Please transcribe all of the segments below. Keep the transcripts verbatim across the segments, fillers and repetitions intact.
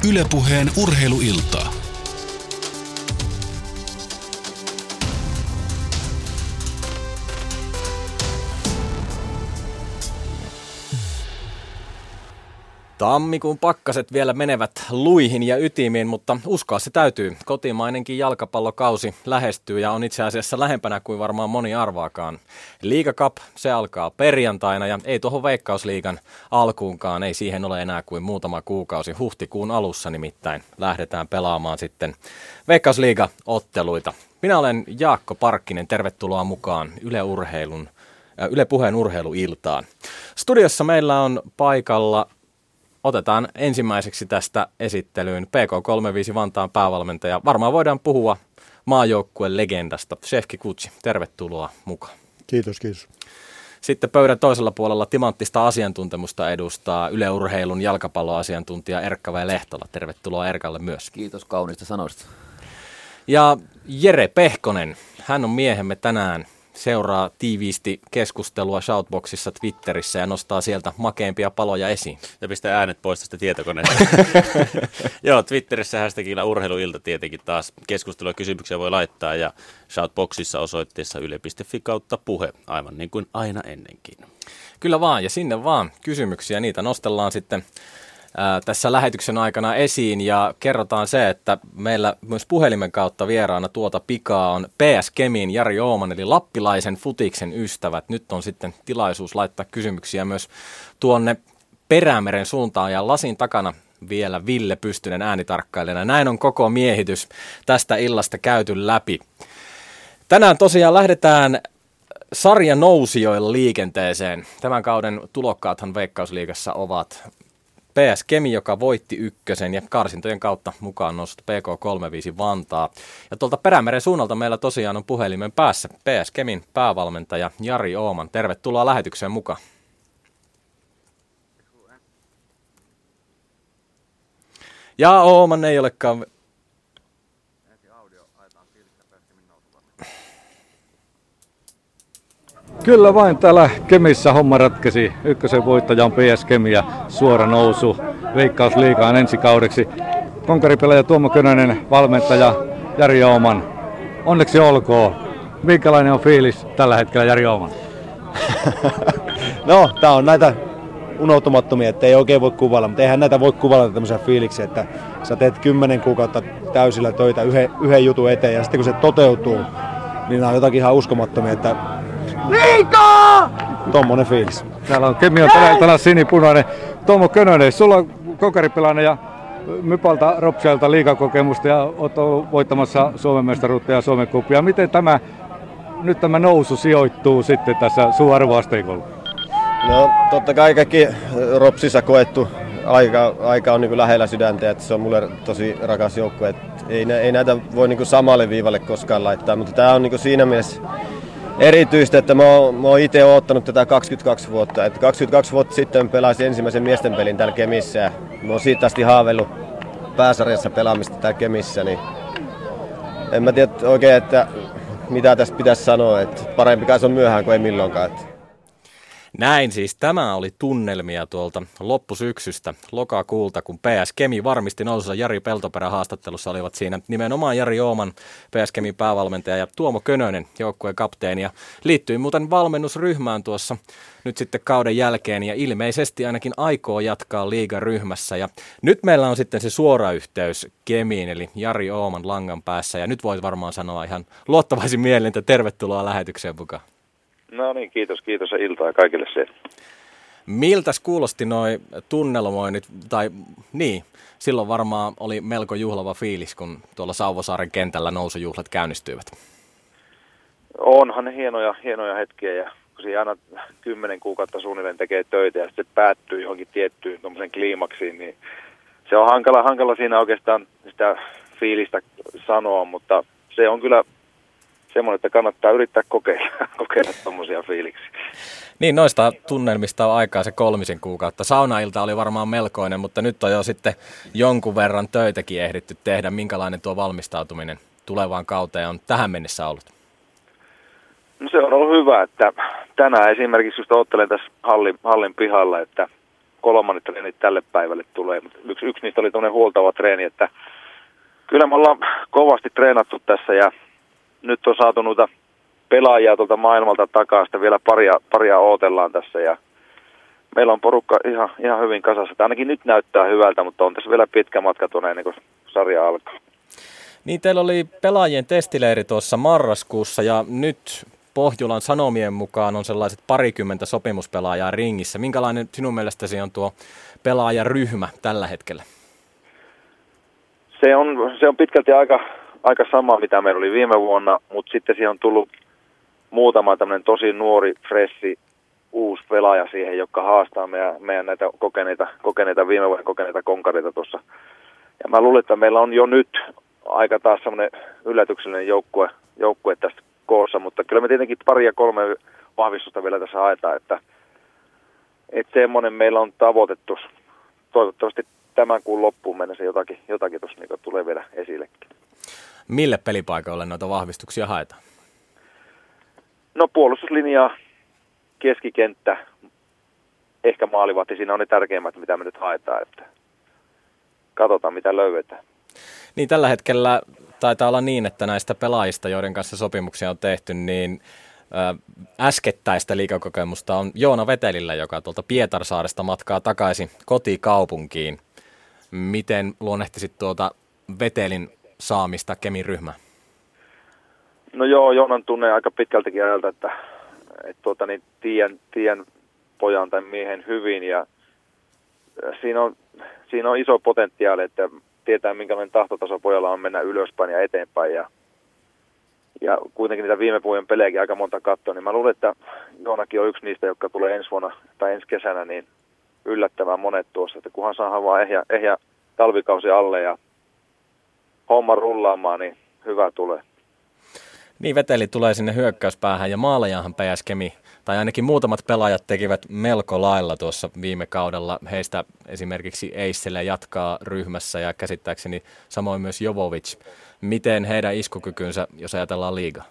Yle Puheen urheiluiltaa. Tammikuun pakkaset vielä menevät luihin ja ytimiin, mutta uskoa se täytyy. Kotimainenkin jalkapallokausi lähestyy ja on itse asiassa lähempänä kuin varmaan moni arvaakaan. Liiga Cup, se alkaa perjantaina ja ei tuohon Veikkausliigan alkuunkaan, ei siihen ole enää kuin muutama kuukausi. Huhtikuun alussa nimittäin lähdetään pelaamaan sitten Veikkausliiga-otteluita. Minä olen Jaakko Parkkinen, tervetuloa mukaan Yle Urheilun, äh, Yle Puheen urheiluiltaan. Studiossa meillä on paikalla. Otetaan ensimmäiseksi tästä esittelyyn P K kolmekymmentäviisi Vantaan päävalmentaja. Varmaan voidaan puhua maajoukkueen legendasta. Shefki Kutsi, tervetuloa mukaan. Kiitos, kiitos. Sitten pöydän toisella puolella timanttista asiantuntemusta edustaa Yle Urheilun jalkapalloasiantuntija Erkka V. Lehtola. Tervetuloa Erkalle myös. Kiitos kauniista sanoista. Ja Jere Pehkonen, hän on miehemme tänään. Seuraa tiiviisti keskustelua Shoutboxissa Twitterissä ja nostaa sieltä makeimpia paloja esiin. Ja pistää äänet pois tästä tietokoneesta. Joo, Twitterissä hashtagilla urheiluilta tietenkin taas keskustelua ja kysymyksiä voi laittaa. Ja Shoutboxissa osoitteessa yle piste fi kautta puhe, aivan niin kuin aina ennenkin. Kyllä vaan, ja sinne vaan kysymyksiä. Niitä nostellaan sitten ää, tässä lähetyksen aikana esiin. Ja kerrotaan se, että meillä myös puhelimen kautta vieraana tuota pikaa on P S Kemin Jari Ooman, eli lappilaisen futiksen ystävät. Nyt on sitten tilaisuus laittaa kysymyksiä myös tuonne Perämeren suuntaan ja lasin takana vielä Ville Pystynen äänitarkkailijana. Näin on koko miehitys tästä illasta käyty läpi. Tänään tosiaan lähdetään sarjanousijoilla liikenteeseen. Tämän kauden tulokkaathan Veikkausliigassa ovat P S Kemi, joka voitti ykkösen ja karsintojen kautta mukaan noussut P K kolmekymmentäviisi Vantaa. Ja tuolta Perämeren suunnalta meillä tosiaan on puhelimen päässä P S Kemin päävalmentaja Jari Ooman. Tervetuloa lähetykseen mukaan. Ja Ooman ei olekaan. Kyllä vain täällä Kemissä homma ratkesi. Ykkösen voittaja on P S Kemi ja suora nousu Veikkausliigaan ensi kaudeksi. Konkaripelaaja Tuomo Könönen, valmentaja Jari Ooman. Onneksi olkoon. Minkälainen on fiilis tällä hetkellä, Jari Ooman? No, tää on näitä unohtumattomia, että ei oikein voi kuvailla, mutta eihän näitä voi kuvailla tämmöisiä fiiliksiä, että sä teet kymmenen kuukautta täysillä töitä yhden, yhden jutun eteen ja sitten kun se toteutuu, niin nämä on jotakin ihan uskomattomia, että liikaa! Tommonen fiilis. Täällä on Kemi on tänään, tänään sinipunainen. Tuomo Könönen, sulla on konkaripelainen ja Mypalta Ropsialta liigakokemusta ja olet ollut voittamassa Suomen mestaruutta ja Suomen kupia. Miten tämä, nyt tämä nousu sijoittuu sitten tässä sun arvoasteikolla? No totta kai kaikki Ropsissa koettu aika, aika on niin kuin lähellä sydäntä, että se on mulle tosi rakas joukkue. Ei, ei näitä voi niin kuin samalle viivalle koskaan laittaa, mutta tämä on niin kuin siinä mielessä erityistä, että mä oon, mä oon itse odottanut tätä kaksikymmentäkaksi vuotta. Että kaksikymmentäkaksi vuotta sitten pelasin ensimmäisen miesten pelin täällä Kemissä ja mä oon siitä asti haaveillut pääsarjassa pelaamista täällä Kemissä. Niin en mä tiedä oikein, että mitä tässä pitäisi sanoa, että parempi kai se on myöhään kuin ei milloinkaan. Että. Näin siis tämä oli tunnelmia tuolta loppusyksystä lokakuulta, kun P S Kemi varmisti nousunsa. Jari Peltoperän haastattelussa olivat siinä nimenomaan Jari Ooman, P S Kemin päävalmentaja ja Tuomo Könönen, joukkueen kapteeni. Ja liittyi muuten valmennusryhmään tuossa nyt sitten kauden jälkeen ja ilmeisesti ainakin aikoo jatkaa liigaryhmässä. Ja nyt meillä on sitten se suora yhteys Kemiin, eli Jari Ooman langan päässä. Ja nyt voit varmaan sanoa ihan luottavaisin mielin, että tervetuloa lähetykseen mukaan. No niin, kiitos, kiitos ja iltaa kaikille se. Miltäs kuulosti noi tunnelmoinnit, tai niin, silloin varmaan oli melko juhlava fiilis, kun tuolla Sauvosaaren kentällä nousujuhlat käynnistyivät. Onhan ne hienoja, hienoja hetkiä ja kun siinä aina kymmenen kuukautta suunnilleen tekee töitä ja sitten päättyy johonkin tiettyyn tuommoisen kliimaksiin, niin se on hankala, hankala siinä oikeastaan sitä fiilistä sanoa, mutta se on kyllä semmoinen, että kannattaa yrittää kokeilla, kokeilla tommosia fiiliksiä. Niin, noista tunnelmista on aikaa se kolmisen kuukautta. Saunailta oli varmaan melkoinen, mutta nyt on jo sitten jonkun verran töitäkin ehditty tehdä. Minkälainen tuo valmistautuminen tulevaan kauteen on tähän mennessä ollut? No se on ollut hyvä, että tänään esimerkiksi just ottelen tässä hallin, hallin pihalla, että kolmannet treenit tälle päivälle tulee. Mutta yksi, yksi niistä oli tuonne huoltava treeni, että kyllä me ollaan kovasti treenattu tässä ja nyt on saatu noita pelaajia tuolta maailmalta takaa, sitten vielä paria, paria ootellaan tässä ja meillä on porukka ihan, ihan hyvin kasassa. Tämä ainakin nyt näyttää hyvältä, mutta on tässä vielä pitkä matka tuonne ennen kuin sarja alkaa. Niin, teillä oli pelaajien testileiri tuossa marraskuussa ja nyt Pohjolan Sanomien mukaan on sellaiset parikymmentä sopimuspelaajaa ringissä. Minkälainen sinun mielestäsi on tuo pelaajaryhmä tällä hetkellä? Se on, se on pitkälti aika, aika sama, mitä meillä oli viime vuonna, mutta sitten siihen on tullut muutama tämmöinen tosi nuori, fressi, uusi pelaaja siihen, joka haastaa meidän, meidän näitä kokeneita, kokeneita viime vuoden kokeneita konkareita tuossa. Ja mä luulen, että meillä on jo nyt aika taas semmoinen yllätyksellinen joukkue, joukkue tästä koossa, mutta kyllä me tietenkin pari ja kolme vahvistusta vielä tässä haetaan, että, että semmoinen meillä on tavoitettu. Toivottavasti tämän kuun loppuun mennessä jotakin, jotakin tuossa niin tulee vielä esillekin. Mille pelipaikoille noita vahvistuksia haetaan? No puolustuslinjaa, keskikenttä, ehkä maalivahti, siinä on ne tärkeimmät, mitä me nyt haetaan, että katsotaan mitä löydetään. Niin tällä hetkellä taitaa olla niin, että näistä pelaajista, joiden kanssa sopimuksia on tehty, niin ä, äskettäistä liigakokemusta on Joona Vetelillä, joka tuolta Pietarsaaresta matkaa takaisin kotikaupunkiin. Miten luonnehtisit tuota Vetelin saamista Kemin ryhmään? No joo, Joonan tunnen aika pitkältäkin ajalta, että, että tuota, niin tiedän, tiedän pojan tai miehen hyvin ja siinä on, siinä on iso potentiaali, että tietää minkälainen tahtotaso pojalla on mennä ylöspäin ja eteenpäin ja, ja kuitenkin niitä viime vuoden pelejäkin aika monta katsoa, niin mä luulen, että Joonakin on yksi niistä, jotka tulee ensi vuonna tai ensi kesänä niin yllättävän monet tuossa, että kunhan saadaan vaan ehjä, ehjä talvikausi alle ja homma rullaamaan, niin hyvä tulee. Niin, Veteli tulee sinne hyökkäyspäähän ja maalajahan P S Kemi, tai ainakin muutamat pelaajat tekivät melko lailla tuossa viime kaudella. Heistä esimerkiksi Eissele jatkaa ryhmässä ja käsittääkseni samoin myös Jovovic. Miten heidän iskukykynsä, jos ajatellaan liigaa?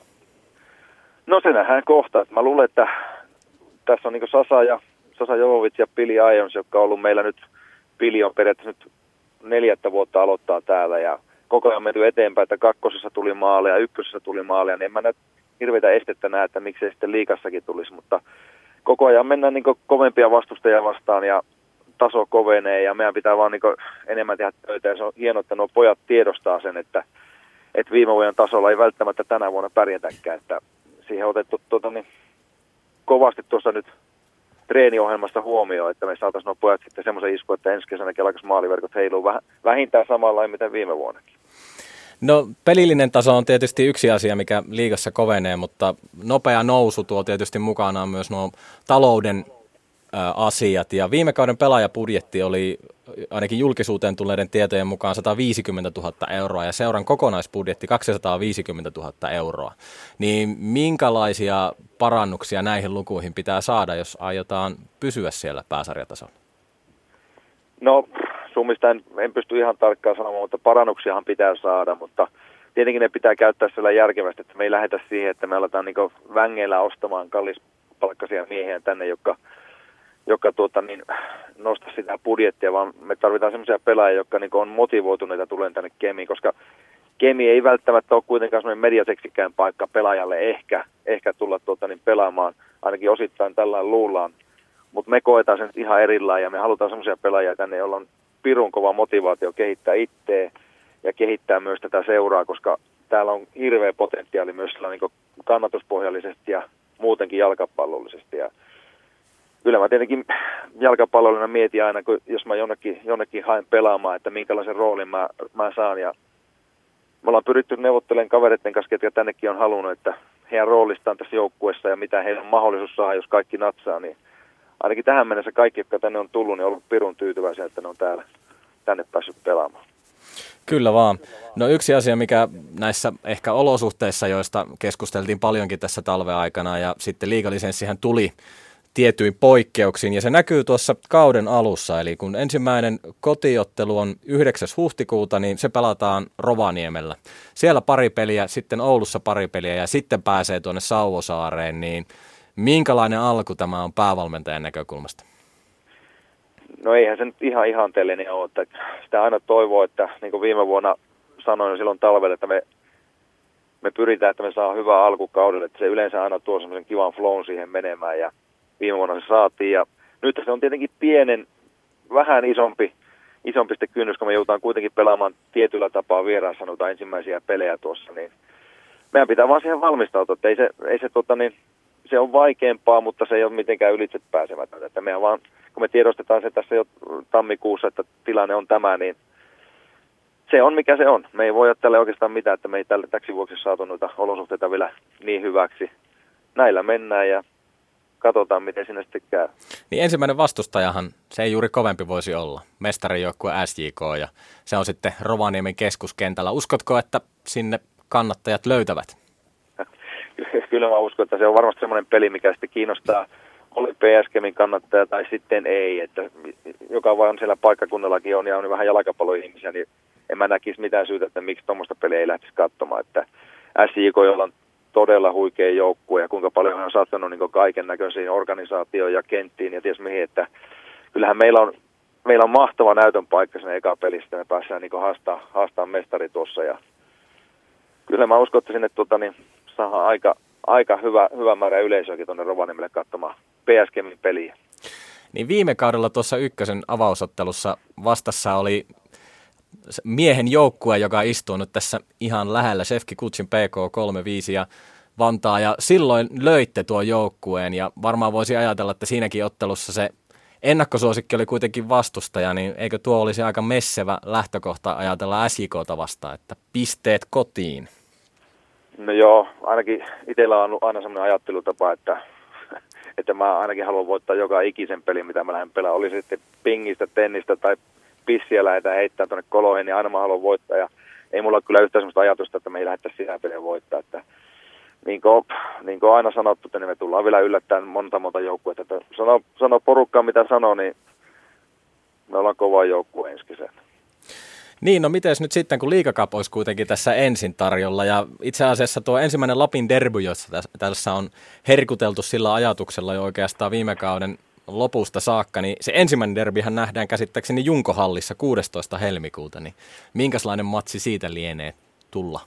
No se nähdään kohta. Mä luulen, että tässä on niin Sasa ja Sasa Jovovic ja Pili Ions, jotka on ollut meillä nyt, Pili on periaatteessa nyt neljättä vuotta aloittaa täällä ja koko ajan menty eteenpäin, että kakkosessa tuli maaleja, ykkösessä tuli maaleja, niin en mä näet hirveitä estettä näe, että miksei sitten liigassakin tulisi, mutta koko ajan mennään niin kovempia vastustajia vastaan ja taso kovenee ja meidän pitää vaan niin enemmän tehdä töitä ja se on hienoa, että nuo pojat tiedostaa sen, että, että viime vuoden tasolla ei välttämättä tänä vuonna pärjätäkään, että siihen on otettu tuota, niin, kovasti tuossa nyt treeniohjelmasta huomioon, että me saataisiin nuo pojat sitten semmoisen iskun, että ensi kesänäkin alkaisi maaliverkot heiluu vähintään samalla miten viime vuonnakin. No pelillinen taso on tietysti yksi asia, mikä liigassa kovenee, mutta nopea nousu tuo tietysti mukanaan myös nuo talouden ä, asiat. Ja viime kauden pelaajapudjetti oli ainakin julkisuuteen tulleiden tietojen mukaan sata viisikymmentätuhatta euroa ja seuran kokonaisbudjetti kaksisataaviisikymmentätuhatta euroa. Niin minkälaisia parannuksia näihin lukuihin pitää saada, jos aiotaan pysyä siellä pääsarjatasolla? No summista en, en pysty ihan tarkkaan sanomaan, mutta parannuksiahan pitää saada, mutta tietenkin ne pitää käyttää siellä järkevästi, että me ei lähdetä siihen, että me aletaan niin vängeillä ostamaan kallispalkkaisia miehiä tänne, jotka, jotka tuota, niin, nosta sitä budjettia, vaan me tarvitaan sellaisia pelaajia, jotka niin on motivoituneita tulemaan tänne Kemiin, koska Kemi ei välttämättä ole kuitenkaan sellainen mediaseksikään paikka pelaajalle ehkä, ehkä tulla tuota, niin pelaamaan, ainakin osittain tällään luullaan, mutta me koetaan sen ihan erillään ja me halutaan sellaisia pelaajia tänne, joilla on pirun kova motivaatio kehittää itseä ja kehittää myös tätä seuraa, koska täällä on hirveä potentiaali myös niin kannatuspohjallisesti ja muutenkin jalkapallollisesti. Ja kyllä mä tietenkin jalkapallollina mietin aina, kun jos mä jonnekin, jonnekin haen pelaamaan, että minkälaisen roolin mä, mä saan. Ja me ollaan pyritty neuvottelemaan kavereiden kanssa, jotka tännekin on halunnut, että heidän roolistaan tässä joukkueessa ja mitä heillä on mahdollisuus saada, jos kaikki natsaa, niin ainakin tähän mennessä kaikki, jotka tänne on tullut, niin on ollut pirun tyytyväisiä, että ne on täällä, tänne päässyt pelaamaan. Kyllä vaan. No yksi asia, mikä näissä ehkä olosuhteissa, joista keskusteltiin paljonkin tässä talven aikana, ja sitten liigalisenssihän tuli tietyin poikkeuksiin, ja se näkyy tuossa kauden alussa, eli kun ensimmäinen kotiottelu on yhdeksäs huhtikuuta, niin se pelataan Rovaniemellä. Siellä pari peliä, sitten Oulussa pari peliä, ja sitten pääsee tuonne Sauvosaareen, niin minkälainen alku tämä on päävalmentajan näkökulmasta? No eihän se nyt ihan ihanteellinen ole, että sitä aina toivoo, että niin kuin viime vuonna sanoin silloin talvella, että me, me pyritään, että me saa hyvää alkukaudelle, että se yleensä aina tuo semmoisen kivan flown siihen menemään ja viime vuonna se saatiin ja nyt se on tietenkin pienen, vähän isompi, isompi sitten kynnys, kun me joudutaan kuitenkin pelaamaan tietyllä tapaa vieraan sanotaan ensimmäisiä pelejä tuossa, niin meidän pitää vaan siihen valmistautua, että ei se, ei se, tota niin, se on vaikeampaa, mutta se ei ole mitenkään ylitse pääsemätöntä, että mehän vaan, kun me tiedostetaan se tässä jo tammikuussa, että tilanne on tämä, niin se on mikä se on. Me ei voi tälle oikeastaan mitään, että me ei tälle täksi vuoksi saatu noita olosuhteita vielä niin hyväksi. Näillä mennään ja katsotaan, miten sinne sitten käy. Niin ensimmäinen vastustajahan, se ei juuri kovempi voisi olla. Mestarijoukkue S J K ja se on sitten Rovaniemen keskuskentällä. Uskotko, että sinne kannattajat löytävät? Kyllä mä uskon, että se on varmasti semmoinen peli, mikä sitten kiinnostaa. Oli P S G:n kannattaja tai sitten ei, että joka vaan siellä paikkakunnallakin on ja on vähän jalkapalloihmisiä, niin en mä näkisi mitään syytä, että miksi tuommoista peliä ei lähtisi katsomaan. Että S J K, jolla on todella huikea joukkue ja kuinka paljon hän on saattanut niin kaiken näköisiin organisaatioon ja kenttiin ja ties mihin, että kyllähän meillä on, meillä on mahtava näytön paikka siinä eka pelissä, me päässään niin haastaa, haastaa mestari tuossa ja kyllä mä uskon, että sinne tuota, niin saadaan aika, aika hyvä, hyvä määrä yleisöäkin tuonne Rovaniemelle katsomaan P S G:n peliä. Niin viime kaudella tuossa ykkösen avausottelussa vastassa oli miehen joukkue, joka istuu nyt tässä ihan lähellä, Shefki Kutsin P K kolme viisi ja Vantaa, ja silloin löitte tuon joukkueen, ja varmaan voisi ajatella, että siinäkin ottelussa se ennakkosuosikki oli kuitenkin vastustaja, niin eikö tuo olisi aika messevä lähtökohta ajatella S J K:ta vastaan, että pisteet kotiin? No joo, ainakin itsellä on aina sellainen ajattelutapa, että, että mä ainakin haluan voittaa joka ikisen pelin, mitä mä lähden pelaamaan. Oli sitten pingistä, tennistä tai pissiä lähdetään heittämään tuonne koloihin, niin aina mä haluan voittaa. Ja ei mulla ole kyllä yhtään sellaista ajatusta, että me ei lähdettäisi sisäpeliä voittaa. Että, niin, kuin, niin kuin aina sanottu, että niin me tullaan vielä yllättäen monta monta joukkuetta. Että sano, sano porukkaa mitä sanoo, niin me ollaan kova joukkue ensi kesänä. Niin, no mites nyt sitten, kun Liiga Cup olisi kuitenkin tässä ensin tarjolla, ja itse asiassa tuo ensimmäinen Lapin derby, jossa tässä on herkuteltu sillä ajatuksella jo oikeastaan viime kauden lopusta saakka, niin se ensimmäinen derbihän nähdään käsittääkseni Junkohallissa kuudestoista helmikuuta, niin minkälainen matsi siitä lienee tulla?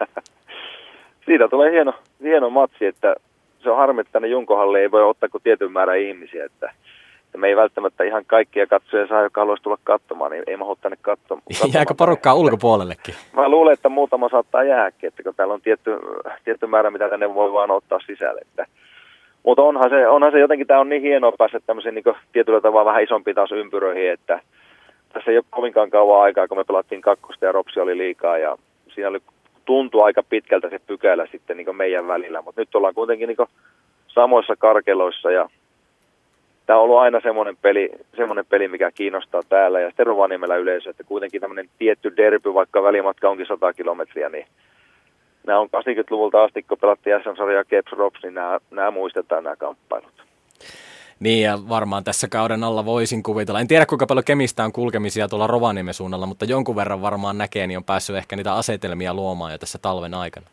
Siitä tulee hieno, hieno matsi, että se on harmi, että tänne Junkohalliin ei voi ottaa kuin tietyn määrän ihmisiä, että me ei välttämättä ihan kaikkia katsoja saa, joka haluaisi tulla katsomaan, niin ei mahdu tänne katsomaan. Jääkö porukkaa ulkopuolellekin? Mä luulen, että muutama saattaa jäädäkin, että kun täällä on tietty, tietty määrä, mitä tänne voi vaan ottaa sisälle. Että. Mutta onhan se, onhan se jotenkin, tämä on niin hienoa päästä tämmöisiin niin tietyllä tavalla vähän isompiin taas ympyröihin, että tässä ei ole kovinkaan kauan aikaa, kun me pelattiin kakkosta ja Ropsi oli liikaa ja siinä oli, tuntui aika pitkältä se pykälä sitten niin meidän välillä, mutta nyt ollaan kuitenkin niin samoissa karkeloissa ja tämä on ollut aina semmoinen peli, semmoinen peli, mikä kiinnostaa täällä ja sitten Rovaniemellä yleisö, että kuitenkin tämmöinen tietty derby, vaikka välimatka onkin sata kilometriä, niin nämä on kahdeksankymmentäluvulta asti, kun pelattiin S M-sarjaa Keps Rops, niin nämä, nämä muistetaan nämä kamppailut. Niin ja varmaan tässä kauden alla voisin kuvitella. En tiedä kuinka paljon Kemistä on kulkemisia tuolla Rovaniemen suunnalla, mutta jonkun verran varmaan näkee, niin on päässyt ehkä niitä asetelmia luomaan jo tässä talven aikana.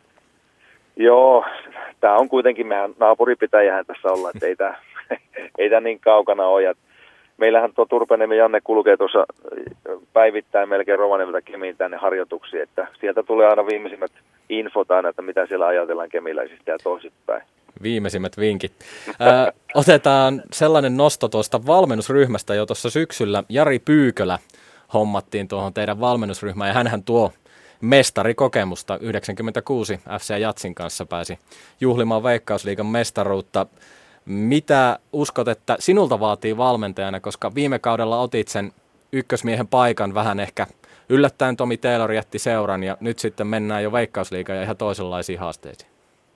Joo, tämä on kuitenkin, mehän naapuripitäjähän tässä olla, että ei tämä ei tämä niin kaukana ole. Ja meillähän tuo Turpeniemen Janne kulkee tuossa päivittäin melkein Rovaniemeltä Kemiin tänne harjoituksiin, että sieltä tulee aina viimeisimmät infot aina, että mitä siellä ajatellaan kemiläisistä ja toisinpäin. Viimeisimmät vinkit. Ö, otetaan sellainen nosto tuosta valmennusryhmästä jo tuossa syksyllä. Jari Pyykölä hommattiin tuohon teidän valmennusryhmään ja hänhän tuo mestarikokemusta. yhdeksänkymmentäkuusi F C Jatsin kanssa pääsi juhlimaan Veikkausliigan mestaruutta. Mitä uskot, että sinulta vaatii valmentajana, koska viime kaudella otit sen ykkösmiehen paikan vähän ehkä yllättäen Tomi Taylor jätti seuran ja nyt sitten mennään jo Veikkausliigaan ja ihan toisenlaisiin haasteisiin.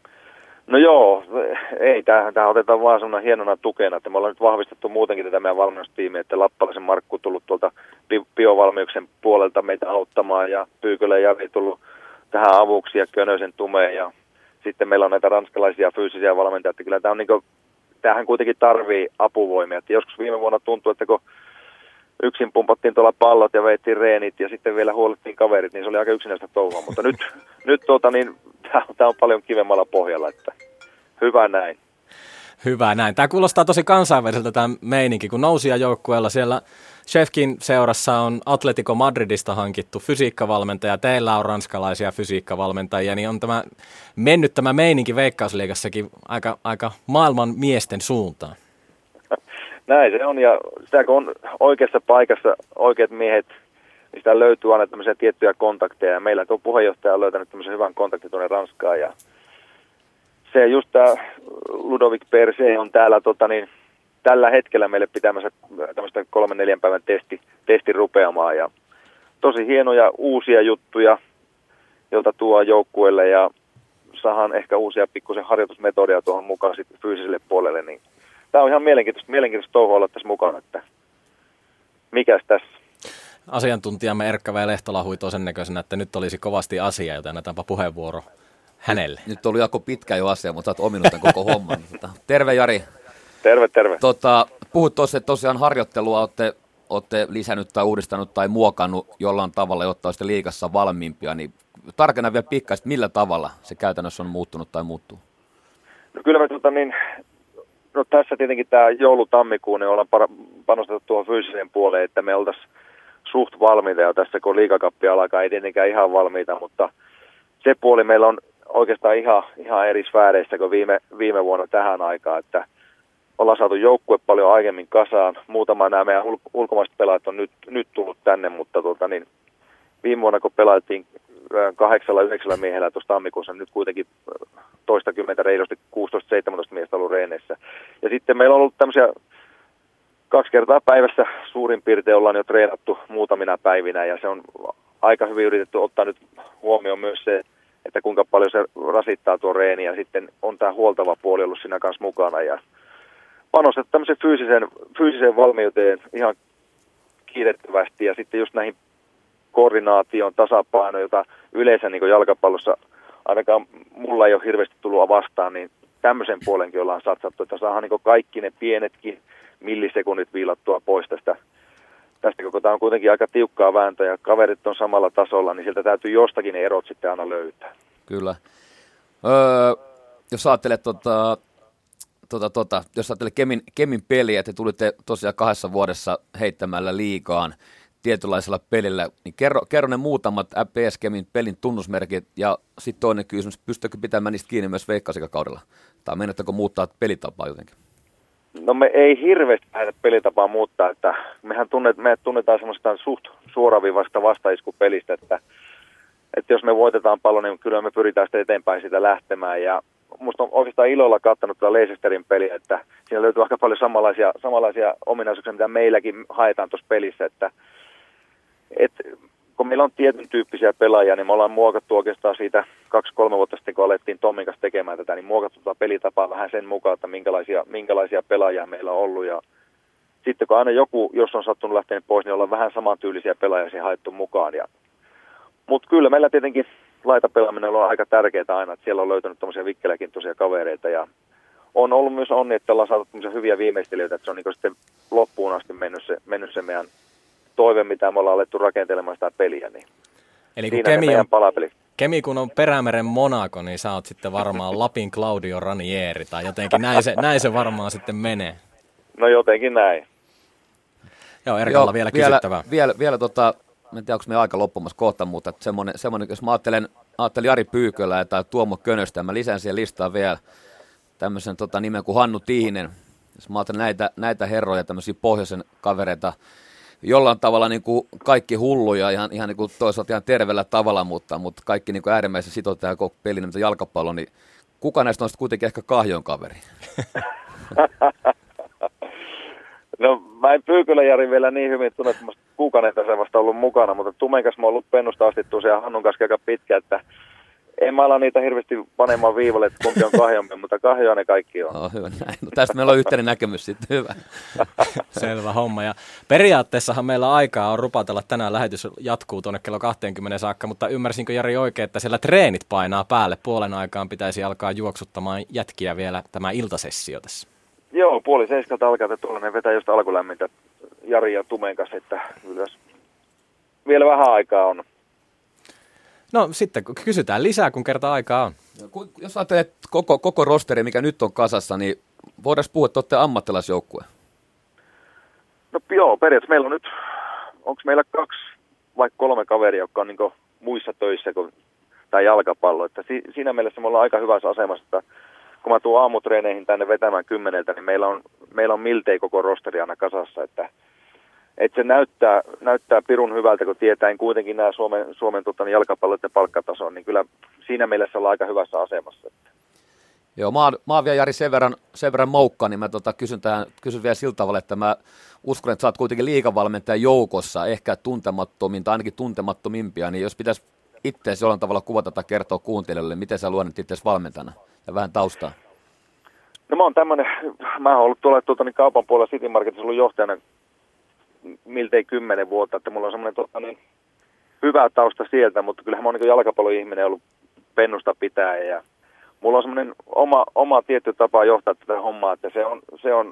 No joo, ei, tämä otetaan vaan semmoinen hienona tukena, että me ollaan nyt vahvistettu muutenkin tätä meidän valmennustiimiä, että Lappalaisen Markku on tullut tuolta biovalmiuksen puolelta meitä auttamaan ja Pyykölä Jari tullut tähän avuksi ja Könösen Tume ja sitten meillä on näitä ranskalaisia fyysisiä valmentajia, että kyllä tämä on niin kuin, tämähän kuitenkin tarvii apuvoimia, että joskus viime vuonna tuntui, että kun yksin pumpattiin tuolla pallot ja veittiin reenit ja sitten vielä huolettiin kaverit, niin se oli aika yksinäistä touhua, mutta nyt, nyt tuota, niin, tämä on paljon kivemmalla pohjalla, että hyvä näin. Hyvä näin. Tämä kuulostaa tosi kansainväliseltä tämä meininki, kun nousijajoukkueella siellä Shefkin seurassa on Atletico Madridista hankittu fysiikkavalmentaja, teillä on ranskalaisia fysiikkavalmentajia, niin on tämä mennyt tämä meininki Veikkausliigassakin aika, aika maailman miesten suuntaan. Näin se on, ja sitä kun on oikeassa paikassa oikeat miehet, niin sitä löytyy aina tämmöisiä tiettyjä kontakteja, ja meillä tuo puheenjohtaja on löytänyt tämmöisen hyvän kontaktin tuonne Ranskaan, ja se just tämä Ludovic Perse on täällä tota niin, tällä hetkellä meille pitämässä tämmöistä kolmen neljän päivän testi, testin rupeamaan, ja tosi hienoja uusia juttuja, joita tuo joukkueelle, ja saadaan ehkä uusia pikkusen harjoitusmetodia tuohon mukaan sitten fyysiselle puolelle, niin tämä on ihan mielenkiintoista, mielenkiintoista touhua olla tässä mukana, että mikäs tässä. Asiantuntijamme Erkka V. Lehtola huitoo sen näköisenä, että nyt olisi kovasti asiaa, joten annetaanpa puheenvuoro hänelle. Nyt oli aika pitkä jo asia, mutta olet ominut tämän koko homman. Terve Jari. Terve, terve. Tota, puhut tuossa, että tosiaan harjoittelua olette, olette lisännyt tai uudistanut tai muokannut jollain tavalla, jotta olisitte liigassa valmiimpia. Niin tarkenna vielä pikkaisesti, millä tavalla se käytännössä on muuttunut tai muuttuu? No kyllä me tota niin, no tässä tietenkin tämä joulu-tammikuun, niin ollaan panostettu tuohon fyysiseen puoleen, että me oltaisiin suht valmiita jo tässä, kun liigakappi alkaa, ei tietenkään ihan valmiita, mutta se puoli meillä on oikeastaan ihan, ihan eri sfääreissä kuin viime, viime vuonna tähän aikaan, että ollaan saatu joukkue paljon aiemmin kasaan. Muutama nämä meidän ul- ulkomaiset pelaajat on nyt, nyt tullut tänne, mutta tuota, niin, viime vuonna kun pelailtiin kahdeksalla, yhdeksällä miehellä tuossa tammikuussa, nyt kuitenkin toistakymmentä, reilusti kuusitoista seitsemäntoista miestä ollut reeneissä. Ja sitten meillä on ollut tämmöisiä kaksi kertaa päivässä suurin piirtein ollaan jo treenattu muutamina päivinä, ja se on aika hyvin yritetty ottaa nyt huomioon myös se, että kuinka paljon se rasittaa tuo reeni, ja sitten on tämä huoltava puoli ollut siinä kanssa mukana, ja panostettu tämmöiseen fyysiseen, fyysiseen valmiuteen ihan kiitettävästi, ja sitten just näihin koordinaation, tasapainoon, jota yleensä niin kuin jalkapallossa ainakaan mulla ei ole hirveästi tullut vastaan, niin tämmöisen puolenkin ollaan satsattu, että saadaan niin kuin kaikki ne pienetkin millisekunnit viilattua pois tästä, tästä koko tämä on kuitenkin aika tiukkaa vääntöä, ja kaverit on samalla tasolla, niin sieltä täytyy jostakin ne erot sitten aina löytää. Kyllä. Öö, jos ajattelet tota, tota, tota, jos ajattelet Kemin, Kemin peliä, että te tulitte tosiaan kahdessa vuodessa heittämällä liigaan tietynlaisella pelillä, niin kerro, kerro ne muutamat P S Kemin pelin tunnusmerkit, ja sitten toinen kysymys, pystytkö pitämään niistä kiinni myös Veikkausliigakaudella, tai meinatteko muuttaa pelitapaa jotenkin? No me ei hirveästi lähdetä pelitapaa muuttaa, että mehän tunnet, me tunnetaan semmoista suht suoraviivasta vastaiskupelistä, että, että jos me voitetaan paljon, niin kyllä me pyritään sitten eteenpäin sitä lähtemään, ja musta on oikeastaan ilolla kattanut tuota Leicesterin peliä, että siinä löytyy aika paljon samanlaisia, samanlaisia ominaisuuksia, mitä meilläkin haetaan tuossa pelissä, että et, kun meillä on tietyn tyyppisiä pelaajia, niin me ollaan muokattu oikeastaan siitä kaksi-kolme vuotta sitten, kun alettiin Tommin kanssa tekemään tätä, niin muokattu tuota pelitapaa vähän sen mukaan, että minkälaisia, minkälaisia pelaajia meillä on ollut. Ja sitten kun aina joku, jos on sattunut lähteä pois, niin ollaan vähän samantyylisiä pelaajia siihen haettu mukaan. Mutta kyllä meillä tietenkin laitapelaaminen on aika tärkeää aina, että siellä on löytynyt tämmöisiä vikkeläkintoisia kavereita. Ja on ollut myös onni, että ollaan saatu tämmöisiä hyviä viimeistelijöitä, että se on niin sitten loppuun asti mennyt se, mennyt se meidän toive, mitä me ollaan alettu rakentelemaan sitä peliä, niin eli kun siinä Kemi meidän on, palapeli. Kemi kun on Perämeren Monaco, niin sä oot sitten varmaan Lapin Claudio Ranieri, tai jotenkin näin se, näin se varmaan sitten menee. No jotenkin näin. Joo, Erkalla vielä kysyttävää. Vielä, vielä, vielä tota, en tiedä, onko me aika loppumassa kohta, mutta semmoinen, semmoinen jos mä ajattelen, ajattelen Jari Pyykölää tai Tuomo Könöstä, mä lisään siihen listaan vielä tämmöisen tota, nimen kuin Hannu Tiihinen. Jos mä ajattelen näitä, näitä herroja, tämmöisiä pohjoisen kavereita, jollain tavalla niin kuin kaikki hulluja, ihan, ihan niin kuin toisaalta ihan terveellä tavalla, mutta, mutta kaikki niin kuin äärimmäisen sitoutetaan koko pelin, mitä jalkapallo, niin kuka näistä on kuitenkin ehkä Kahjon kaveri? No mä en Pyykölä Jari vielä niin hyvin tunne, että kuukainen tässä vasta ollut mukana, mutta Tumen kanssa mä oon ollut pennusta asti tosiaan Hannun kanssa aika pitkä, että en mä ala niitä hirveästi panemaan viivalle, että kumpi on Kahjompi, mutta Kahjoa ne kaikki on. Oh, hyvä näin. No, tästä meillä on yhteinen näkemys sitten, hyvä. Selvä homma. Ja periaatteessahan meillä aikaa on rupatella, tänään lähetys jatkuu tuonne kello kaksikymmentä saakka, mutta ymmärsinkö Jari oikein, että siellä treenit painaa päälle, puolen aikaan pitäisi alkaa juoksuttamaan jätkiä vielä tämä iltasessio tässä? Joo, puoli seiskalta alkaa, että tuollainen vetää just alkulämmintä Jari ja Tumen kanssa, että ylös. Vielä vähän aikaa on. No sitten kysytään lisää, kun kerta aikaa on. Jos ajattelet koko, koko rosteri, mikä nyt on kasassa, niin voidaan puhua, että olette ammattilaisjoukkue? No joo, periaatteessa meillä on nyt, onko meillä kaksi vai kolme kaveria, jotka on niin muissa töissä kuin tämä jalkapallo. Että si, siinä mielessä me ollaan aika hyvässä asemassa, että kun mä tuun aamutreeneihin tänne vetämään kymmeneltä, niin meillä on, meillä on miltei koko rosteri aina kasassa, että, että se näyttää, näyttää pirun hyvältä, kun tietäen kuitenkin nämä Suomen, Suomen tota, jalkapalloiden palkkatason, niin kyllä siinä mielessä ollaan aika hyvässä asemassa. Joo, mä, mä oon vielä Jari sen verran, sen verran moukka, niin mä tota, kysyn, tähän, kysyn vielä sillä tavalla, että mä uskon, että sä oot kuitenkin liigavalmentajan joukossa, ehkä tuntemattomin tai ainakin tuntemattomimpia, niin jos pitäisi itseäsi jollain tavalla kuvata tai kertoa kuuntelijoille, miten sä luonnet itseäsi valmentajana ja vähän taustaa? No mä oon tämmönen, mä oon ollut tuolla tuota, niin kaupan puolella City Marketissa ollut johtajana miltei kymmenen vuotta, että mulla on semmoinen tota, niin, hyvä tausta sieltä, mutta kyllähän mä oon niin jalkapalloihminen ollut pennusta pitää ja mulla on semmoinen oma, oma tietty tapa johtaa tätä hommaa, että se on, se on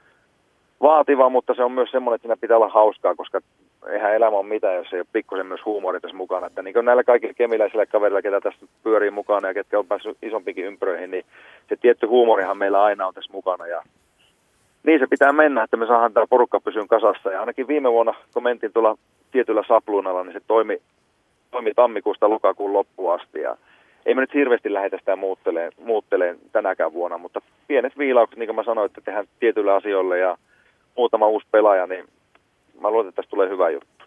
vaativa, mutta se on myös semmoinen, että siinä pitää olla hauskaa, koska eihän elämä ole mitään, jos ei ole pikkusen myös huumori tässä mukana. Että niin kuin näillä kaikilla kemiläisillä kaverilla, ketä tässä pyörii mukana ja ketkä on päässyt isompikin ympyröihin, niin se tietty huumorihan meillä aina on tässä mukana. Ja niin se pitää mennä, että me saadaan tämä porukka pysyä kasassa. Ja ainakin viime vuonna, kun mentiin tuolla tietyllä sapluunalla, niin se toimi, toimi tammikuusta lokakuun loppuun asti. Ja ei me nyt hirveästi lähdetä sitä muutteleen, muutteleen tänäkään vuonna, mutta pienet viilaukset, niin kuin mä sanoin, että tehdään tietyillä asioilla ja muutama uusi pelaaja, niin mä luulen, että tästä tulee hyvä juttu.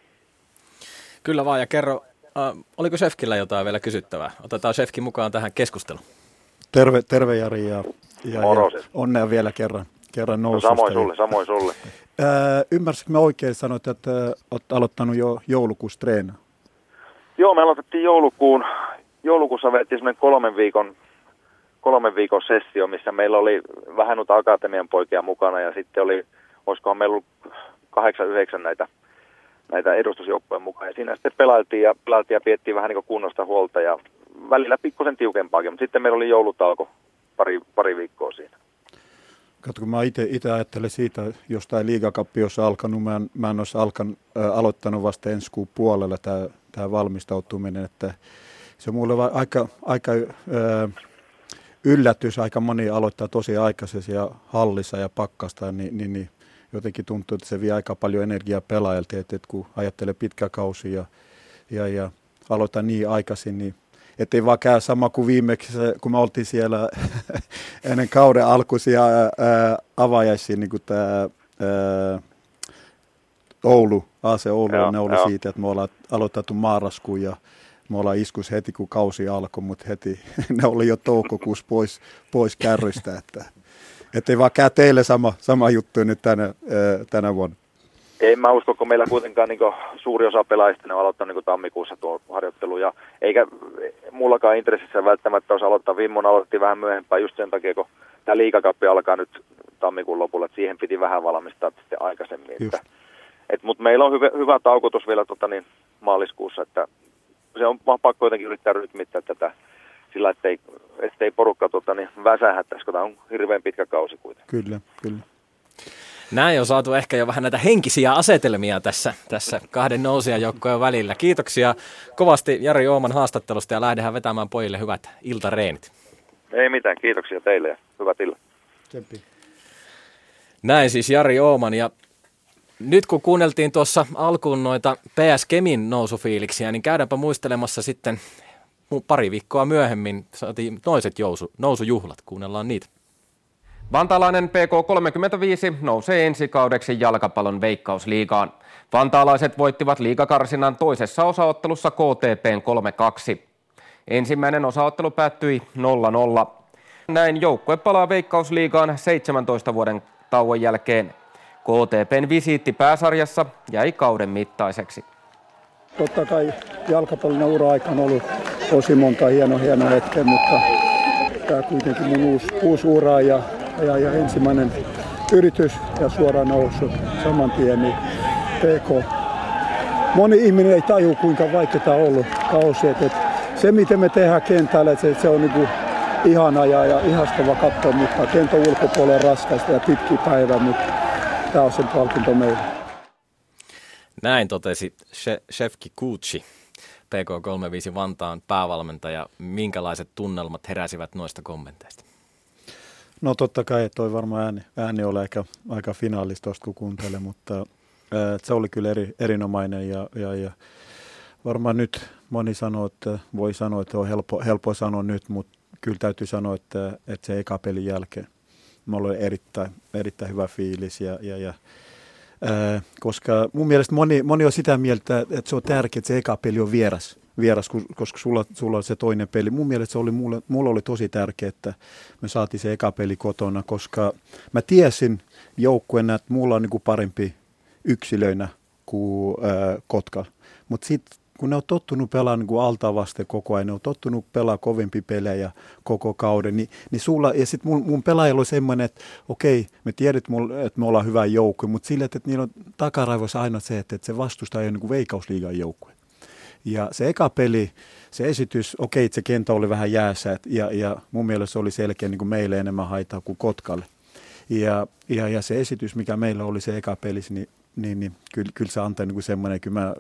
Kyllä vaan, ja kerro, äh, oliko Shefkillä jotain vielä kysyttävää? Otetaan Shefkin mukaan tähän keskusteluun. Terve, terve Jari, ja, ja, ja onnea vielä kerran, kerran noususta. No samoin sulle, samoin sulle. Ää, ymmärsitkö mä oikein sanoit, että olet aloittanut jo joulukuussa treenaa? Joo, me aloitettiin joulukuun. Joulukuussa vedettiin semmoinen kolmen viikon, kolmen viikon sessio, missä meillä oli vähän noita akatemian poikia mukana ja sitten oli, olisikohan meillä ollut kahdeksan, yhdeksän näitä, näitä edustusjoukkojen mukaan. Ja siinä sitten pelailtiin ja, pelailtiin ja piettiin vähän niin kuin kunnosta huolta ja välillä pikkusen tiukempaakin, mutta sitten meillä oli joulutauko pari, pari viikkoa siinä. Katso, kun mä itse ajattelen siitä, jos tämä liigakappi olisi alkanut, mä en, mä en olisi alkan, äh, aloittanut vasta ensi kuun puolella tämä valmistautuminen, että se on mulle aika, aika ö, yllätys, aika moni aloittaa tosi aikaisesti ja hallissa ja pakkasta, niin, niin, niin jotenkin tuntuu, että se vie aika paljon energiaa pelaajalta, että, että kun ajattelee pitkä kausi ja, ja, ja aloittaa niin aikaisin, niin ettei vaan käy sama kuin viimeksi, kun me oltiin siellä ennen kauden alkuisia avajaisia, niin kuin tämä Oulu, A C Oulu, joo, ne oli joo. Siitä, että me ollaan aloitettu marraskuun ja me ollaan iskus heti, kun kausi alkoi, mutta heti ne oli jo toukokuussa pois, pois kärrystä. Että, ettei vaan käy teille sama, sama juttu nyt tänä, tänä vuonna. Ei mä usko, kun meillä kuitenkaan niin suuri osa pelaajista ne on aloittanut niin tammikuussa tuo harjoittelu. Ja eikä mullakaan intressissä välttämättä olisi aloittaa. Viime vuonna aloitettiin vähän myöhempään just sen takia, kun tämä liigakappi alkaa nyt tammikuun lopulla. Että siihen piti vähän valmistaa sitten aikaisemmin. Että, et, mutta meillä on hyvä, hyvä taukotus vielä tota, niin, maaliskuussa, että se on pakko jotenkin yrittää rytmittää tätä sillä, ettei, ettei porukka tota, niin väsähättäisi, kun tämä on hirveän pitkä kausi kuitenkin. Kyllä, kyllä. Näin on saatu ehkä jo vähän näitä henkisiä asetelmia tässä, tässä kahden nousijan joukkojen välillä. Kiitoksia kovasti Jari Ooman haastattelusta ja lähdetään vetämään pojille hyvät iltareenit. Ei mitään, kiitoksia teille ja hyvät illat. Tsemppi. Näin siis Jari Ooman ja nyt kun kuunneltiin tuossa alkuun noita P S Kemin nousufiiliksiä, niin käydäänpä muistelemassa sitten pari viikkoa myöhemmin saatiin toiset jousu, nousujuhlat. Kuunnellaan niitä. Vantaalainen P K kolmekymmentäviisi nousee ensi kaudeksi jalkapallon Veikkausliigaan. Vantaalaiset voittivat liigakarsinnan toisessa osaottelussa K T P:n kolme kaksi. Ensimmäinen osaottelu päättyi nolla nolla. Näin joukkue palaa Veikkausliigaan seitsemäntoista vuoden tauon jälkeen. K T P:n visiitti pääsarjassa jäi kauden mittaiseksi. Totta kai jalkapallon ura-aika on ollut tosi monta hienoa hieno hetkeä, mutta tämä kuitenkin mun uusi, uusi ura ja, ja, ja ensimmäinen yritys ja suora nousu saman tien, niin P K. Moni ihminen ei taju, kuinka vaikeaa on ollut kausi. Et, et se, miten me tehdään kentällä, se, se on niinku ihana ja, ja ihastava katsoa, mutta kentän ulkopuolella on raskaista ja pitkiä päivää, mutta tämä on sen palkinto meille. Näin totesi Shefki Kuuchi, P K kolmekymmentäviisi Vantaan päävalmentaja. Minkälaiset tunnelmat heräsivät noista kommenteista? No totta kai toi varmaan ääni, ääni oli aika, aika finaalista tuosta kun kuuntelen, mutta ää, se oli kyllä eri, erinomainen ja, ja, ja varmaan nyt moni sanoo, että voi sanoa, että on helppo, helppo sanoa nyt, mutta kyllä täytyy sanoa, että, että se eka pelin jälkeen mulla oli erittäin, erittäin hyvä fiilis ja, ja, ja ää, koska mun mielestä moni, moni on sitä mieltä, että se on tärkeää, että se eka peli on vieras. vieras, koska sulla, sulla on se toinen peli. Mun mielestä se oli, mulle, mulla oli tosi tärkeää, että me saatiin se eka peli kotona, koska mä tiesin joukkueena, että mulla on niin kuin parempi yksilöinä kuin ää, Kotkalla. Mutta sitten kun ne on tottunut pelaamaan niin kuin alta vasten koko ajan, ne on tottunut pelaamaan kovempi pelejä koko kauden, niin, niin sulla, ja sitten mun, mun pelaajalla on semmoinen, että okei, me tiedät, että me ollaan hyvä joukkue, mutta sillä, että niillä on takaraivoissa aina se, että, että se vastustaja ei ole niin kuin Veikkausliigan joukkue. Ja se eka peli, se esitys, okei, se kenttä oli vähän jäässä, ja, ja mun mielestä se oli selkeä niin kuin meille enemmän haittaa kuin Kotkalle. Ja, ja, ja se esitys, mikä meillä oli se eka pelissä, niin, niin, niin kyllä, kyllä se antaa niin kuin semmoinen, kyllä mä,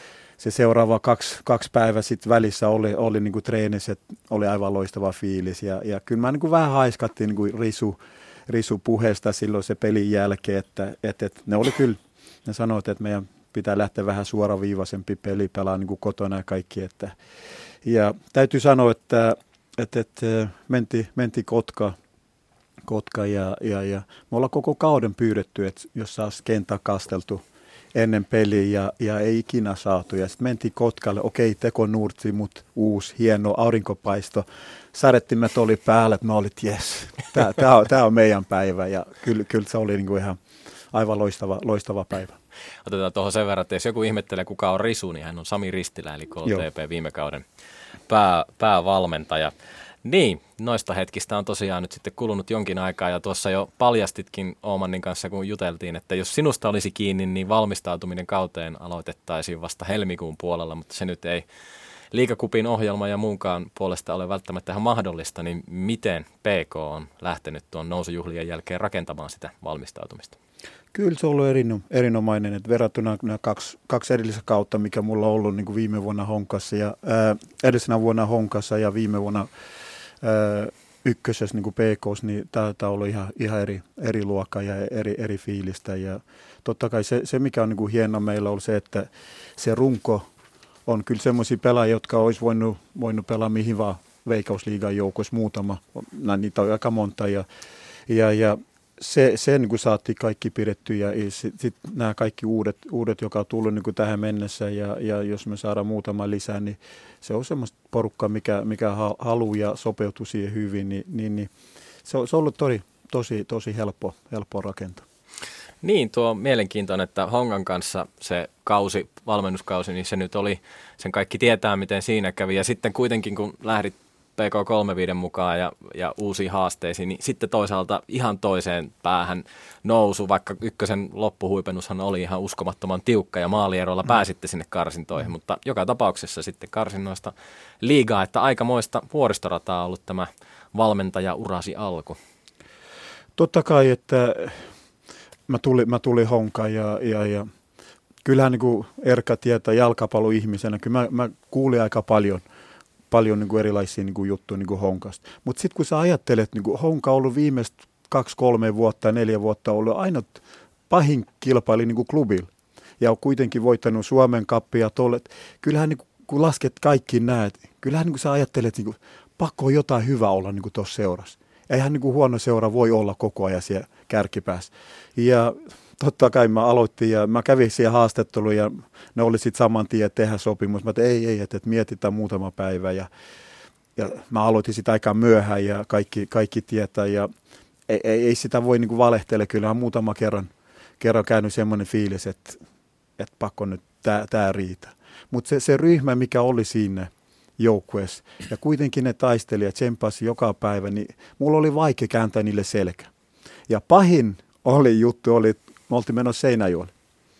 se seuraava kaksi, kaksi päivää sitten välissä oli, oli niin kuin treenissä, että oli aivan loistava fiilis. Ja, ja kyllä mä niin kuin vähän haiskattiin niin kuin risu, risu puheesta silloin se pelin jälkeen, että, että, että ne oli kyllä, ne sanoivat, että meidän pitää lähteä vähän suoraviivaisempi peli, pelaa niin kuin kotona ja kaikki. Että. Ja täytyy sanoa, että, että, että menti, menti Kotka, Kotka ja, ja, ja me ollaan koko kauden pyydetty, että jos saisi kenttä kasteltu ennen peliä ja, ja ei ikinä saatu. Ja sitten mentiin Kotkalle, okei, teko nurtsi, mutta uusi, hieno aurinkopaisto. Särettimet oli päällä, että mä olin, että jes, tämä on, on meidän päivä. Ja kyllä, kyllä se oli niinku ihan aivan loistava, loistava päivä. Otetaan tuohon sen verran, että jos joku ihmettelee, kuka on Risu, niin hän on Sami Ristilä, eli K T P viime kauden pää, päävalmentaja. Niin, noista hetkistä on tosiaan nyt sitten kulunut jonkin aikaa, ja tuossa jo paljastitkin Oomannin kanssa, kun juteltiin, että jos sinusta olisi kiinni, niin valmistautuminen kauteen aloitettaisiin vasta helmikuun puolella, mutta se nyt ei Liigacupin ohjelma ja muunkaan puolesta ole välttämättä ihan mahdollista, niin miten P K on lähtenyt tuon nousujuhlien jälkeen rakentamaan sitä valmistautumista? Kyllä se on ollut erino, erinomainen, että verrattuna nämä kaksi, kaksi edellistä kautta, mikä mulla on ollut niin kuin viime vuonna Honkassa ja ää, edellisenä vuonna Honkassa ja viime vuonna ää, ykkösessä niin kuin P K:ssa, niin tämä on ollut ihan, ihan eri, eri luokkaa ja eri, eri fiilistä. Ja totta kai se, se mikä on niin kuin hienoa meillä on se, että se runko on kyllä semmoisia pelaajia, jotka olisi voinut, voinut pelaa mihin vaan Veikkausliigan joukossa muutama, niitä on aika monta ja, ja, ja Se, se niin kuin saatiin kaikki pidetty ja sitten sit nämä kaikki uudet, uudet, joka on tullut niin kuin tähän mennessä ja, ja jos me saadaan muutama lisää, niin se on semmoista porukkaa, mikä, mikä haluaa ja sopeutuu siihen hyvin, niin, niin, niin se, on, se on ollut tosi, tosi, tosi helppo, helppo rakentaa. Niin, tuo on mielenkiintoinen, että Hongan kanssa se kausi, valmennuskausi, niin se nyt oli, sen kaikki tietää, miten siinä kävi ja sitten kuitenkin kun lähdit P K kolmekymmentäviisi mukaan ja, ja uusiin haasteisiin, niin sitten toisaalta ihan toiseen päähän nousu, vaikka ykkösen loppuhuipennushan oli ihan uskomattoman tiukka ja maalieroilla pääsitte sinne karsintoihin, mutta joka tapauksessa sitten karsinnoista liigaa, että aikamoista vuoristorataa on ollut tämä valmentajaurasi alku. Totta kai, että mä tulin, mä tulin Honkaan ja, ja, ja kyllähän niin kuin Erkka tietää jalkapalloihmisenä, kyllä mä, mä kuulin aika paljon paljon niin kuin erilaisia niin kuin juttuja niin kuin Honkasta. Mutta sitten kun sä ajattelet, niin kuin Honka on ollut viimeiset kaksi, kolme vuotta ja neljä vuotta ollut aina pahin kilpaili niin kuin klubilla. Ja on kuitenkin voittanut Suomen kappia tuolle. Kyllähän niin kuin, kun lasket kaikki näet, kyllähän niin kuin sä ajattelet, niin kuin, pakko on jotain hyvää olla niin kuin tuossa seurassa. Eihän niin kuin huono seura voi olla koko ajan siellä kärkipäässä. Ja totta kai mä aloitin ja mä kävin siihen haastatteluun ja ne oli sitten saman tien tehdä sopimus. Mä tein, ei, ei, että, että mietitään muutama päivä ja, ja mä aloitin sitä aika myöhään ja kaikki, kaikki tietää ja ei, ei, ei sitä voi niinku valehtele. Kyllähän muutama kerran, kerran käynyt semmoinen fiilis, että, että pakko nyt tää riitä. Mutta se, se ryhmä, mikä oli siinä joukkueessa ja kuitenkin ne taistelijat tsemppasi joka päivä, niin mulla oli vaikea kääntää niille selkä. Ja pahin oli juttu oli, me oltiin menossa Seinäjoelle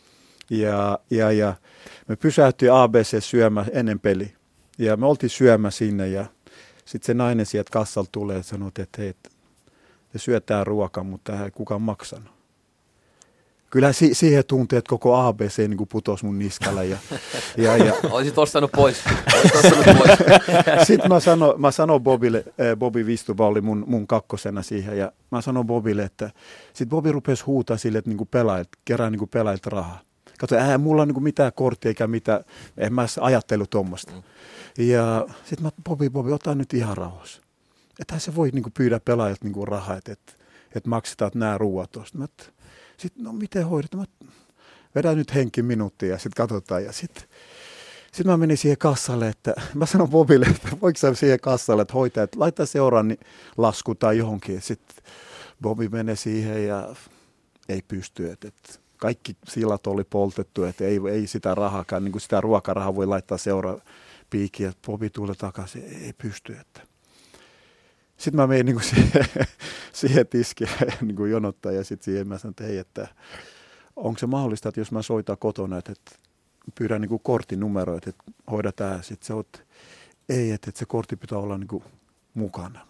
ja, ja, ja me pysähtyi A B C syömään ennen peliä. Ja me oltiin syömään sinne ja sitten se nainen sieltä kassalta tulee ja sanoo, että hei, te syötään ruokaa, mutta ei kukaan maksanut. kyllä si- siihen tuntuu, että koko A B C niin putosi mun niskalle. Ja, ja, ja. Olisit ostanut pois. Olisit ostanut pois. Sitten mä sanoin mä sano Bobille, äh, Bobby Vistuva oli mun, mun kakkosena siihen, ja mä sanoin Bobille, että sitten Bobby rupesi huutaa sille, että niin pelaajat, kerää niin pelaajat rahaa. Katso, eihän mulla niin mitään korttia eikä mitään, en mä ajatellut tuommoista. Mm. Ja sitten mä, Bobby, Bobby, ota nyt ihan rauhassa. Että se voi niin pyydä pelaajat niin rahaa, että et, et maksetaan nämä ruuat tuosta. Sitten, no miten hoidetaan? Vedän nyt henki minuuttia ja sitten katsotaan. Ja sitten sit mä menin siihen kassalle, että mä sanon Bobille, että voiko sä siihen kassalle, että hoitaa, että laittaa seuraan niin lasku tai johonkin. Sitten Bobby menee siihen ja ei pysty, että et, kaikki silat oli poltettu, että ei, ei sitä rahakaan, niin kuin sitä ruokarahaa voi laittaa seuraan piikkiin, että Bobby tulee takaisin, ei pysty. Että. Sitten mä menin niin siihen, siihen tiskiin niin kuin jonottaa ja sitten siihen mä sanoin, että hei, että onko se mahdollista, että jos mä soitan kotona, että, että pyydän niin kuin korttinumero, että, että hoida tämä. Sitten se oot, ei, että, että se kortti pitää olla niin kuin mukana.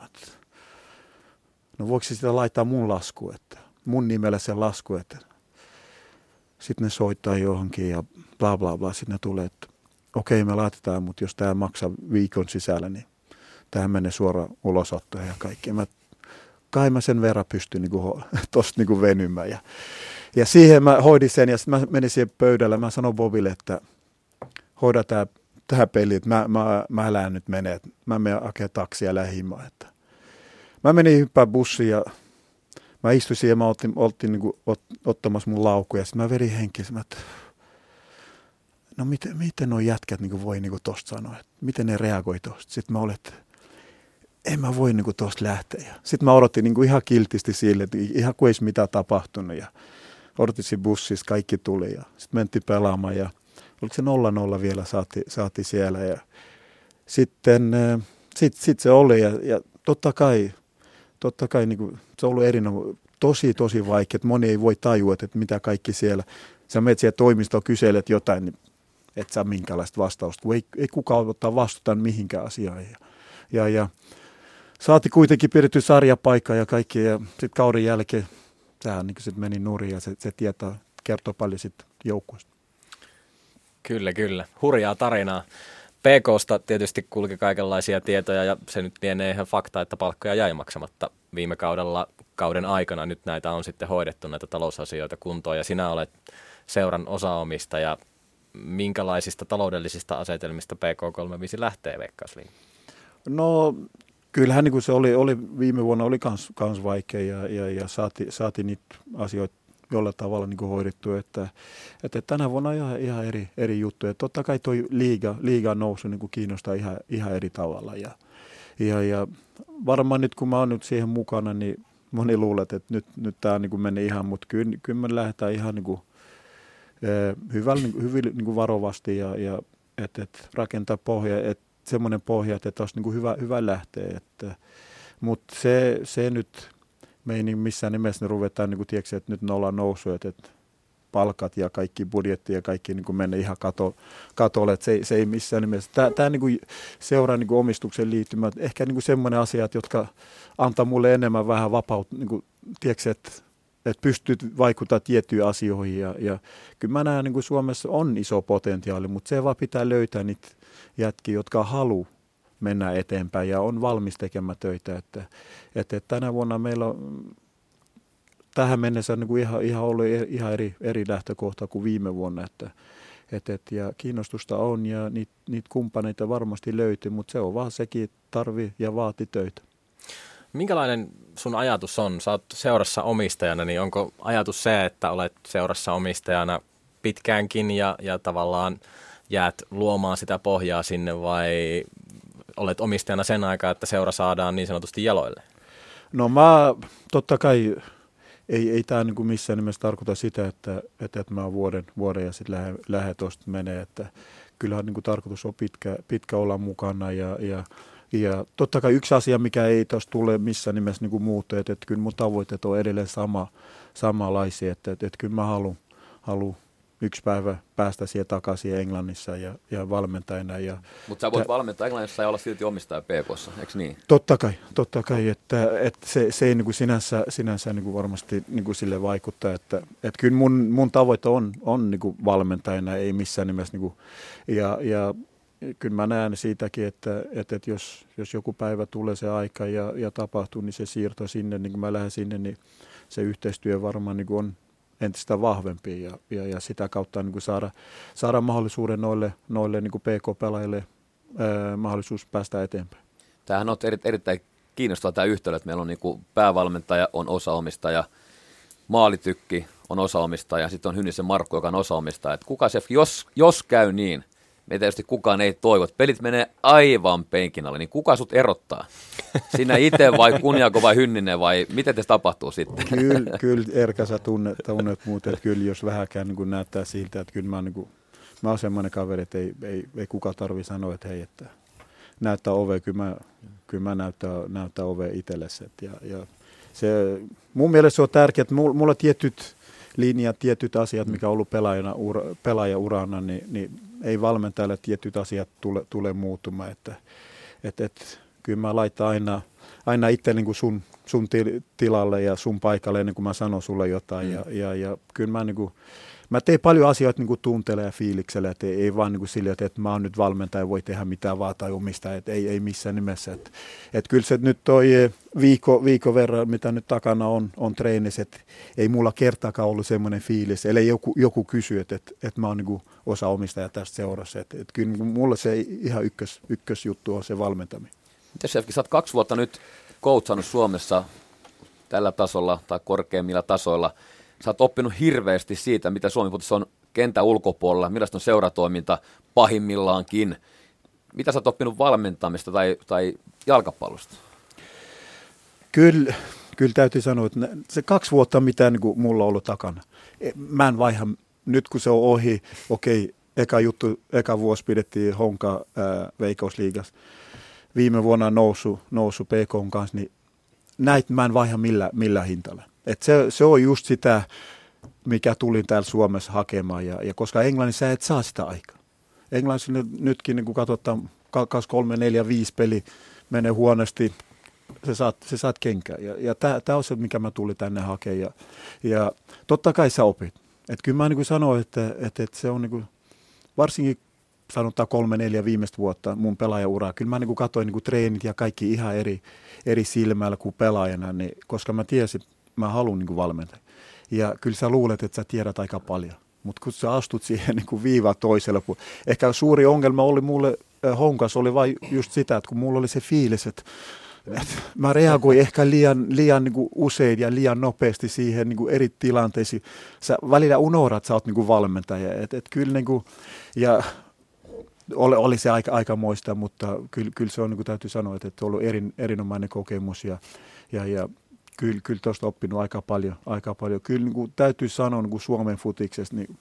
No voiko se sitä laittaa mun lasku, että mun nimellä se lasku, että sitten ne soittaa johonkin ja bla bla bla. Sitten ne tulee, että okei me laitetaan, mutta jos tämä maksaa viikon sisällä, niin tähän menee suoraan ulosottoon ja kaikki. Mä, kai mä sen verran pystyn niinku, tosta niinku venymään. Ja, ja siihen mä hoidin sen ja sitten mä menin siihen pöydälle. Mä sanoin Bobille, että hoida tää, tää peli, että mä, mä, mä lähden nyt menee. Että mä menen hakemaan taksia lähimaan. Että. Mä menin hyppää bussiin ja mä istuin siihen ja mä oltiin, oltiin niinku, ot, ottamassa mun laukkuja. Sitten mä verin henkiä. Mä, että no miten, miten nuo jätkät niinku voi niinku tosta sanoa, että miten ne reagoi tosta. Sitten mä olin, että en mä voi niinku tosta lähteä. Sitten mä odotin niinku ihan kiltisti sille, että ihan kuin ei mitään tapahtunut. Ja odotin siinä bussissa, kaikki tuli ja sitten mentiin pelaamaan ja oliko se nolla nolla vielä saati, saati siellä. Ja sitten sit, sit se oli ja, ja totta kai, totta kai niinku, se on ollut erinomainen, tosi tosi vaikea, että moni ei voi tajua, että mitä kaikki siellä. Sä menet siellä toimistoon, kyselet jotain, niin et saa minkäänlaista vastausta, kun ei, ei kukaan ottaa vastuuta mihinkään asiaan. Ja, ja, ja saati kuitenkin pidetty sarjapaikka ja kaikki, ja sitten kauden jälkeen sehän niin sit meni nurin, ja se, se tietää, kertoo paljon sitten joukkueesta. Kyllä, kyllä. Hurjaa tarinaa. P K:sta tietysti kulki kaikenlaisia tietoja, ja se nyt lienee ihan fakta, että palkkoja jäi maksamatta viime kaudella, kauden aikana. Nyt näitä on sitten hoidettu, näitä talousasioita kuntoon, ja sinä olet seuran osaomistaja. Minkälaisista taloudellisista asetelmista P K kolmekymmentäviisi lähtee Veikkausliigaan? No kyllähän niin kuin se oli, oli, viime vuonna oli kans, kans vaikea ja, ja, ja saati, saati niitä asioita jollain tavalla niin kuin hoidettu, että, että tänä vuonna on ihan, ihan eri, eri juttu. Ja totta kai tuo liiga, liigan nousu niin kuin kiinnostaa ihan, ihan eri tavalla ja, ja, ja varmaan nyt kun mä oon nyt siihen mukana, niin moni luulee, että nyt, nyt tämä niin kuin meni ihan, mutta kyllä, kyllä me lähdetään ihan niin kuin Hyvällä, hyvin niin kuin varovasti ja, ja että et rakentaa pohja, että semmoinen pohja, että olisi niin kuin hyvä, hyvä lähteä. Mutta se, se nyt, me ei niin missään nimessä ne ruvetaan, niin kuin, tiedätkö, että nyt ne ollaan noussut, että, että palkat ja kaikki budjetti ja kaikki niin kuin menee ihan kato, katolle, että se, se ei missään nimessä. Tämä, tämä niin kuin seuraa niin kuin omistuksen liittymä, ehkä niin kuin semmoinen asia, jotka antaa mulle enemmän vähän vapautta, niin kuin, tiedätkö, että että pystyt vaikuttamaan tiettyihin asioihin. Ja, ja kyllä mä näen, niin kuin Suomessa on iso potentiaali, mutta se vaan pitää löytää niitä jätkiä, jotka haluaa mennä eteenpäin ja on valmis tekemään töitä. Että, että, että tänä vuonna meillä on tähän mennessä niin kuin ihan, ihan ollut ihan eri, eri lähtökohta kuin viime vuonna. Että, että, että, ja kiinnostusta on ja niitä, niitä kumppaneita varmasti löytyy, mutta se on vaan sekin, tarvii ja vaati töitä. Minkälainen sun ajatus on? Sä oot seurassa omistajana, niin onko ajatus se, että olet seurassa omistajana pitkäänkin ja, ja tavallaan jäät luomaan sitä pohjaa sinne vai olet omistajana sen aikaa, että seura saadaan niin sanotusti jaloille? No mä totta kai, ei, ei tämä niinku missään nimessä tarkoita sitä, että, että, että mä oon vuoden, vuoden ja sitten lähden, lähden tuosta menee, että kyllähän niinku tarkoitus on pitkä, pitkä olla mukana ja, ja Ja totta kai yksi asia, mikä ei tuossa tule missään nimessä niin muuttuu, että, että kyllä mun tavoitteet on edelleen sama, samanlaisia, että, että, että kyllä mä haluan halu yksi päivä päästä siihen takaisin Englannissa ja, ja valmentajana. Mutta sä voit tä- valmentaa Englannissa ja olla silti omistaja P K:ssa, eikö niin? Totta kai, totta kai, että, että se, se ei niin kuin sinänsä, sinänsä niin kuin varmasti niin kuin sille vaikuttaa, että, että kyllä mun, mun tavoite on, on niin kuin valmentajana, ei missään nimessä, niin kuin, ja, ja kyllä mä näen siitäkin, että, että, että jos, jos joku päivä tulee se aika ja, ja tapahtuu, niin se siirto sinne, niin kun mä lähden sinne, niin se yhteistyö varmaan niin kuin on entistä vahvempi ja, ja, ja sitä kautta niin kuin saada, saada mahdollisuuden noille, noille niin kuin P K-pelaajille ää, mahdollisuus päästä eteenpäin. Tämähän on eri, erittäin kiinnostava tämä yhtälö, että meillä on niin kuin päävalmentaja, on osaomistaja, maalitykki on osaomistaja, sitten on Hynnisen Markku, joka on osaomistaja. Että kuka se, jos, jos käy niin, me tietysti kukaan ei toivo, että pelit menee aivan penkin alle, niin kuka sut erottaa? Sinä itse vai Kunjako vai Hynninen vai miten te tapahtuu sitten? Kyllä, kyllä Erka, sä tunnet, tunnet muuten, että kyllä jos vähäkään niin kuin näyttää siltä, että kyllä mä, niin kuin, mä oon semmoinen kaveri, että ei, ei, ei kukaan tarvitse sanoa, että hei, että näyttää ove, kyllä mä, kyllä mä näyttää, näyttää ove itsellesi. Ja, ja se, mun mielestä se on tärkeää, että mulla, mulla tietyt linjat, tietyt asiat, mikä on ollut pelaajana, ura, pelaajaurana, niin, niin ei valmentajalle tietyt asiat tule, tule muuttumaan. Että, et, et, kyllä mä laitan aina, aina itse niin kuin sun, sun tilalle ja sun paikalle ennen kuin mä sanon sulle jotain. Mm. Ja, ja, ja kyllä mä, niin kuin, mä teen paljon asioita niin kuin tunteella ja fiiliksellä, että ei, ei vaan niin kuin sillä, että, että mä oon nyt valmentaja ja voi tehdä mitään vaan tai omistaa, että ei, ei missään nimessä. Että, että kyllä se nyt toi viikko, viikko verran, mitä nyt takana on, on treenissä, että ei mulla kertaakaan ollut semmoinen fiilis, eli joku, joku kysyy, että, että, että mä oon niin kuin osa omistaja tästä seurassa. Että, että kyllä mulla se ihan ykkös, ykkösjuttu on se valmentaminen. Miten Shefki, sä oot kaksi vuotta nyt coachannut Suomessa tällä tasolla tai korkeimmilla tasoilla. Sä oot oppinut hirveästi siitä, mitä Suomi on kentän ulkopuolella, millaista on seuratoiminta pahimmillaankin. Mitä sä oot oppinut valmentamista tai, tai jalkapallosta? Kyllä, kyllä täytyy sanoa, että se kaksi vuotta, mitä niin kuin mulla on ollut takana. Mä en vaiha, nyt kun se on ohi, okei, eka juttu, eka vuosi pidettiin Honka ää, Veikkausliigassa. Viime vuonna nousu, nousu P K:n kanssa, niin näitä mä en vaiha millä, millä hintalla. Et se, se on just sitä, mikä tulin täällä Suomessa hakemaan, ja, ja koska Englannissa et saa sitä aikaa. Englannissa nyt, nytkin, niin kun katsotaan kaksi, kolme, neljä, viisi peli menee huonosti, se saat, se saat kenkää. Ja, ja tämä on se, mikä mä tulin tänne hakemaan. Ja, ja totta kai sä opit. Et kyllä mä niin kuin sanoin, että, että, että se on niin kuin, varsinkin sanotaan kolme, neljä viimeistä vuotta mun pelaajauraa. Kyllä mä niin kuin katsoin niin kuin treenit ja kaikki ihan eri, eri silmällä kuin pelaajana, niin, koska mä tiesin, mä haluan niin kuin valmentaa. Ja kyllä sä luulet, että sä tiedät aika paljon. Mutta kun sä astut siihen niin kuin viivaan toiselle, ehkä suuri ongelma oli mulle äh, Honkas oli vain just sitä, että kun mulla oli se fiilis, että, että mä reagoin ehkä liian, liian niin kuin usein ja liian nopeasti siihen niin kuin eri tilanteisiin. Sä välillä unohdat, että sä oot niin kuin valmentaja. Et, et kyllä niin kuin, ja oli, oli se aika, aika moista, mutta kyllä, kyllä se on, niin kuin täytyy sanoa, että, että on ollut erin, erinomainen kokemus ja, ja, ja Kyllä, kyllä tuosta oppinut aika paljon. Aika paljon. Kyllä niin kuin täytyy sanoa niin kuin Suomen futiksesta, niin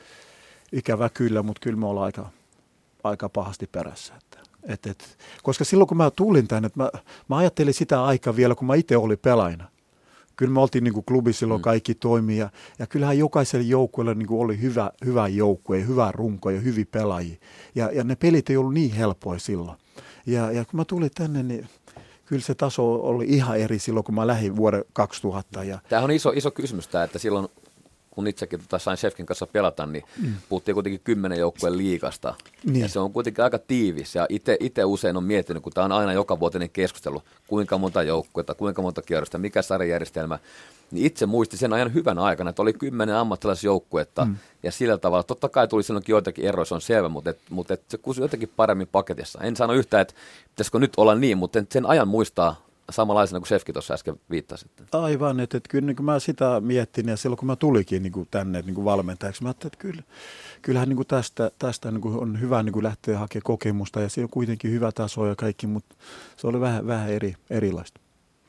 ikävä kyllä, mutta kyllä me ollaan aika, aika pahasti perässä. Että, et, et, koska silloin kun mä tulin tänne, että mä, mä ajattelin sitä aikaa vielä, kun mä itse olin pelaajana. Kyllä me oltiin niin kuin klubi silloin kaikki toimii ja, ja kyllähän jokaiselle joukkueelle niin kuin oli hyvä, hyvä joukkue, hyvä runko ja hyviä pelaajia. Ja, ja ne pelit ei ollut niin helppoja silloin. Ja, ja kun mä tulin tänne, niin kyllä se taso oli ihan eri silloin, kun mä lähdin vuoden kaksituhatta. Ja tämä on iso, iso kysymys tämä, että silloin kun itsekin tota sain Shefkin kanssa pelata, niin mm. puhuttiin kuitenkin kymmenen joukkueen liigasta. Niin. Ja se on kuitenkin aika tiivis. Ja itse usein on miettinyt, kun tämä on aina joka vuotinen keskustelu, kuinka monta joukkuetta, kuinka monta kierrosta, mikä sarjajärjestelmä. Niin itse muistin sen ajan hyvän aikana, että oli kymmenen ammattilaisjoukkuetta. Mm. Ja sillä tavalla, totta kai tuli silloinkin joitakin eroja, se on selvä, mutta, et, mutta et se kusui jotenkin paremmin paketissa. En sano yhtään, että pitäisikö nyt olla niin, mutta sen ajan muistaa samanlaisena kuin Shefki tuossa äsken viittasi. Aivan, että, että kyllä niin kuin mä sitä miettin ja silloin kun mä tulikin niin kuin tänne niin kuin valmentajaksi, mä ajattelin, että kyllä, kyllähän niin kuin tästä, tästä niin kuin on hyvä niin kuin lähteä hakemaan kokemusta ja se on kuitenkin hyvä taso ja kaikki, mutta se oli vähän, vähän eri, erilaista.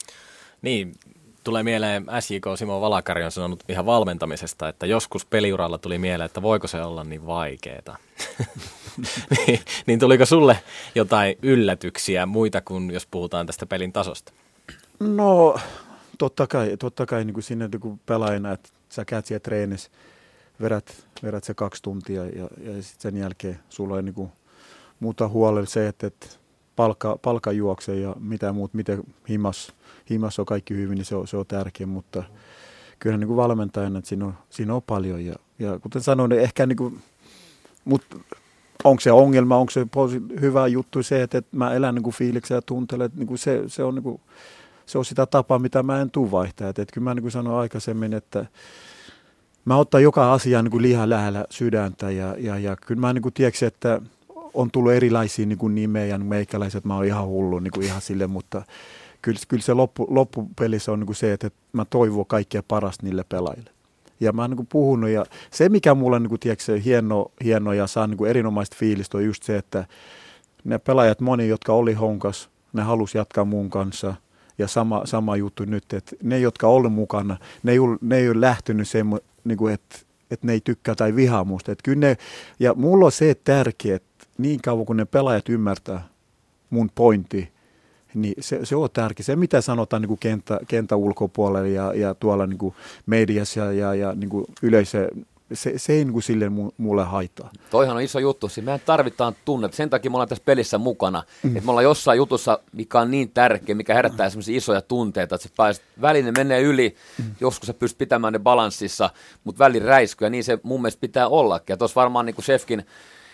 Niin, tulee mieleen S J K Simo Valakari on sanonut ihan valmentamisesta, että joskus peliuralla tuli mieleen, että voiko se olla niin vaikeeta. niin, niin tuliko sulle jotain yllätyksiä muita kuin jos puhutaan tästä pelin tasosta? No totta kai, totta kai niin kuin sinne niin kuin pelaajana, että sä käyt siellä treenissä vedät, vedät se kaksi tuntia ja, ja sitten sen jälkeen sulla ei niinku muuta huolella se, että et palkka, palkka juoksee ja mitä muut, miten himas, himas on kaikki hyvin, niin se on, se on tärkeä, mutta kyllä niinku valmentajana, että siinä on, siinä on paljon ja, ja kuten sanoin, niin ehkä niinku, mutta onko se ongelma, onko se hyvä juttu se, että, että mä elän niinku fiiliksen ja tuntelen, että niinku se, se, on niinku, se on sitä tapaa, mitä mä en tuu vaihtaa. Että, että kyllä mä niinku sanoin aikaisemmin, että mä ottan joka asia niinku liian lähellä sydäntä ja, ja, ja kyllä mä niinku tiedätkö, että on tullut erilaisia niinku nimeä ja meikäläiset, mä oon ihan hullu niinku ihan sille, mutta kyllä, kyllä se loppu, loppupelissä on niinku se, että, että mä toivon kaikkea parasta niille pelaajille. Ja mä oon niinku puhunut ja se mikä mulla on niinku, tiedätkö, hieno, hieno ja saa niinku erinomaista fiilistä on just se, että ne pelaajat moni, jotka oli honkas, ne halusi jatkaa mun kanssa. Ja sama, sama juttu nyt, että ne, jotka on ollut mukana, ne ei ole, ne ei ole lähtenyt semmo, niin kuin, että, että ne ei tykkää tai vihaa musta. Että kyllä ne, ja mulla on se tärkeä, että niin kauan kun ne pelaajat ymmärtää mun pointti, niin se, se on tärkeä. Se mitä sanotaan niin kuin kenttä, kenttä ulkopuolella ja, ja tuolla niin kuin mediassa ja, ja, ja niin kuin yleisö, se, se ei niin kuin silleen mulle haittaa. Toihan on iso juttu. Siis mehän tarvitaan tunnetta. Sen takia me ollaan tässä pelissä mukana. Mm. Että me ollaan jossain jutussa, mikä on niin tärkeä, mikä herättää sellaisia isoja tunteita, että se pääset, väline menee yli, mm. joskus sä pystyt pitämään ne balanssissa, mutta välin räiskyy, ja niin se mun mielestä pitää ollakin. Ja tuossa varmaan niin kuin Shefkin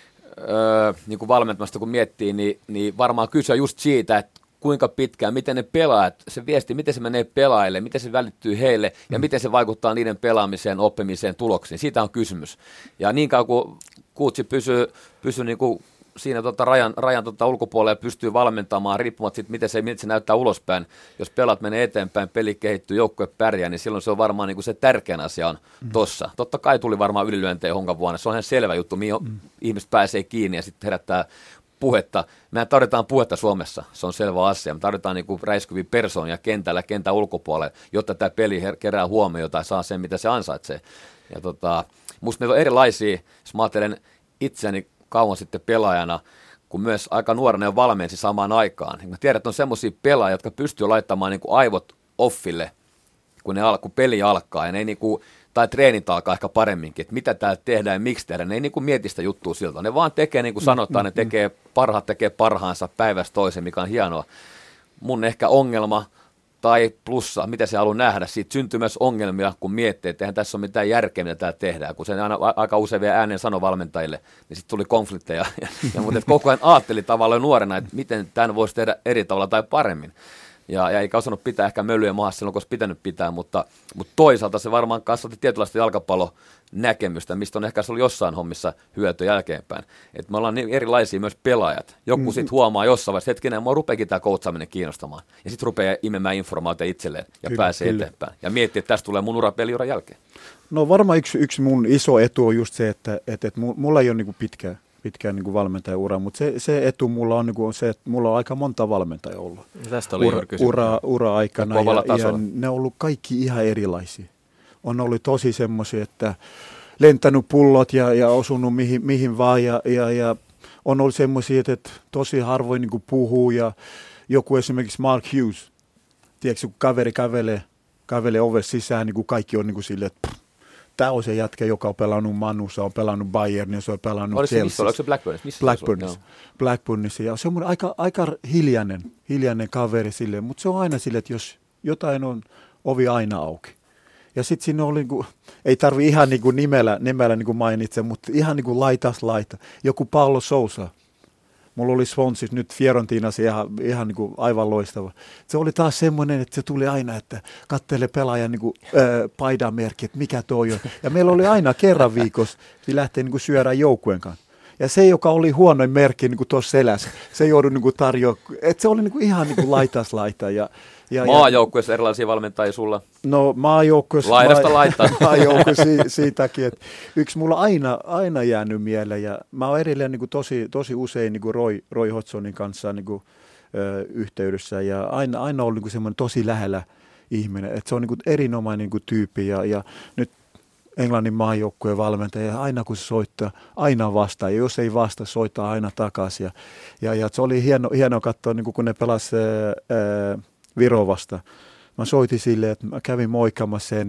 öö, niin kuin valmentamasta kun miettii, niin, niin varmaan kysyä just siitä, että kuinka pitkään, miten ne pelaajat, se viesti, miten se menee pelaajille, miten se välittyy heille ja mm. miten se vaikuttaa niiden pelaamiseen, oppimiseen, tuloksiin. Siitä on kysymys. Ja niin kauan kuin coachi pysyy, pysyy niin kuin siinä tota rajan, rajan tota ulkopuolella ja pystyy valmentamaan riippumatta siitä, miten se, miten se näyttää ulospäin. Jos pelaat menee eteenpäin, peli kehittyy, joukkue pärjää, niin silloin se on varmaan niin kuin se tärkein asia on mm. tossa. Totta kai tuli varmaan ylilyöntejä Honkan vuonna. Se on ihan selvä juttu, mihin mm. ihmiset pääsee kiinni ja sitten herättää puhetta. Mehän tarvitaan puhetta Suomessa, se on selvä asia. Me tarvitaan niinku räiskyviä persoonia kentällä, kentän ulkopuolella, jotta tämä peli her- kerää huomiota ja saa sen, mitä se ansaitsee. Ja tota, musta meillä on erilaisia, jos mä ajattelen itseäni kauan sitten pelaajana, kun myös aika nuorena jo valmensi samaan aikaan. Mä tiedän, että on semmoisia pelaajia, jotka pystyy laittamaan niinku aivot offille, kun, ne al- kun peli alkaa. Ja ne ei niinku, tai treenit alkaa ehkä paremminkin, että mitä täällä tehdään ja miksi tehdään. Ne ei niinku mieti sitä juttua siltä. Ne vaan tekee, niin kuin sanotaan, ne tekee parhaat, tekee parhaansa päivästä toiseen, mikä on hienoa. Mun ehkä ongelma tai plussa, mitä se haluaa nähdä, siitä syntyy myös ongelmia, kun miettii, että eihän tässä ole mitään järkeä, mitä täällä tehdään. Kun se aina aika usein vielä ääneen sanoi valmentajille, niin sitten tuli konflikteja. Ja, ja, mutta koko ajan ajatteli tavallaan nuorena, että miten tämän voisi tehdä eri tavalla tai paremmin. Ja, ja eikä osannut pitää ehkä mölyä maassa silloin, kun olisi pitänyt pitää, mutta, mutta toisaalta se varmaan kasvatti tietynlaista jalkapallonäkemystä, mistä on ehkä ollut jossain hommissa hyötyä jälkeenpäin. Et me ollaan niin erilaisia myös pelaajat. Joku mm-hmm. sitten huomaa jossain vaiheessa, hetkinen, mua rupeakin tämä coachaaminen kiinnostamaan. Ja sitten rupeaa imemään informaatiota itselleen ja kyllä, pääsee kyllä. eteenpäin. Ja miettii, että tästä tulee mun ura peliuran jälkeen. No varmaan yksi, yksi mun iso etu on just se, että, että, että mulla ei ole niinku pitkää. pitkään niin kuin valmentajaura, mutta se, se etu mulla on, niin kuin on se, että mulla on aika monta valmentajaa ollut. Tästä oli ura, ura, ura-aikana ja, ja ne on ollut kaikki ihan erilaisia. On ollut tosi semmoisia, että lentänyt pullot ja, ja osunut mihin, mihin vaan ja, ja, ja on ollut semmoisia, että tosi harvoin niin kuin puhuu ja joku esimerkiksi Mark Hughes, tiedätkö, kun kaveri kävelee, kävelee ovesta sisään, niin kuin kaikki on niin kuin silleen, että pff, tämä on se jätkä, joka on pelannut Manussa, on pelannut Bayernissa, on pelannut Chelsea. Missä, oliko se Blackburnissa? Blackburnissa. Blackburnissa. Ja se on aika, aika hiljainen, hiljainen kaveri silleen, mutta se on aina silleen, että jos jotain on, ovi aina auki. Ja sitten siinä oli, niin kuin, ei tarvi ihan niin kuin nimellä, nimellä niin kuin mainitse, mutta ihan niin kuin laitas laita. Joku Paulo Sousa. Mulla oli Swansea nyt Fiorentinassa ihan, ihan niin kuin aivan loistava. Se oli taas semmoinen, että se tuli aina, että katsele pelaajan niin kuin, äh, paidanmerkki, että mikä toi on. Ja meillä oli aina kerran viikossa, niin lähtee niin kuin syödään joukkueen kanssa. Ja se, joka oli huonoin merkki niin kuin tuossa selässä, se joudui niin tarjoamaan, että se oli niin kuin ihan niin kuin laitas laita. Ja, ja, maajoukkueessa erilaisia valmentajia sulla? No maajoukkueessa. Laidasta laittaa. Maajoukkueessa si, siitäkin, että yksi mulla aina, aina jäänyt mieleen ja mä oon edelleen niin kuin tosi, tosi usein niin kuin Roy, Roy Hodgsonin kanssa niin kuin, ö, yhteydessä ja aina, aina ollut niin kuin semmoinen tosi lähellä ihminen, että se on niin kuin erinomainen niin kuin tyyppi ja, ja nyt Englannin maajoukkueen valmentaja, aina kun se soittaa, aina vastaa. Ja jos ei vasta, soittaa aina takaisin. Ja, ja, ja se oli hieno, hieno katsoa, niin kun ne pelasivat Virovasta. Mä soitin silleen, että mä kävin moikkaamassa sen ja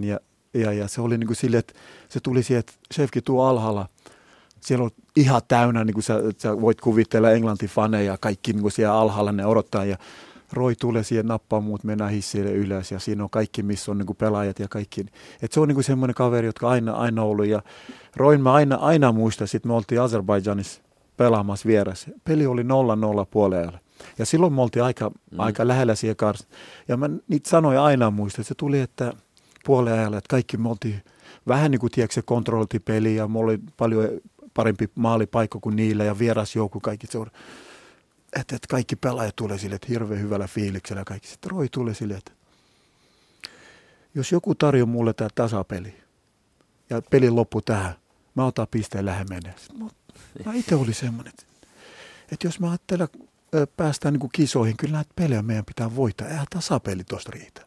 ja, ja se oli niin kuin silleen, että se tuli siihen, että Shefki tuu alhaalla. Siellä on ihan täynnä, niin kuin sä, sä voit kuvitella Englanti-faneja, kaikki niin kuin siellä alhaalla ne odottaa. Ja Roy tulee siihen, nappaa muut, mennään hissille ylös ja siinä on kaikki, missä on niin kuin pelaajat ja kaikki. Et se on niin kuin semmoinen kaveri, jotka aina, aina ollut. Ja Royn mä aina, aina muistan, sitten me oltiin Azerbaidžanissa pelaamassa vieressä. Peli oli nolla nolla puolella. Ja silloin me oltiin aika, mm. aika lähellä siihen kanssa. Ja mä niitä sanoja aina muistan, että se tuli, että puolen ajalla, että kaikki me oltiin vähän niin kuin, tiedätkö, se kontrolloitiin peliä ja mulla oli paljon parempi maalipaikka kuin niillä ja vierasjoukku kaikki seura. Että et kaikki pelaajat tulee sille, että hirveän hyvällä fiiliksellä kaikki. Sitten Roy tulee sille, että jos joku tarjoaa mulle tämä tasapeli ja pelin loppu tähän, mä otan pisteen lähemenen. Mä itse oli semmoinen, että, että jos mä ajattelen päästään niin kuin kisoihin, kyllä näitä pelejä meidän pitää voittaa. Eihän tasapeli tuosta riitä.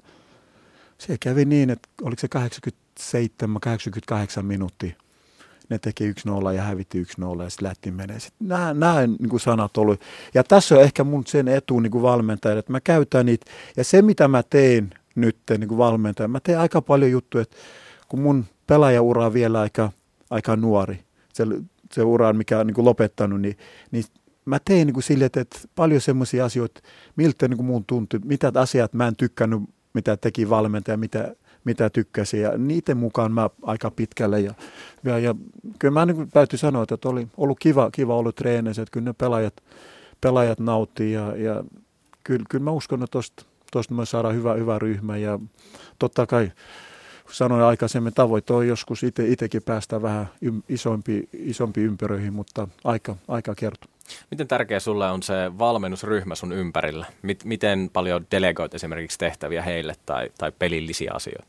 Se kävi niin, että oliko se kahdeksankymmentäseitsemän kahdeksankymmentäkahdeksan minuuttia. Ne teki yksi nolla ja hävitti yksi nolla ja sitten lähti menee. Nämä, nämä niin kuin sanat oli. Ja tässä on ehkä mun sen etu niin kuin valmentaja, että mä käytän niitä. Ja se, mitä mä tein nyt niin kuin valmentaja, mä teen aika paljon juttuja, että kun mun pelaajaura on vielä aika, aika nuori, se, se ura, mikä on niin kuin lopettanut, niin, niin mä tein niin kuin sille, että paljon semmoisia asioita, miltä niin kuin mun tuntui, mitä asiat mä en tykkännyt, mitä teki valmentaja, mitä, mitä tykkäsin. Ja niiden mukaan mä aika pitkälle. Ja, ja, ja kyllä mä niin kuin täytyy sanoa, että oli ollut kiva, kiva ollut treenissä, että kyllä ne pelaajat, pelaajat nauttii. Ja, ja kyllä, kyllä mä uskon, että tosta, tosta me saadaan hyvä, hyvä ryhmä. Ja totta kai sanoin aikaisemmin, tavoite on joskus ite, itekin päästä vähän isompi, isompi ympyröihin, mutta aika, aika kertoo. Miten tärkeä sulle on se valmennusryhmä sun ympärillä? Miten paljon delegoit esimerkiksi tehtäviä heille tai, tai pelillisiä asioita?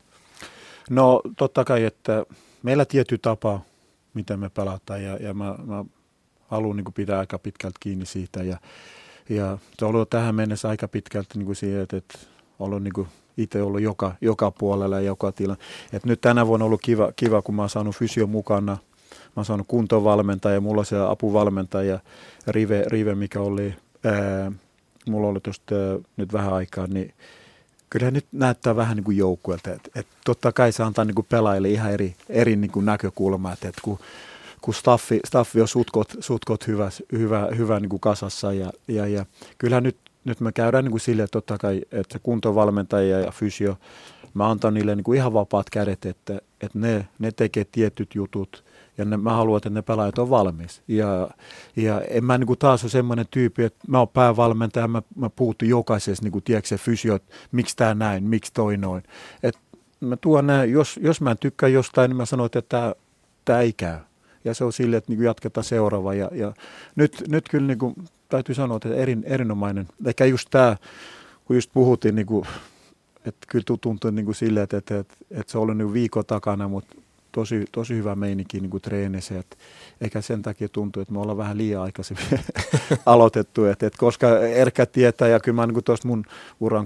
No totta kai, että meillä tietty tapa, miten me pelataan ja, ja mä, mä haluan niin kuin pitää aika pitkälti kiinni siitä. Ja, ja se on ollut tähän mennessä aika pitkälti niin kuin siihen, että, että olen niin kuin itse ollut joka, joka puolella ja joka tilan. Et nyt tänä vuonna on ollut kiva, kiva, kun mä oon saanut fysio mukana. Mä oon saanut kuntovalmentaja, mulla on se apuvalmentaja, Rive, Rive mikä oli, ää, mulla oli tuosta nyt vähän aikaa, niin kyllä nyt näyttää vähän niin kuin joukkueelta. Et, et totta kai se antaa niin kuin pelaajille ihan eri, eri niin kuin näkökulmaa, että et kun, kun staffi, staffi on sutkot, sutkot hyvä, hyvä, hyvä niin kuin kasassa ja, ja, ja kyllähän nyt, nyt me käydään niin kuin silleen, että totta kai, että se kuntovalmentaja ja fysio, mä antan niille niin kuin ihan vapaat kädet, että, että ne, ne tekee tietyt jutut. Ja ne, mä haluan, että ne pelaajat on valmis. Ja, ja en mä niin kuin taas ole semmoinen tyyppi, että mä oon päävalmentaja, mä, mä puhuttu jokaisessa, niin kuin tiedätkö se fysio, että miksi tää näin, miksi toi noin. Et mä tuon näin, jos, jos mä en tykkää jostain, niin mä sanon, että tää, tää ei käy. Ja se on silleen, että niin kuin jatketaan seuraava. Ja, ja nyt, nyt kyllä niin kuin, täytyy sanoa, että erin, erinomainen. Ehkä just tää, kun just puhuttiin, niin kuin, että kyllä tuntuu niin kuin silleen, että, että, että, että se on ollut niin viikon takana, mutta Tosi, tosi hyvä meininki niin kuin treenissä, että eikä sen takia tuntuu, että me ollaan vähän liian aikaisemmin aloitettu, että, että koska Erkkä tietää ja kyllä mä niin kuin tuosta mun uran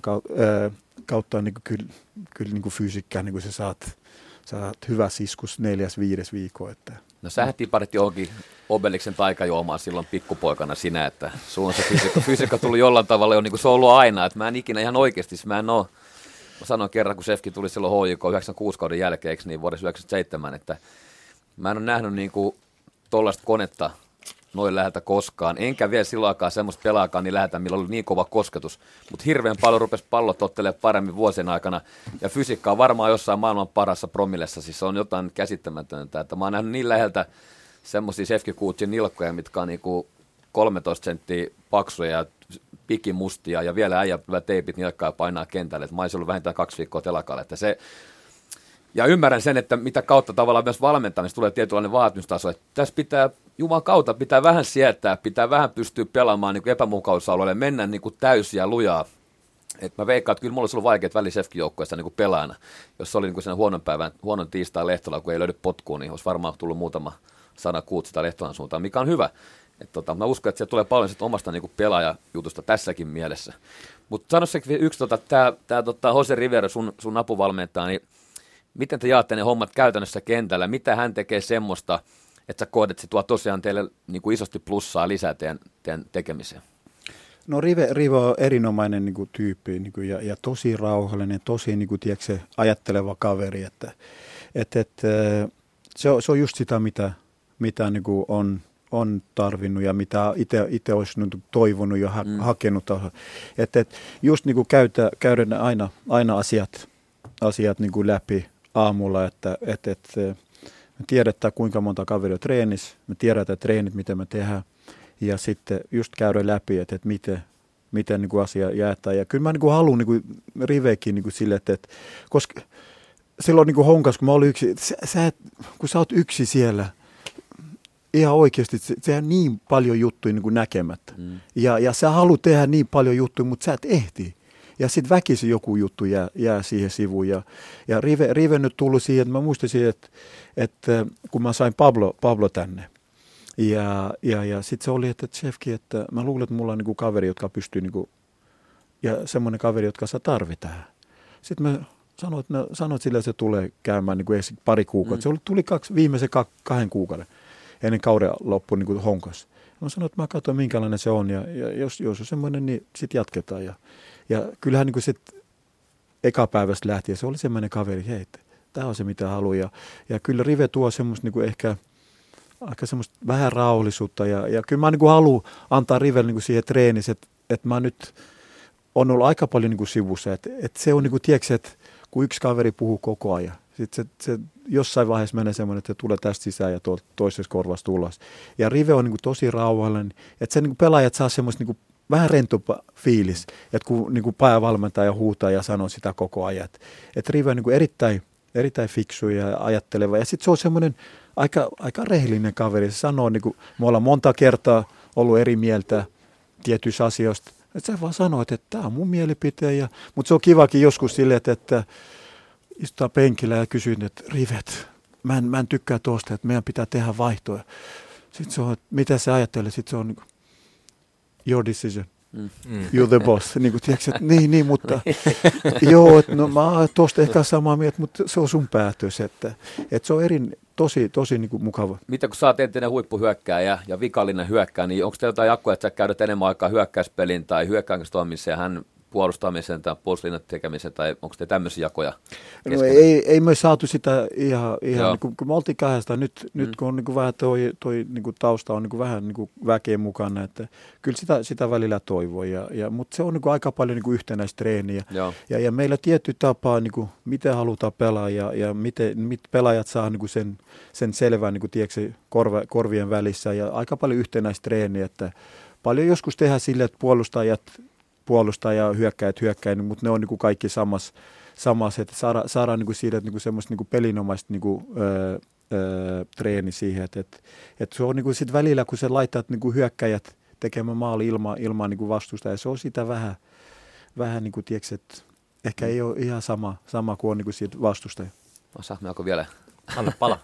kautta niin kuin, kyllä, kyllä niin kuin fysiikkaa, niin kuin sä saat, saat hyvä siskus neljäs, viides viikko. Että. No sähän tiparit johonkin Obeliksen taikajuomaan silloin pikkupoikana sinä, että sulla on se fysiikka, fysiikka tullut jollain tavalla jo niin kuin se on ollut aina, että mä en ikinä ihan oikeasti, mä en ole. Mä sanoin kerran, kun Shefki tuli silloin H J K yhdeksänkymmentäkuusi kauden jälkeen, niin vuodessa yhdeksänkymmentäseitsemän, että mä en ole nähnyt niinku tollaista konetta noin läheltä koskaan. Enkä vielä silloin aikaa semmoista pelaakaan niin läheltä, millä oli niin kova kosketus. Mutta hirveän paljon rupesi pallot ottelemaan paremmin vuosien aikana. Ja fysiikka on varmaan jossain maailman parassa promillessa. Siis se on jotain käsittämätöntä. Että mä oon nähnyt niin läheltä semmoisia Shefki-coachin nilkkoja, mitkä on niinku kolmetoista senttiä paksuja ja pikimustia ja vielä äijä teipit nilkkaa painaa kentälle. Että mä olisin ollut vähintään kaksi viikkoa telakalle. Että se, ja ymmärrän sen, että mitä kautta tavallaan myös valmentamista tulee tietynlainen vaatimustaso. Että tässä pitää, Jumalan kautta pitää vähän sietää, pitää vähän pystyä pelaamaan niin epämukausalueelle, mennä niin kuin täysiä ja lujaa. Et mä veikkaan, että kyllä mulla olisi ollut vaikeat väliin Shefki-joukkueessa niin pelaajana. Jos se oli niin sen huonon päivän, huonon tiistain Lehtola, kun ei löydy potkua, niin olisi varmaan tullut muutama sana kuutsita Lehtolan suuntaan, mikä on hyvä. Et tota, mä uskon, että se tulee paljon sit omasta niin pelaajajutusta tässäkin mielessä. Mutta sano se yksi, tota, tämä tota, Jose Rivero, sun, sun apuvalmentaja, niin miten te jaatte ne hommat käytännössä kentällä? Mitä hän tekee semmoista, että sä koet, että se tuo tosiaan teille niin kuin isosti plussaa lisää teidän, teidän tekemiseen? No Rive, Rive on erinomainen niin kuin, tyyppi niin kuin, ja, ja tosi rauhallinen, tosi niin kuin, tiedätkö, ajatteleva kaveri. Että, et, et, se, on, se on just sitä, mitä, mitä niin kuin on, on tarvinnut ja mitä itse olisi niin toivonut ja ha, mm. hakenut. Että et, just niin kuin käytä, käydä aina, aina asiat, asiat niin kuin läpi aamulla, että et, et, me tiedetään, kuinka monta kaveria treenissä, me tiedetään treenit, miten me tehdään, ja sitten just käydä läpi, että, että miten, miten niin kuin asia jaetaan. Ja kyllä mä niin kuin haluan niin kuin riveekin niin kuin sille, että, että koska silloin niin kuin honkas, kun mä olin yksi, sä, sä, kun sä oot yksi siellä, ihan oikeasti, se, se on niin paljon juttuja niin kuin näkemättä. Mm. Ja, ja sä haluat tehdä niin paljon juttuja, mutta sä et ehti. Ja sitten väkisin joku juttu jää, jää siihen sivuun. Ja, ja Rive, Rive nyt tullut siihen, että mä muistasin, että, että kun mä sain Pablo, Pablo tänne. Ja, ja, ja sitten se oli, että chefkin, että mä luulen, että mulla on niinku kaveri, jotka pystyy, niinku, ja semmoinen kaveri, jotka sä tarvitaan. Sitten mä sanoin, että no, sanoin sille, että se tulee käymään niinku pari kuukautta. Mm. Se tuli kaksi, viimeisen kahden kuukauden ennen kauden loppuun niinku honkas. Mä sanoin, että mä katson, minkälainen se on, ja, ja jos, jos on semmoinen, niin sitten jatketaan. Ja, ja kyllähän niin kuin sitten eka päivästä lähtien se oli semmoinen kaveri, hei, tämä on se mitä haluaa. Ja, ja kyllä Rive tuo semmoista niin kuin ehkä, ehkä semmoista vähän rauhallisuutta. Ja, ja kyllä mä niin kuin haluan antaa Rivelle niin kuin siihen treenissä, että, että mä nyt on ollut aika paljon niin kuin sivussa. Että, että se on niin kuin, tiedätkö, että kun yksi kaveri puhuu koko ajan, sitten se, se jossain vaiheessa menee semmoinen, että se tulee tästä sisään ja tuolta toisessa korvasta ulos. Ja Rive on niin kuin tosi rauhallinen, että se niin kuin pelaajat saa semmoista niin kuin vähän rentopa fiilis, että kun niin kuin päävalmentaja huutaa ja sanoo sitä koko ajan. Että, että Rive on niin kuin erittäin, erittäin fiksu ja ajatteleva. Ja sitten se on semmoinen aika, aika rehellinen kaveri. Se sanoo, niin kuin, me ollaan monta kertaa ollut eri mieltä tietyistä asioista. Että se vaan sanoo, että tämä on mun mielipite. Ja, mutta se on kivakin joskus silleen, että, että istutaan penkillä ja kysyn, että Rivet, mä en, mä en tykkää tuosta, että meidän pitää tehdä vaihtoja. Sitten se on, että mitä sä ajattelet? Sitten se on niin kuin, your decision. Mm. You're the boss. Niin kuin, tiedätkö, että niin, niin, mutta joo, että no mä oon tuosta ehkä samaa mieltä, mutta se on sun päätös, että, että se on eri, tosi, tosi niin kuin mukava. Mitä kun sä oot entinen huippuhyökkääjä ja vikallinen hyökkää, niin onko teillä jotain jakoa, että sä käydät enemmän aikaa hyökkäyspelin tai hyökkäämistoimisen ja hän puolustamisen tai puolustuslinjan tekemisen, tai onko te tämmöisiä jakoja? No ei, ei me saatu sitä ihan, ihan niin kun, kun me oltiin kahdesta, nyt, mm. nyt kun on niin kuin vähän toi, toi niin kuin tausta on niin kuin vähän niin kuin väkeä mukana, että kyllä sitä, sitä välillä toivoo, ja, ja, mutta se on niin kuin aika paljon niin kuin yhtenäistä treeniä, ja, ja meillä tietty tapa, niin kuin, miten halutaan pelaa, ja, ja miten mit pelaajat saa niin kuin sen, sen selvän niin kuin, tiedätkö, korva, korvien välissä, ja aika paljon yhtenäistä treeniä, että paljon joskus tehdään sille, että puolustajat puolustaa ja hyökkäät hyökkäin, mutta ne on niin kuin kaikki samassa, samassa että saadaan, saadaan niin kuin siitä niin kuin semmoista niin kuin pelinomaista niin kuin, öö, öö, treeni siihen, että, että, että se on niin kuin sit välillä, kun sä laitat niin kuin hyökkäjät tekemään maali ilman, ilman niin kuin vastusta, ja se on sitä vähän, vähän niin kuin, tiedätkö, että ehkä mm. ei ole ihan sama, sama kuin on niin kuin siitä vastustaja. Osaako vielä? Anna pala.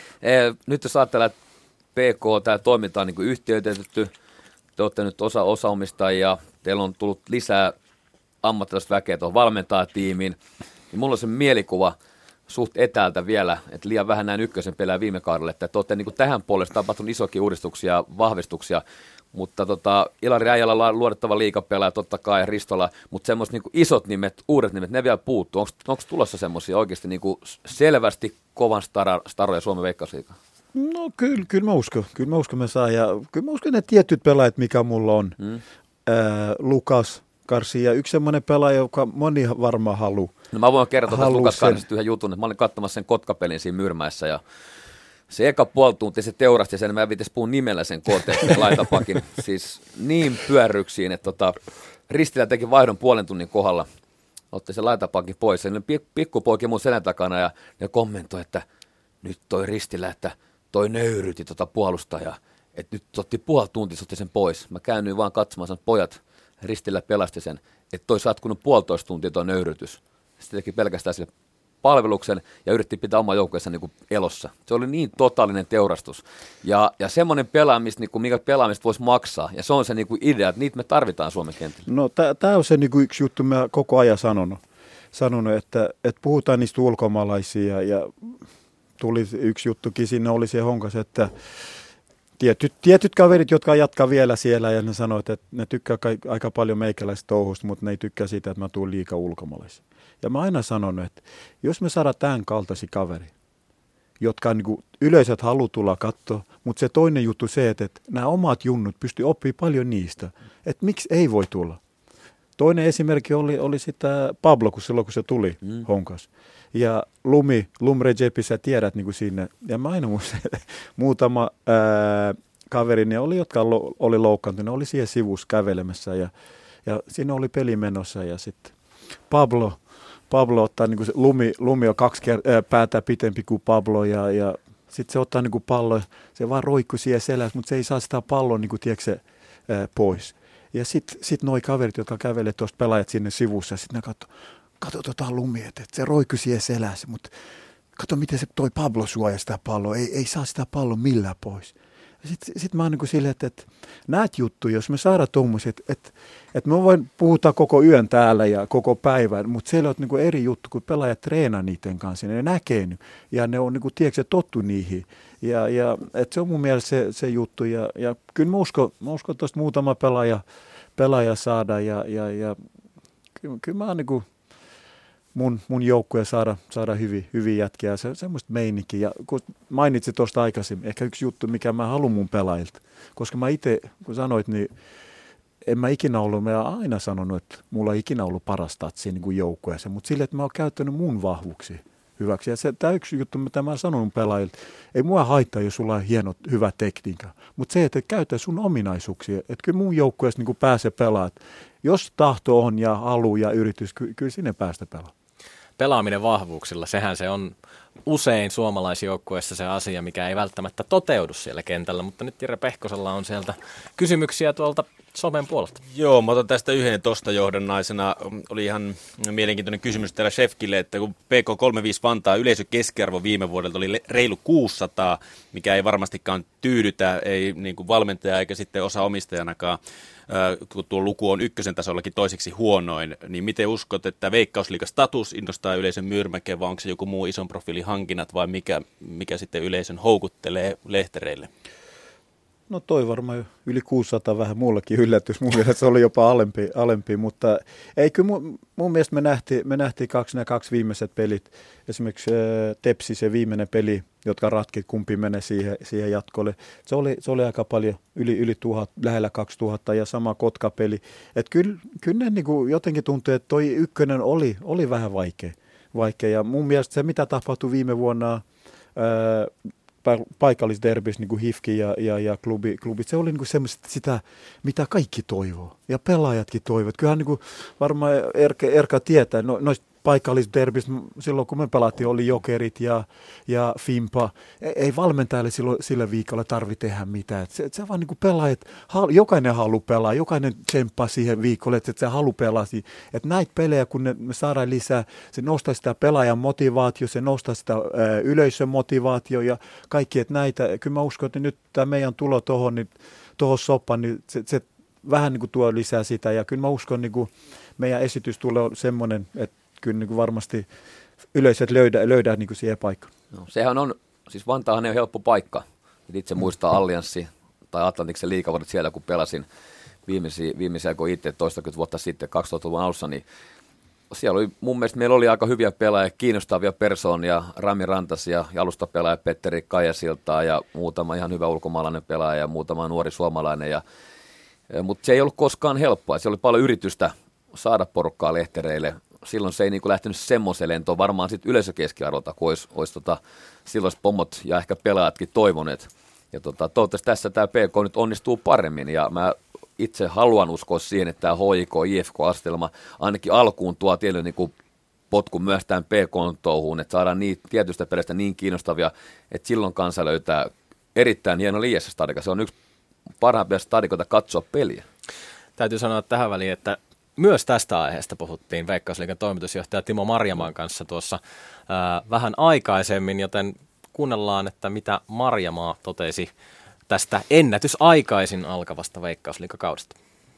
Nyt jos ajatellaan, että P K, tämä toiminta on niin kuin yhtiöitetty, te olette nyt osa osaomistajia, teillä on tullut lisää ammattilaista väkeä tuohon valmentajatiimiin, niin mulla on se mielikuva suht etäältä vielä, että liian vähän näin ykkösen pelejä viime kaudella, että te olette niin kuin tähän puolesta tapahtunut isokin uudistuksia ja vahvistuksia, mutta tota, Ilari Äijällä on luodettava liigapelaaja, totta kai Ristola, mutta semmoiset niin kuin isot nimet, uudet nimet, ne vielä puuttuu. Onko tulossa semmoisia oikeasti niin kuin selvästi kovan stara, staroja Suomen Veikkausliigaan? No kyllä, kyllä mä uskon. Kyllä mä uskon, me saa. Ja kyllä mä uskon, ne tietyt pelaajat, mikä mulla on. Mm. Ää, Lukas Garcia, yksi semmoinen pelaaja, joka moni varmaan haluaa. No mä voin kertoa tästä Lukas Garciasta yhden jutun, että mä olin katsomassa sen Kotkapelin siinä Myyrmäessä ja se eka puoli tuntia se teurasti sen, mä en viites puhun nimellä sen K T P-laitapakin. Siis niin pyörryksiin, että tota, Ristilä teki vaihdon puolen tunnin kohdalla. Otti sen laitapakin pois. Se oli pikkupoikin mun selän takana ja ne kommentoi, että nyt toi Ristilä, että toi nöyryti tota puolustajaa. Että nyt otti puoli tuntia, otti sen pois. Mä käännyin vaan katsomaan, että pojat Ristillä pelasti sen, että toi satkunut puolitoista tuntia toi nöyrytys. Sitten teki pelkästään sille palveluksen ja yritti pitää oma joukkueensa niin kuin elossa. Se oli niin totaalinen teurastus. Ja, ja semmoinen pelaamista, niin kuin, mikä pelaamista voisi maksaa. Ja se on se niin kuin idea, että niitä me tarvitaan Suomen kentällä. No tämä on se niin kuin yksi juttu, mä koko ajan sanonut, sanonut että, että puhutaan niistä ulkomaalaisia. Ja tuli yksi juttukin, sinne oli se honkas, että tietyt, tietyt kaverit, jotka jatkaa vielä siellä, ja ne sanoivat, että ne tykkää aika paljon meikäläistä touhusta, mutta ne ei tykkää siitä, että mä tuun liikaa ulkomaalaisia. Ja mä aina sanonut, että jos me saadaan tämän kaltaisia kaveri, jotka niin kuin yleisöt haluaa tulla katsoa, mutta se toinen juttu se, että, että nämä omat junnut pystyy oppimaan paljon niistä, että miksi ei voi tulla. Toinen esimerkki oli, oli sitä Pablo, kun silloin kun se tuli mm. honkas. Ja Lumi, Lumre Jepi, sä tiedät niin kuin sinne, ja mä aina muistin, muutama ää, kaveri, ne oli, jotka lo, oli loukkaantuneet, oli siellä sivussa kävelemässä, ja, ja siinä oli peli menossa, ja sitten Pablo, Pablo ottaa, niin kuin se, Lumi, Lumi on kaksi kert- ää, päätä pitempi kuin Pablo, ja, ja sitten se ottaa niin kuin pallo, se vaan roikkuu siellä selässä, mutta se ei saa sitä palloa niin kuin, tiedätkö, se, ää, pois. Ja sitten sit noi kaverit, jotka kävelee tuosta pelaajat sinne sivussa, sitten ne katsoo, kato tota Lumia, että se roikkui siellä selässä, mutta kato miten se toi Pablo suojaa sitä palloa, ei, ei saa sitä palloa millään pois. Sitten sit mä oon niin kuin silleen, että, että näet juttuja, jos me saadaan tuommoisia, että, että, että me voin puhuta koko yön täällä ja koko päivän, mutta siellä on niin kuin eri juttu, kun pelaajat treenaa niiden kanssa, ne näkee nyt ja ne on niin kuin, tiedätkö, tottu niihin. Ja, ja että se on mun mielestä se, se juttu ja, ja kyllä mä uskon, mä uskon tuosta muutama pelaaja, pelaaja saada ja, ja, ja kyllä, kyllä mä oon niin kuin mun, mun joukkueen saada, saada hyviä, hyviä jätkiä. Se on semmoista meininkiä. Ja kun mainitsin tuosta aikaisemmin, ehkä yksi juttu, mikä mä haluan mun pelaajilta. Koska mä itse, kun sanoit, niin en mä ikinä ollut, mä oon aina sanonut, että mulla ei ikinä ollut paras tatsi niin kuin joukkueessa. Mutta sille, että mä oon käyttänyt mun vahvuuksia hyväksi. Ja se, tämä yksi juttu, mitä mä sanon mun pelaajilta, ei mua haittaa, jos sulla on hieno, hyvä tekniikka. Mutta se, että käytä sun ominaisuuksia. Että kyllä mun joukkueessa niin kuin pääsee pelaamaan. Jos tahto on ja halu ja yritys, ky- kyllä sinne päästä pelaamaan. Pelaaminen vahvuuksilla, sehän se on usein suomalaisjoukkueessa se asia, mikä ei välttämättä toteudu siellä kentällä, mutta nyt Jere Pehkosella on sieltä kysymyksiä tuolta somen puolelta. Joo, mä otan tästä yhden tosta johdannaisena. Oli ihan mielenkiintoinen kysymys täällä Shefkille, että kun P K kolmekymmentäviisi Vantaa yleisökeskiarvo viime vuodelta oli reilu kuusisataa, mikä ei varmastikaan tyydytä, ei niin kuin valmentaja eikä sitten osa omistajanakaan, kun tuo luku on ykkösen tasollakin toiseksi huonoin, niin miten uskot, että Veikkausliigan status innostaa yleisön myyrmäkeä, vai onko se joku muu ison profiilin hankinnat, vai mikä, mikä sitten yleisön houkuttelee lehtereille? No toi varmaan yli kuusisataa vähän muullekin yllätys. Mun mielestä se oli jopa alempi, alempi mutta ei kyllä mun, mun mielestä me nähtiin, me nähtiin kaksi nämä kaksi viimeiset pelit. Esimerkiksi äh, Tepsi se viimeinen peli, jotka ratki, kumpi menee siihen, siihen jatkolle. Se oli, se oli aika paljon, yli, yli tuhat, lähellä kaksituhatta ja sama Kotka-peli. Että kyllä, kyllä ne niin kuin jotenkin tuntuu, että toi ykkönen oli, oli vähän vaikea, vaikea. Ja mun mielestä se, mitä tapahtui viime vuonna, äh, paikallisderbys, niin kuin H I F K ja, ja, ja klubi, klubit, se oli niin kuin semmoista sitä, mitä kaikki toivoo. Ja pelaajatkin toivovat. Kyllähän niin kuin varmaan Erka, Erka tietää, no, noista paikallisderbys, silloin kun me pelattiin, oli Jokerit ja, ja Fimpa. Ei valmentajalle silloin, sillä viikolla tarvitse tehdä mitään. Se, se vaan niin kuin pelaajat, jokainen haluaa pelaa, jokainen tsemppaa siihen viikolle, että se haluaa pelaa. Että näitä pelejä, kun ne, me saadaan lisää, se nostaa sitä pelaajan motivaatio, se nostaa sitä ä, yleisön motivaatio ja kaikki, että näitä, kyllä mä uskon, että nyt tämä meidän tulo tuohon niin, soppaan, niin se, se vähän niin kuin tuo lisää sitä ja kyllä mä uskon, niin kuin meidän esitys tulee semmoinen, että kyllä niin kuin varmasti yleisöt löydää, löydää niin kuin siihen paikkaan. No, sehän on, siis Vantaahan ei ole helppo paikka. Itse muistaa Allianssi tai Atlantiksen liigavuodet siellä, kun pelasin viimeisiä, viimeisiä kun itse toistakymmentä vuotta sitten, kaksituhattaluvun alussa, niin siellä oli, mun mielestä meillä oli aika hyviä pelaajia, kiinnostavia persoonia, Rami Rantasia, jalustapelaaja Petteri Kajasiltaa ja muutama ihan hyvä ulkomaalainen pelaaja ja muutama nuori suomalainen. Ja, mutta se ei ollut koskaan helppoa, se oli paljon yritystä saada porukkaa lehtereille. Silloin se ei niin kuin lähtenyt semmoiseen lentoon, varmaan sitten yleisökeskiarvolta, kun olisi, olisi tota, silloin pomot ja ehkä pelaajatkin toivoneet. Ja tota, toivottavasti tässä tämä P K nyt onnistuu paremmin, ja mä itse haluan uskoa siihen, että tämä H J K, I F K-astelma ainakin alkuun tuo tietysti niin kuin potkun myös tämän P K-touhuun, että saadaan niitä tietystä pelistä niin kiinnostavia, että silloin kansa löytää erittäin hieno liiassa-stadika. Se on yksi parhaimpia stadikoita katsoa peliä. Täytyy sanoa tähän väliin, että myös tästä aiheesta puhuttiin Veikkausliigan toimitusjohtaja Timo Marjamaan kanssa tuossa ää, vähän aikaisemmin, joten kuunnellaan, että mitä Marjamaa totesi tästä ennätysaikaisin alkavasta Veikkausliigakaudesta.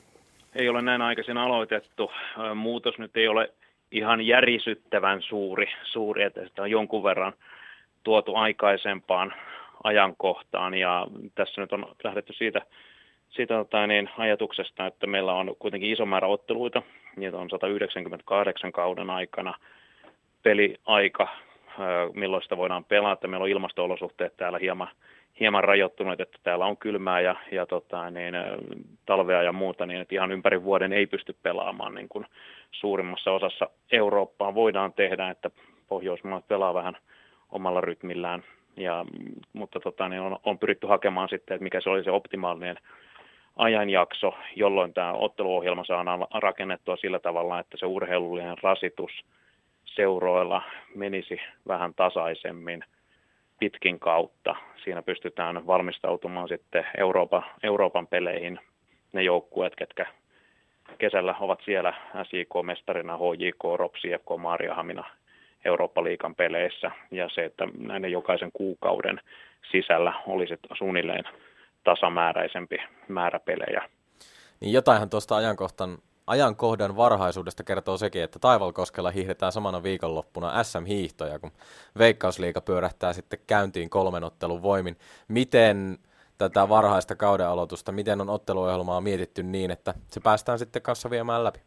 Ei ole näin aikaisin aloitettu. Muutos nyt ei ole ihan järisyttävän suuri, suuri että sitä on jonkun verran tuotu aikaisempaan ajankohtaan, ja tässä nyt on lähdetty siitä Siitä tota, niin, ajatuksesta, että meillä on kuitenkin iso määrä otteluita, niitä on sata yhdeksänkymmentäkahdeksan kauden aikana, peliaika milloin sitä voidaan pelata. Meillä on ilmasto-olosuhteet täällä hieman, hieman rajoittuneet, että täällä on kylmää ja, ja tota, niin, talvea ja muuta, niin että ihan ympäri vuoden ei pysty pelaamaan niin kuin suurimmassa osassa Eurooppaa voidaan tehdä, että Pohjoismaat pelaa vähän omalla rytmillään, ja, mutta tota, niin on, on pyritty hakemaan sitten, että mikä se oli se optimaalinen ajanjakso, jolloin tämä otteluohjelma saadaan rakennettua sillä tavalla, että se urheilullinen rasitus seuroilla menisi vähän tasaisemmin pitkin kautta. Siinä pystytään valmistautumaan sitten Euroopan, Euroopan peleihin ne joukkueet, ketkä kesällä ovat siellä S J K-mestarina, H J K, Ropsi, F K, Maariahamina Eurooppa-liigan peleissä. Ja se, että näiden jokaisen kuukauden sisällä olisi suunnilleen tasamääräisempi määrä pelejä. Niin jotainhan tuosta ajankohtan, ajankohdan varhaisuudesta kertoo sekin, että Taivalkoskella hiihdetään samana viikonloppuna S M-hiihtoja, kun Veikkausliiga pyörähtää sitten käyntiin kolmen ottelun voimin. Miten tätä varhaista kauden aloitusta, miten on otteluohjelmaa mietitty niin, että se päästään sitten kanssa viemään läpi?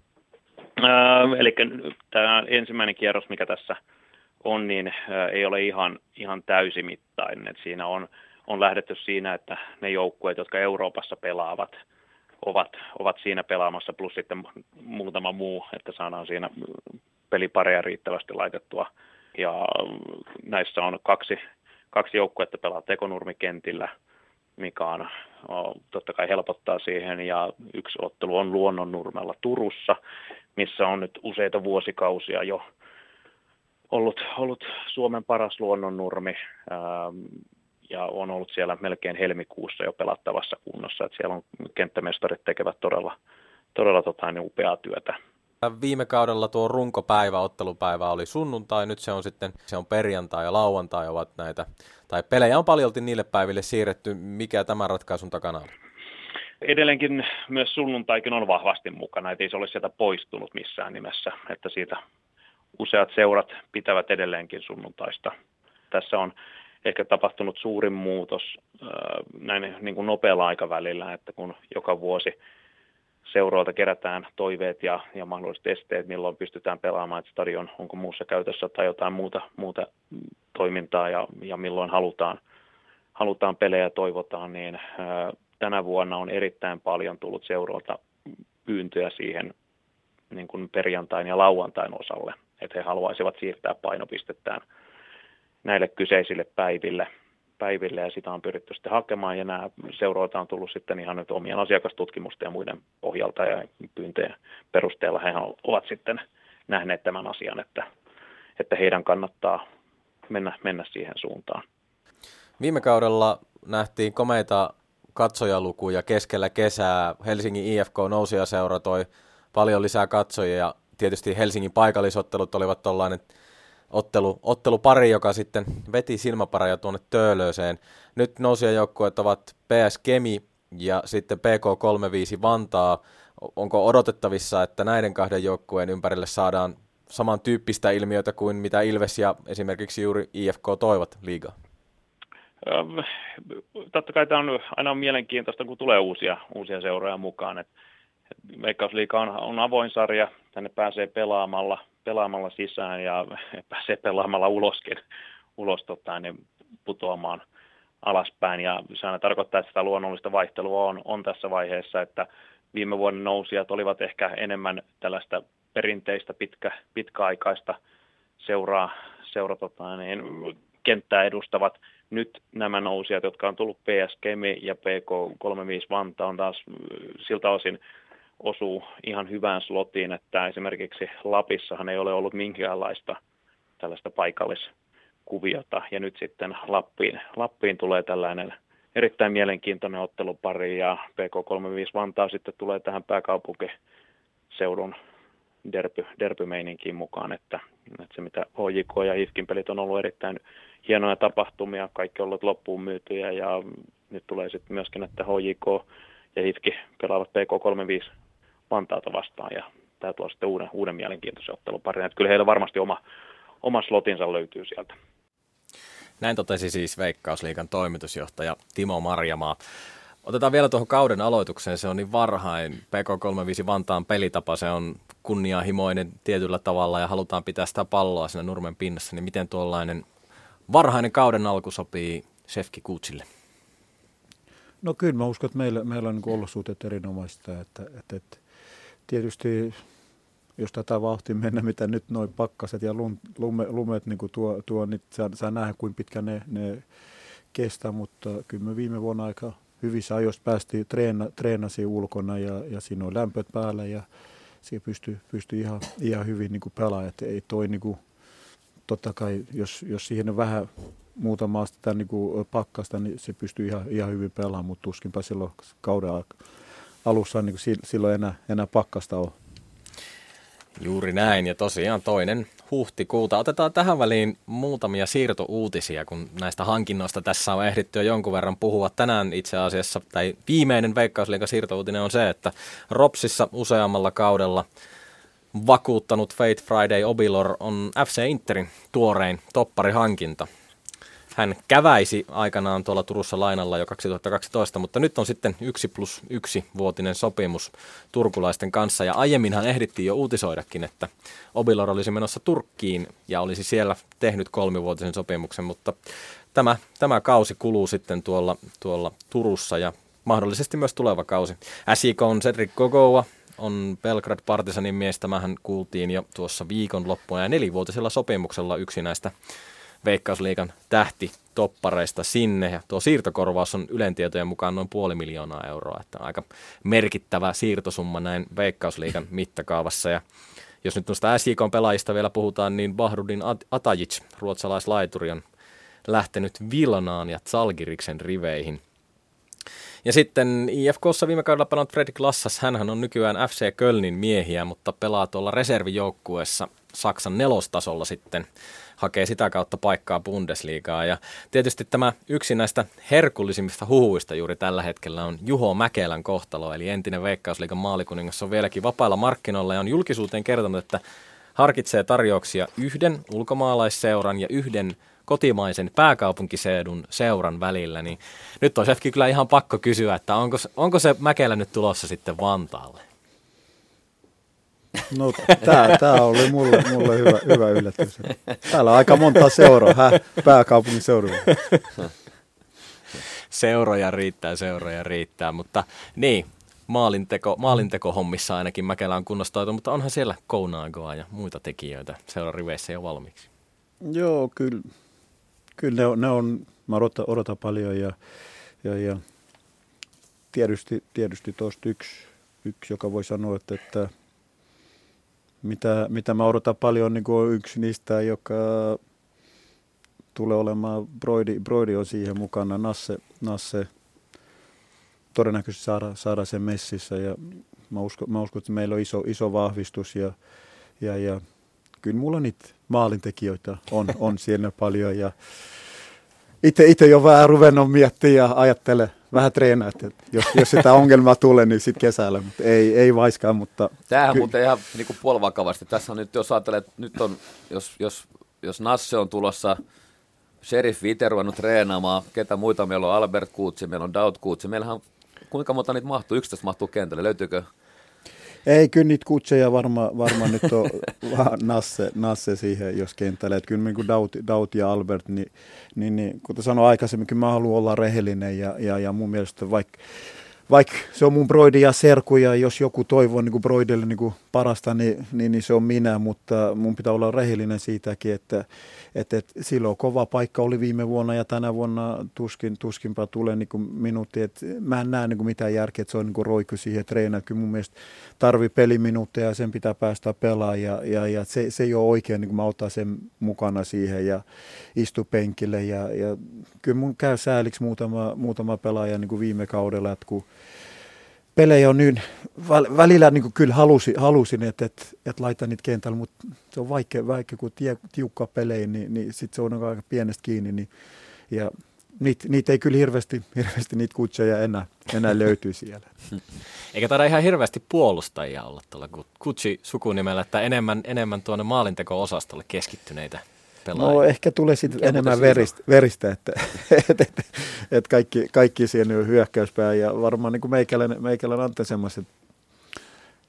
Äh, eli tämä ensimmäinen kierros, mikä tässä on, niin äh, ei ole ihan, ihan täysimittainen. Et siinä on, on lähdetty siinä, että ne joukkueet, jotka Euroopassa pelaavat, ovat, ovat siinä pelaamassa, plus sitten muutama muu, että saadaan siinä pelipareja riittävästi laitettua. Ja näissä on kaksi, kaksi joukkuetta pelaa Tekonurmikentillä, mikä on, on, totta kai helpottaa siihen, ja yksi ottelu on Luonnonnurmella Turussa, missä on nyt useita vuosikausia jo ollut, ollut Suomen paras luonnonnurmi, ää, ja on ollut siellä melkein helmikuussa jo pelattavassa kunnossa, että siellä on kenttämestarit tekevät todella, todella tota, niin upeaa työtä. Viime kaudella tuo runkopäivä, ottelupäivä oli sunnuntai, nyt se on sitten se on perjantai ja lauantai ovat näitä, tai pelejä on paljolti niille päiville siirretty. Mikä tämän ratkaisun takana on? Edelleenkin myös sunnuntaikin on vahvasti mukana, ettei se ole sieltä poistunut missään nimessä, että siitä useat seurat pitävät edelleenkin sunnuntaista. Tässä on ehkä tapahtunut suurin muutos näin niin kuin nopealla aikavälillä, että kun joka vuosi seuroilta kerätään toiveet ja, ja mahdolliset esteet, milloin pystytään pelaamaan, että stadion onko muussa käytössä tai jotain muuta, muuta toimintaa ja, ja milloin halutaan, halutaan pelejä toivotaan, niin ää, tänä vuonna on erittäin paljon tullut seuroilta pyyntöjä siihen niin kuin perjantain ja lauantain osalle, että he haluaisivat siirtää painopistettään näille kyseisille päiville. päiville ja sitä on pyritty sitten hakemaan ja nämä seuroilta on tullut sitten ihan nyt omien asiakastutkimusten ja muiden pohjalta ja pyyntöjen perusteella he ovat sitten nähneet tämän asian, että, että heidän kannattaa mennä, mennä siihen suuntaan. Viime kaudella nähtiin komeita katsojalukuja keskellä kesää. Helsingin I F K nousijaseura toi paljon lisää katsojia ja tietysti Helsingin paikallisottelut olivat tollainen Ottelu, ottelupari, joka sitten veti silmäpareja tuonne Töölöseen. Nyt nousijajoukkueet ovat P S Kemi ja sitten P K kolmekymmentäviisi Vantaa. Onko odotettavissa, että näiden kahden joukkueen ympärille saadaan samantyyppistä ilmiötä kuin mitä Ilves ja esimerkiksi juuri I F K toivat liigaan? Totta kai tämä on aina on mielenkiintoista, kun tulee uusia, uusia seuroja mukaan. Et Veikkausliiga on, on avoin sarja, tänne pääsee pelaamalla. pelaamalla sisään ja pääsee pelaamalla uloskin, ulos tota, niin putoamaan alaspäin. Ja se aina tarkoittaa, että sitä luonnollista vaihtelua on, on tässä vaiheessa, että viime vuoden nousijat olivat ehkä enemmän tällaista perinteistä pitkä, pitkäaikaista seuraa, seura, tota, niin, kenttää edustavat. Nyt nämä nousijat, jotka on tullut P S Kemi ja P K kolmekymmentäviisi Vantaa, on taas siltä osin osuu ihan hyvään slotiin, että esimerkiksi Lapissahan ei ole ollut minkäänlaista tällaista paikalliskuviota, ja nyt sitten Lappiin, Lappiin tulee tällainen erittäin mielenkiintoinen ottelupari, ja P K kolmekymmentäviisi Vantaa sitten tulee tähän pääkaupunkiseudun derby, derbymeininkiin mukaan, että, että se mitä H J K ja I F K:n pelit on ollut erittäin hienoja tapahtumia, kaikki on ollut loppuun myytyjä, ja nyt tulee sitten myöskin, että H J K ja I F K pelaavat P K kolmekymmentäviisi Vantaata vastaan, ja tämä tuo sitten uuden, uuden mielenkiintoisen otteluparin. Että kyllä heillä varmasti oma, oma slotinsa löytyy sieltä. Näin totesi siis Veikkausliigan toimitusjohtaja Timo Marjamaa. Otetaan vielä tuohon kauden aloitukseen, se on niin varhain. P K kolmekymmentäviisi Vantaan pelitapa, se on kunnianhimoinen tietyllä tavalla ja halutaan pitää sitä palloa siinä nurmen pinnassa, niin miten tuollainen varhainen kauden alku sopii Shefki Kuutsille? No kyllä mä uskon, että meillä, meillä on niin olosuhteet erinomaista, että, että, että tietysti jos tätä vauhtia mennä, mitä nyt noin pakkaset ja lume, lumet niin tuo, tuo, niin saa, saa nähdä, kuinka pitkä ne, ne kestää, mutta kyllä me viime vuonna aika hyvissä ajoissa päästiin treena, treenasiin ulkona ja, ja siinä on lämpöt päällä ja se pystyy, pystyy ihan, ihan hyvin niin pelaamaan, että ei toi niin kuin, totta kai, jos, jos siihen on vähän muutama astetta niin kuin pakkasta, niin se pystyy ihan, ihan hyvin pelaamaan, mutta tuskinpä silloin kauden alussa niin kuin silloin enää, enää pakkasta on. Juuri näin, ja tosiaan toinen huhtikuuta. Otetaan tähän väliin muutamia siirtouutisia, kun näistä hankinnoista tässä on ehditty jo jonkun verran puhua. Tänään itse asiassa, tai viimeinen Veikkausliigan siirtouutinen on se, että Ropsissa useammalla kaudella vakuuttanut Faith Friday Obilor on F C Interin tuorein topparihankinta. Hän käväisi aikanaan tuolla Turussa lainalla jo kaksituhattakaksitoista, mutta nyt on sitten yksi plus yksi vuotinen sopimus turkulaisten kanssa. Ja aiemminhan ehdittiin jo uutisoidakin, että Obilor olisi menossa Turkkiin ja olisi siellä tehnyt kolmivuotisen sopimuksen, mutta tämä, tämä kausi kuluu sitten tuolla, tuolla Turussa ja mahdollisesti myös tuleva kausi. S J K:n Cedric Gogoa on Belgrad Partisanin mies, tämähän kuultiin jo tuossa viikonloppuna ja nelivuotisella sopimuksella yksi näistä Veikkausliigan tähtitoppareista sinne, ja tuo siirtokorvaus on Ylen tietojen mukaan noin puoli miljoonaa euroa, että aika merkittävä siirtosumma näin Veikkausliigan mittakaavassa, ja jos nyt noista S J K:n pelaajista vielä puhutaan, niin Bahrudin Atajic, ruotsalaislaituri, on lähtenyt Vilnaan ja Zalgiriksen riveihin. Ja sitten I F K:ssa viime kaudella pelannut Fredrik Lassas, hänhän on nykyään F C Kölnin miehiä, mutta pelaa tuolla reservijoukkueessa Saksan nelostasolla sitten, hakee sitä kautta paikkaa Bundesliigaa. Ja tietysti tämä yksi näistä herkullisimmista huhuista juuri tällä hetkellä on Juho Mäkelän kohtalo, eli entinen Veikkausliigan maalikuningas on vieläkin vapailla markkinoilla ja on julkisuuteen kertonut, että harkitsee tarjouksia yhden ulkomaalaisseuran ja yhden kotimaisen pääkaupunkiseudun seuran välillä, niin nyt on Shefki kyllä ihan pakko kysyä, että onko, onko se Mäkelä nyt tulossa sitten Vantaalle? No tämä oli mulle, mulle hyvä, hyvä yllätys. Täällä on aika monta seuraa, hä? Pääkaupunkiseudulla. Seuroja riittää, seuroja riittää, mutta niin, maalinteko, maalintekohommissa ainakin Mäkelä on kunnostautunut, mutta onhan siellä Kounagoa ja muita tekijöitä seuran riveissä jo valmiiksi. Joo, kyllä, kyllä ne on, ne on mä odotan, odotan paljon ja, ja, ja tietysti, tietysti tuosta yksi, yksi, joka voi sanoa, että, että mitä, mitä mä odotan paljon, niin on yksi niistä, joka tulee olemaan, Broidi, Broidi on siihen mukana, Nasse, Nasse todennäköisesti saada, saada sen messissä ja mä uskon, mä uskon, että meillä on iso, iso vahvistus ja, ja, ja kyllä mulla niitä maalintekijöitä on, on siellä paljon ja itse, itse jo vähän ruvennut miettimään ja ajattele vähän treenaa, että jos, jos sitä ongelmaa tulee, niin sitten kesällä, mutta ei, ei vaiskaan, mutta tämähän ky- muuten ihan niin kuin puolivakavasti. Tässä on nyt, jos ajattelee, että nyt on, jos, jos, jos Nasse on tulossa, Sheriff itse ruvennut treenaamaan, ketä muita meillä on, Albert Kuutsi, meillä on Daut Kuutsi, meillähän kuinka monta niitä mahtuu, yksitoista mahtuu kentälle, löytyykö? Ei, kyllä niitä kutseja varmaan varma nyt on nasse, nasse siihen, jos kentällä. Että kyllä niin kuin Daut, Daut ja Albert, niin, niin, niin kuten sanoin aikaisemmin, kyllä mä haluan olla rehellinen ja, ja, ja mun mielestä vaikka vaik se on mun Broidi ja serku ja jos joku toivoo niin kuin Broidille niin kuin parasta, niin, niin, niin se on minä, mutta mun pitää olla rehellinen siitäkin, että et, et, silloin kova paikka oli viime vuonna ja tänä vuonna tuskin, tuskinpä tulee niin kuin minuutti, että mä en näe niin kuin mitään järkeä, että se on niin kuin roikku siihen treenaan, kyllä mun mielestä tarvii peliminuutteja ja sen pitää päästä pelaamaan ja, ja, ja se, se ei ole oikein, niin kuin mä otan sen mukana siihen ja istu penkille ja, ja kyllä mun käy sääliksi muutama, muutama pelaaja niin kuin viime kaudella, että kun pelejä on nyt, välillä niin kuin kyllä halusin, halusin että, että, että laitan niitä kentällä, mutta se on vaikea, vaikea kun tie, tiukka pelejä, niin, niin sitten se on aika pienestä kiinni. Niin, ja niitä, niitä ei kyllä hirveästi, hirveästi niitä kutseja enää, enää löytyy siellä. Eikä taida ihan hirveästi puolustajia olla tuolla kutsi-sukunimellä, että enemmän, enemmän tuonne maalinteko-osastolle keskittyneitä pelaajia. No ehkä tulee sitten enemmän veristä, veristä että et, et, et kaikki, kaikki siinä on hyökkäyspää ja varmaan niin kuin meikäläinen, meikäläinen antaa semmoiset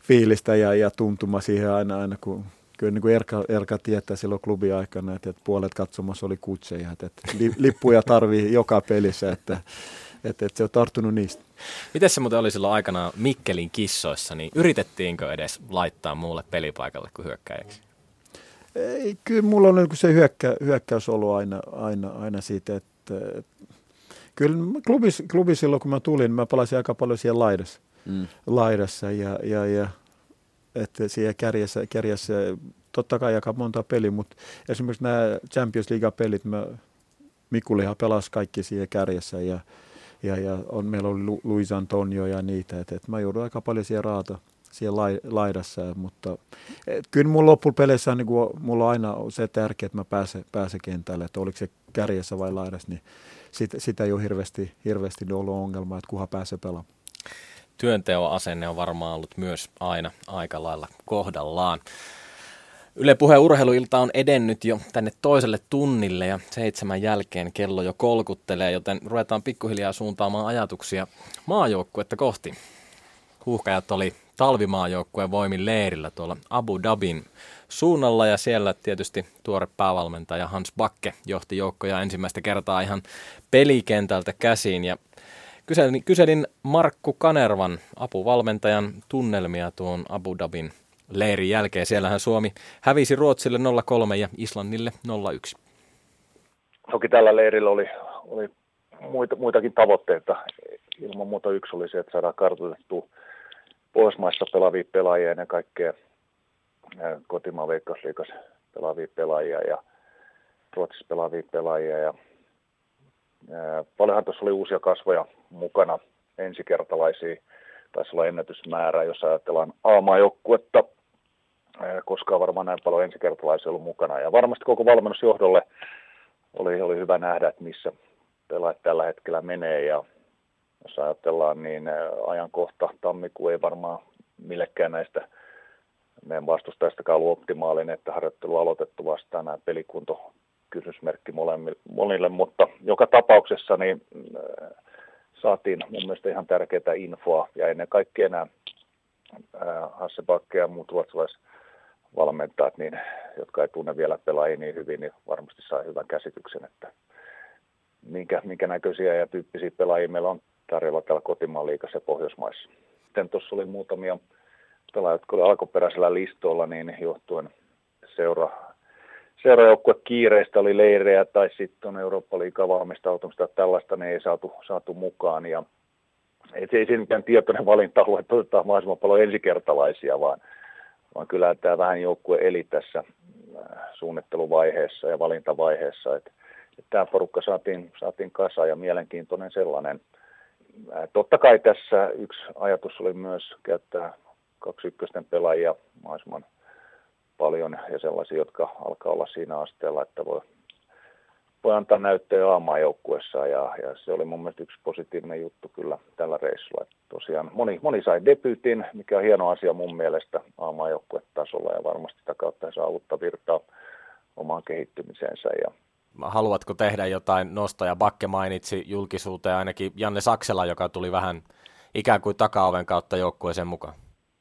fiilistä ja, ja tuntuma siihen aina, aina kun kyllä niin kuin Erka, Erka tietää silloin klubiaikana, että, että puolet katsomassa oli kutseja, että, että lippuja tarvii joka pelissä, että, että, että se on tarttunut niistä. Miten se muuten oli silloin aikanaan Mikkelin kissoissa, niin yritettiinkö edes laittaa muulle pelipaikalle kuin hyökkäjäksi? Ei, kyllä mulla on se hyökkä, hyökkäys ollut aina, aina, aina siitä, että, että kyllä klubis, klubi silloin kun mä tulin, mä palasin aika paljon siellä laidassa, mm. laidassa ja, ja, ja että siellä kärjessä, kärjessä totta kai aika monta peliä, mutta esimerkiksi nämä Champions League-pelit, mä, Mikulihan pelasi kaikki siellä kärjessä ja, ja, ja on, meillä oli Luis Antonio ja niitä, että, että mä joudun aika paljon siellä raata siellä laidassa, mutta et, kyllä mun loppupeleissä on, niin kuin, mulla on aina se tärkeää, että mä pääsen, pääsen kentälle, että oliko se kärjessä vai laidassa, niin sitä, sitä ei ole hirveästi, hirveästi ollut ongelmaa, että kunhan pääsee pelaamaan. Työnteon asenne on varmaan ollut myös aina aika lailla kohdallaan. Yle Puheen urheiluilta on edennyt jo tänne toiselle tunnille ja seitsemän jälkeen kello jo kolkuttelee, joten ruvetaan pikkuhiljaa suuntaamaan ajatuksia maajoukkuetta kohti. Huuhkajat oli talvimaajoukkueen voimin leirillä tuolla Abu Dhabin suunnalla ja siellä tietysti tuore päävalmentaja Hans Bakke johti joukkoja ensimmäistä kertaa ihan pelikentältä käsiin ja kyselin, kyselin Markku Kanervan apuvalmentajan tunnelmia tuon Abu Dhabin leirin jälkeen. Siellähän Suomi hävisi Ruotsille nolla kolme ja Islannille nolla yksi. Toki tällä leirillä oli, oli muita, muitakin tavoitteita. Ilman muuta yksi oli se, että saadaan kartoitettua Pohjoismaissa pelaavia pelaajia ennen kaikkea kotimaan Veikkausliigassa pelaavia pelaajia ja Ruotsissa pelaavia pelaajia. Ja, ja paljonhan tuossa oli uusia kasvoja mukana, ensikertalaisia, taisi olla ennätysmäärä, jos ajatellaan A-maajoukkuetta, koskaan varmaan näin paljon ensikertalaisia ollut mukana. Ja varmasti koko valmennusjohdolle oli, oli hyvä nähdä, että missä pelaajat tällä hetkellä menee. Ja jos ajatellaan, niin ajankohta tammikuu ei varmaan millekään näistä meidän vastustajistakaan ollut optimaalinen, että harjoittelu aloitettu vastaan nämä pelikunto kysymysmerkki molemmille, mutta joka tapauksessa niin saatiin mun mielestä ihan tärkeää infoa ja ennen kaikkea nämä Hasse Bakke ja muut ruotsalaisvalmentajat, niin, jotka ei tunne vielä pelaajia niin hyvin, niin varmasti sai hyvän käsityksen, että minkä, minkä näköisiä ja tyyppisiä pelaajia meillä on tarjolla täällä kotimaan liigassa ja Pohjoismaissa. Sitten tuossa oli muutamia pelaajia, jotka oli alkuperäisellä listoilla, niin johtuen seura, seurajoukkue kiireistä oli leirejä tai sitten on Eurooppa-liigaa valmistautumista, tällaista ne ei saatu, saatu mukaan. Ja ei se ei siinä mikään tietoinen valinta ollut, että otetaan mahdollisimman paljon ensikertalaisia, vaan, vaan kyllä tämä vähän joukkue eli tässä suunnitteluvaiheessa ja valintavaiheessa, että, että tämä porukka saatiin, saatiin kasaan ja mielenkiintoinen sellainen. Totta kai tässä yksi ajatus oli myös käyttää kaksi ykkösten pelaajia mahdollisimman paljon ja sellaisia, jotka alkaa olla siinä asteella, että voi, voi antaa näyttöä A-maajoukkuessa ja, ja se oli mun mielestä yksi positiivinen juttu kyllä tällä reissulla. Että tosiaan moni, moni sai debyytin, mikä on hieno asia mun mielestä A-maajoukkuetasolla ja varmasti sitä kautta saa uutta virtaa omaan kehittymiseensä. Ja haluatko tehdä jotain nostoja? Bakke mainitsi julkisuuteen ainakin Janne Saksela, joka tuli vähän ikään kuin takaoven kautta joukkueeseen mukaan.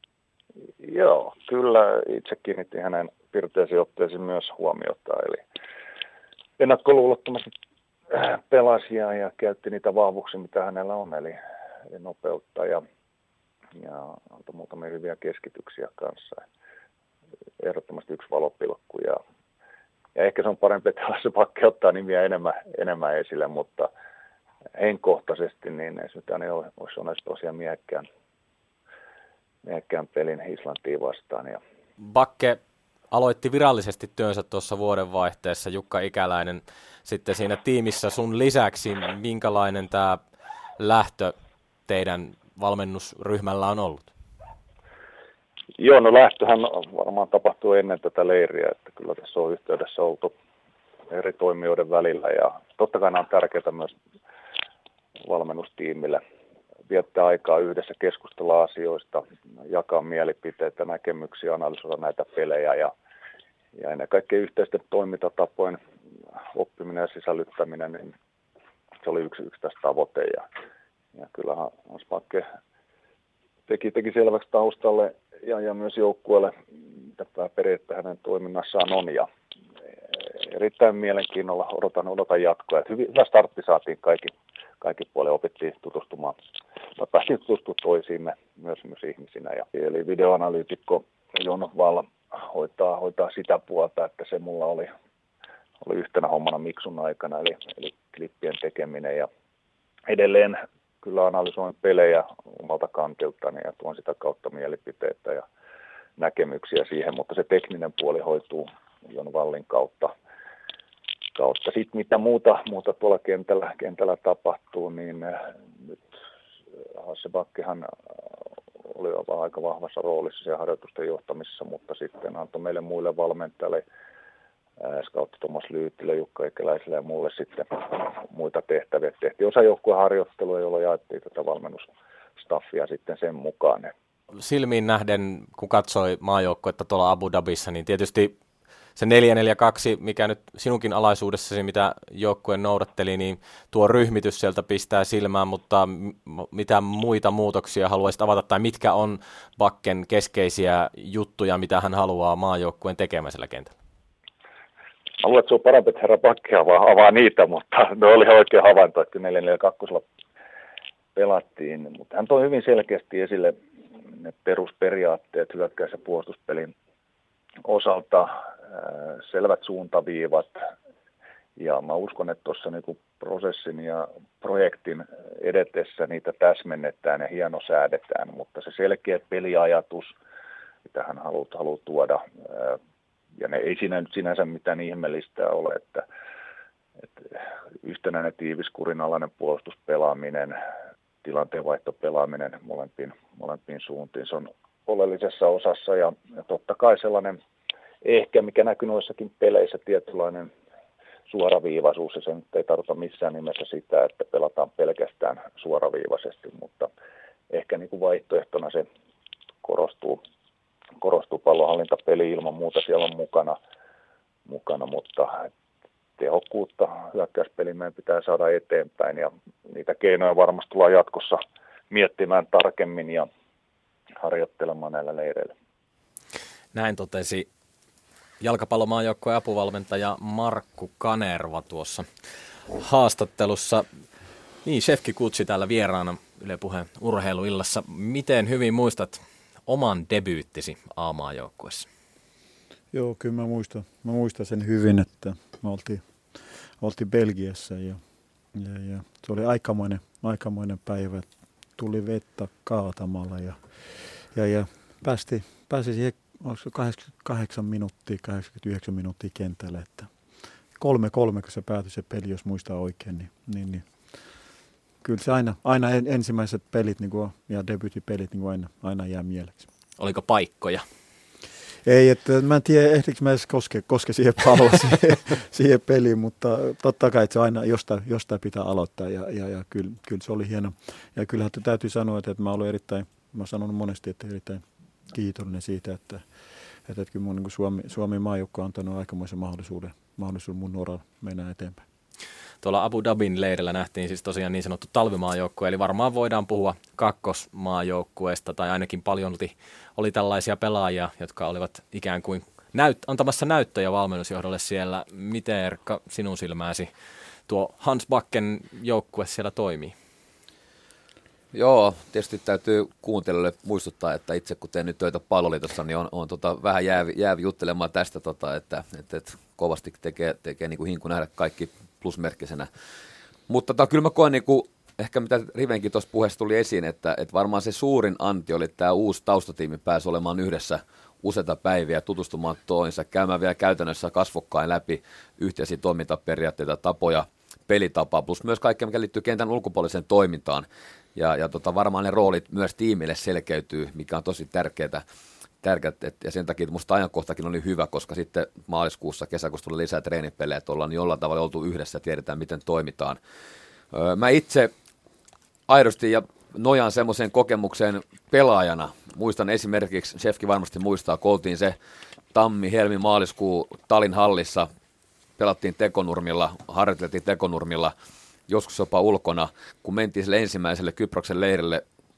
Joo, kyllä itse kiinnitin hänen pirteisiin otteisiin myös huomiota, eli ennakkoluulottomasti pelasi ja, ja käytti niitä vahvuuksia, mitä hänellä on, eli, eli nopeutta ja, ja antoi muutamia hyviä keskityksiä kanssa. Ehdottomasti yksi valopilkku ja, ja ehkä se on parempi, että se Bakke ottaa nimiä enemmän, enemmän esille, mutta henkkohtaisesti niin ei se mitään olisi onneksi tosiaan miehekkään. Miehekkään pelin Islantiin vastaan. Ja Bakke aloitti virallisesti työnsä tuossa vuodenvaihteessa. Jukka Ikäläinen sitten siinä tiimissä sun lisäksi. Minkälainen tämä lähtö teidän valmennusryhmällä on ollut? Joo, no lähtöhän varmaan tapahtuu ennen tätä leiriä, että kyllä tässä on yhteydessä oltu eri toimijoiden välillä. Ja totta kai on tärkeää myös valmennustiimille viettää aikaa yhdessä, keskustella asioista, jakaa mielipiteitä, näkemyksiä, analysoida näitä pelejä ja, ja ennen kaikkea yhteisten toimintatapojen oppiminen ja sisällyttäminen, niin se oli yksi, yksi tästä tavoite. Ja, ja kyllähän Hans Bakke teki, teki selväksi taustalle ja, ja myös joukkueelle, mitä periaatteessa hänen toiminnassaan on. Ja erittäin mielenkiinnolla odotan, odotan jatkoa. Että hyvin, hyvä startti saatiin kaikki, kaikki puolet, opittiin tutustumaan, tai päästiin tutustumaan toisiimme myös, myös ihmisinä. Ja, eli videoanalyytikko Jon Wall hoitaa, hoitaa sitä puolta, että se mulla oli, oli yhtenä hommana Miksun aikana, eli, eli klippien tekeminen. Ja edelleen kyllä analysoin pelejä omalta kantiltani ja tuon sitä kautta mielipiteitä ja näkemyksiä siihen, mutta se tekninen puoli hoituu Jon Wallin kautta. kautta. Sitten mitä muuta, muuta tuolla kentällä, kentällä tapahtuu, niin nyt Hasse Backehan oli aika vahvassa roolissa siellä harjoitusten johtamisessa, mutta sitten antoi meille muille valmentajille, scoutti Tomas Lyytilä, Jukka Ekeläiselle ja mulle sitten muita tehtäviä. Tehtiin osa joukkueharjoittelua, jolloin jaettiin tätä valmennusstaffia sitten sen mukaan. Silmiin nähden, kun katsoi maajoukkuetta tuolla Abu Dhabissa, niin tietysti se neljä neljä kaksi, mikä nyt sinunkin alaisuudessasi, mitä joukkue noudatteli, niin tuo ryhmitys sieltä pistää silmään, mutta mitä muita muutoksia haluaisit avata, tai mitkä on Backen keskeisiä juttuja, mitä hän haluaa maajoukkueen tekemäisellä kentällä? Mä luulen, että se on parempi, että herra Backe avaa, avaa niitä, mutta ne oli oikein havainto, että neljä neljä kaksi pelattiin, mutta hän toi hyvin selkeästi esille ne perusperiaatteet hyökkäys- ja puolustuspelin osalta, selvät suuntaviivat, ja mä uskon, että tuossa niinku prosessin ja projektin edetessä niitä täsmennetään ja hienosäädetään, mutta se selkeä peliajatus, mitä hän haluaa, haluaa tuoda, ja ne ei siinä nyt sinänsä mitään ihmeellistä ole, että, että yhtenäinen tiivis kurinalainen puolustuspelaaminen, tilanteenvaihtopelaaminen molempiin, molempiin suuntiin, se on oleellisessa osassa, ja, ja totta kai sellainen ehkä, mikä näkyy noissakin peleissä, tietynlainen suoraviivaisuus, ja se nyt ei tarkoita missään nimessä sitä, että pelataan pelkästään suoraviivaisesti, mutta ehkä niin kuin vaihtoehtona se korostuu, korostuu pallonhallintapeli ilman muuta, siellä on mukana, mukana mutta tehokkuutta hyökkäyspeliin meidän pitää saada eteenpäin, ja niitä keinoja varmasti tullaan jatkossa miettimään tarkemmin ja harjoittelemaan näillä leireillä. Näin totesi jalkapallomaajoukkueen apuvalmentaja Markku Kanerva tuossa haastattelussa. Niin, Shefki Kutsi täällä vieraana Yle Puheen urheiluillassa. Miten hyvin muistat oman debyyttisi A-maajoukkueessa? Joo, kyllä mä muistan, mä muistan sen hyvin, että me oltiin, oltiin Belgiassa ja, ja, ja se oli aikamoinen, aikamoinen päivä. Tuli vettä kaatamalla ja, ja, ja päästi, pääsi siihen kahdeksankymmentäkahdeksan minuuttia, kahdeksankymmentäyhdeksän minuuttia kentälle. Että kolme kolme, kun se päätyi se peli, jos muistaa oikein, niin, niin, niin kyllä se aina, aina ensimmäiset pelit niin kuin, ja debyytipelit niin aina, aina jää mieleksi. Oliko paikkoja? Ei, että mä en tiedä, ehtikö mä edes koske, koske siihen palloon, siihen, siihen peliin, mutta totta kai että se aina jostain, jostain pitää aloittaa ja, ja, ja kyllä, kyllä se oli hieno. Ja kyllähän täytyy sanoa, että, että mä olen erittäin, mä oon sanonut monesti, että erittäin kiitollinen siitä, että, että, että kyllä mun niin kuin Suomi, Suomi maajoukko on antanut aikamoisen mahdollisuuden, mahdollisuuden mun nuoralla mennä eteenpäin. Tuolla Abu Dhabin leirillä nähtiin siis tosiaan niin sanottu talvimaajoukkue, eli varmaan voidaan puhua kakkosmaajoukkueesta, tai ainakin paljon oli, oli tällaisia pelaajia, jotka olivat ikään kuin näyt, antamassa näyttöjä valmennusjohdolle siellä. Miten, Erkka, sinun silmääsi tuo Hans Backen joukkue siellä toimii? Joo, tietysti täytyy kuuntelijoille muistuttaa, että itse kun teen nyt töitä Palloliitossa, niin on, on tota, vähän jäävi, jäävi juttelemaan tästä, tota, että, että, että kovasti tekee, tekee niin kuin hinku nähdä kaikki plusmerkkisenä. Mutta tota, kyllä mä koen, niin kuin, ehkä mitä Rivenkin tuossa puheessa tuli esiin, että, että varmaan se suurin anti oli, että tämä uusi taustatiimi pääsi olemaan yhdessä useita päiviä, tutustumaan toisensa, käymään vielä käytännössä kasvokkain läpi yhteisiä toimintaperiaatteita, tapoja, pelitapaa, plus myös kaikkea, mikä liittyy kentän ulkopuoliseen toimintaan. Ja, ja tota, varmaan ne roolit myös tiimille selkeytyy, mikä on tosi tärkeää. Tärkeät, et, ja sen takia musta ajankohtakin oli hyvä, koska sitten maaliskuussa, kesäkuussa tuli lisää treenipelejä, että ollaan jollain tavalla oltu yhdessä ja tiedetään, miten toimitaan. Öö, mä itse aidosti ja nojaan semmoiseen kokemukseen pelaajana. Muistan esimerkiksi, Shefki varmasti muistaa, kun oltiin se tammi, helmi, maaliskuu Talin hallissa, pelattiin tekonurmilla, harjoiteltiin tekonurmilla, joskus jopa ulkona, kun mentiin sille ensimmäiselle Kyproksen leirille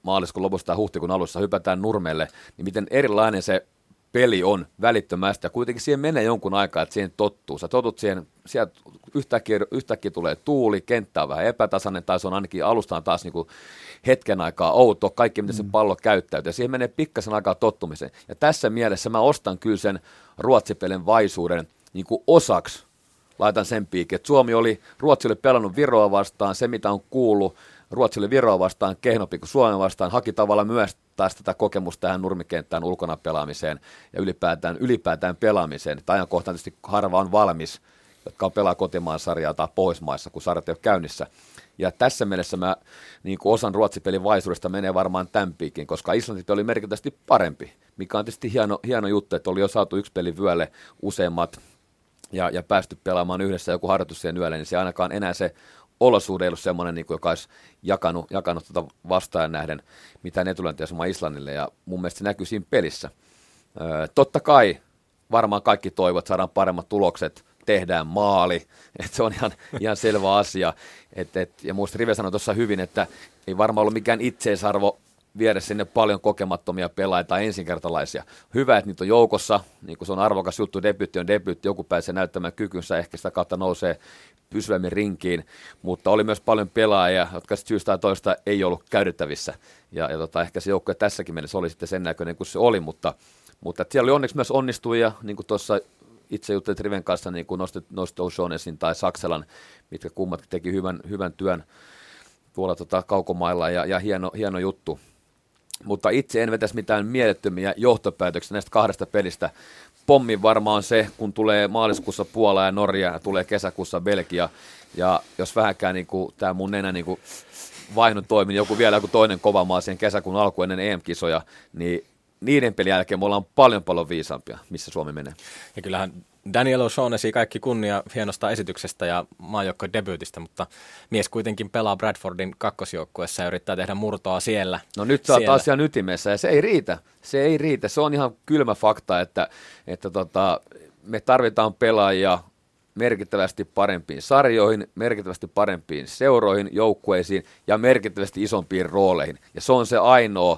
maaliskuun lopussa tai huhtikuun alussa hypätään Nurmelle, niin miten erilainen se peli on välittömästi, ja kuitenkin siihen menee jonkun aikaa, että siihen tottuu. Sä totut siihen, sieltä yhtäkkiä, yhtäkkiä tulee tuuli, kenttä on vähän epätasainen, tai se on ainakin alustaan taas niin kuin hetken aikaa outo, kaikki miten se pallo käyttäytyy, ja siihen menee pikkasen aikaa tottumiseen. Ja tässä mielessä mä ostan kyllä sen Ruotsipelin vaisuuden niin kuin osaksi, laitan sen piikin, että Suomi oli, Ruotsi oli pelannut Viroa vastaan, se mitä on kuullut, Ruotsi oli Viroa vastaan kehnompi kuin Suomen vastaan, haki tavallaan myös taas tätä kokemusta tähän nurmikenttään ulkona pelaamiseen ja ylipäätään, ylipäätään pelaamiseen. Että ajankohtaan tietysti harva on valmis, jotka on pelaa kotimaan sarjaa tai Pohjoismaissa, kun sarjat ei ole käynnissä. Ja tässä mielessä mä niin kuin osan Ruotsi-pelin vaisuudesta menee varmaan tämän piikin, koska Islanti oli merkittävästi parempi, mikä on tietysti hieno, hieno juttu, että oli jo saatu yksi peli vyölle useammat ja, ja päästy pelaamaan yhdessä joku harjoitus siihen yölle, niin se ainakaan enää se olosuhde ei ollut semmoinen, niin kuin, joka olisi jakanut, jakanut tuota vastaajan nähden mitään etulyöntiasemaa Islannille, ja mun mielestä se näkyy siinä pelissä. Öö, totta kai varmaan kaikki toivovat, että saadaan paremmat tulokset, tehdään maali, että se on ihan, ihan selvä asia. Et, et, ja muista Rive sanoi tuossa hyvin, että ei varmaan ollut mikään itseisarvo viedä sinne paljon kokemattomia pelaajia tai ensinkertalaisia. Hyvä, että niitä on joukossa, niin kuin se on arvokas juttu, debyytti on debyytti, joku pääsee näyttämään kykynsä, ehkä sitä kautta nousee pysyvämmin rinkiin, mutta oli myös paljon pelaajia, jotka syystä tai toista ei ollut käytettävissä, ja, ja tota, ehkä se joukkue tässäkin mielessä oli sitten sen näköinen kuin se oli, mutta, mutta siellä oli onneksi myös onnistujia, niin kuin tuossa itse juttelit Riven kanssa, niin kuin nostit, nostit O'Shaughnessin tai Sakselan, mitkä kummatkin teki hyvän, hyvän työn tuolla tota, kaukomailla, ja, ja hieno, hieno juttu. Mutta itse en vetäisi mitään mielettömiä johtopäätöksiä näistä kahdesta pelistä. Pommi varmaan se, kun tulee maaliskuussa Puola ja Norja ja tulee kesäkuussa Belgia. Ja jos vähänkään niin tämä mun nenä niin vaihnon toimin, joku vielä joku toinen kova maa siihen kesäkuun alku ennen E M-kisoja, niin niiden pelin jälkeen me ollaan paljon paljon viisaampia, missä Suomi menee. Ja kyllähän Daniel O'Shaughnessy kaikki kunnia hienosta esityksestä ja maajoukkojen debyytistä, mutta mies kuitenkin pelaa Bradfordin kakkosjoukkueessa ja yrittää tehdä murtoa siellä. No nyt sä oot asian ytimessä ja se ei riitä. Se ei riitä. Se on ihan kylmä fakta, että, että tota, me tarvitaan pelaajia merkittävästi parempiin sarjoihin, merkittävästi parempiin seuroihin, joukkueisiin ja merkittävästi isompiin rooleihin. Ja se on se ainoa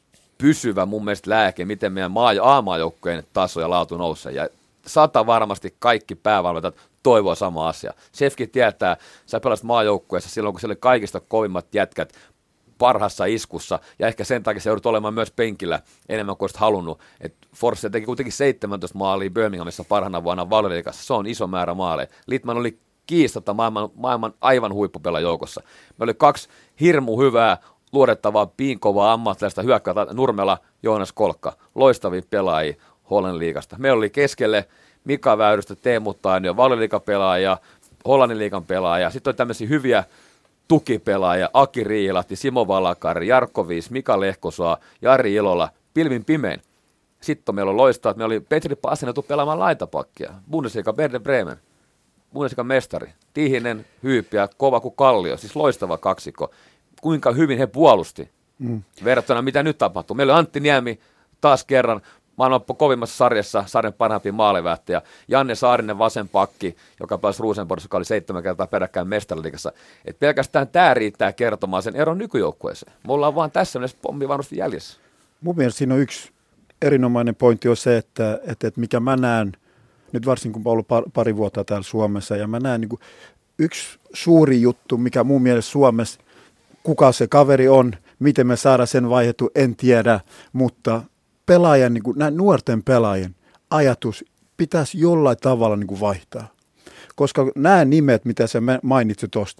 pysyvä mun mielestä lääke, miten meidän maa- A-maajoukkojen taso ja laatu nousee. Ja sata varmasti kaikki päävalmentajat toivoo sama asia. Sefkin tietää, sä pelasit maajoukkueessa silloin, kun siellä oli kaikista kovimmat jätkät parhaassa iskussa, ja ehkä sen takia se joudut olemaan myös penkillä enemmän kuin olisit halunnut. Forsse teki kuitenkin seitsemäntoista maalia Birminghamissa parhaana vuonna Valioliigassa. Se on iso määrä maaleja. Littman oli kiistatta maailman, maailman aivan huippupelaa joukossa. Me oli kaksi hirmu hyvää, luodettavaa, piinkovaa ammattilaista hyökkäätä Nurmela, Joonas Kolkka. Loistavia pelaajia Hollannin liigasta. Meillä oli keskelle Mika Väyrystä, Teemu Tainio, Valioliigan pelaaja, Hollannin liigan pelaaja. Sitten oli tämmöisiä hyviä tukipelaajia, Aki Riilahti, Simo Valakari, Jarkko Viis, Mika Lehkosoa, Jari Ilola, pilvin pimein. Sitten meillä on loistaa, että meillä oli Petri asennettu pelaamaan laitapakkia, Bundesliga Werder Bremen, Bundesliga mestari, Tihinen, Hyyppiä, kova kuin kallio, siis loistava kaksikko. Kuinka hyvin he puolusti mm. verrattuna mitä nyt tapahtuu. Meillä oli Antti Niemi taas kerran maailman kovimmassa sarjassa, sarjan parhaimpia maalivähtiä. Janne Saarinen vasen pakki, joka pääsi Rosenborgissa, joka oli seitsemän kertaa peräkkäin mestariliigassa. Et pelkästään tämä riittää kertomaan sen eron nykyjoukkueeseen. Me ollaan vaan tässä mielessä pommi varmasti jäljessä. Mun mielestä siinä on yksi erinomainen pointti on se, että, että, että mikä mä näen, nyt varsinkin kun mä oon ollut pari vuotta täällä Suomessa, ja mä näen niin kuin yksi suuri juttu, mikä mun mielestä Suomessa, kuka se kaveri on, miten me saadaan sen vaihdettu, en tiedä, mutta pelaajan, niin kuin, näin nuorten pelaajien ajatus pitäisi jollain tavalla niin kuin vaihtaa. Koska nämä nimet, mitä sä mainitsit tuosta,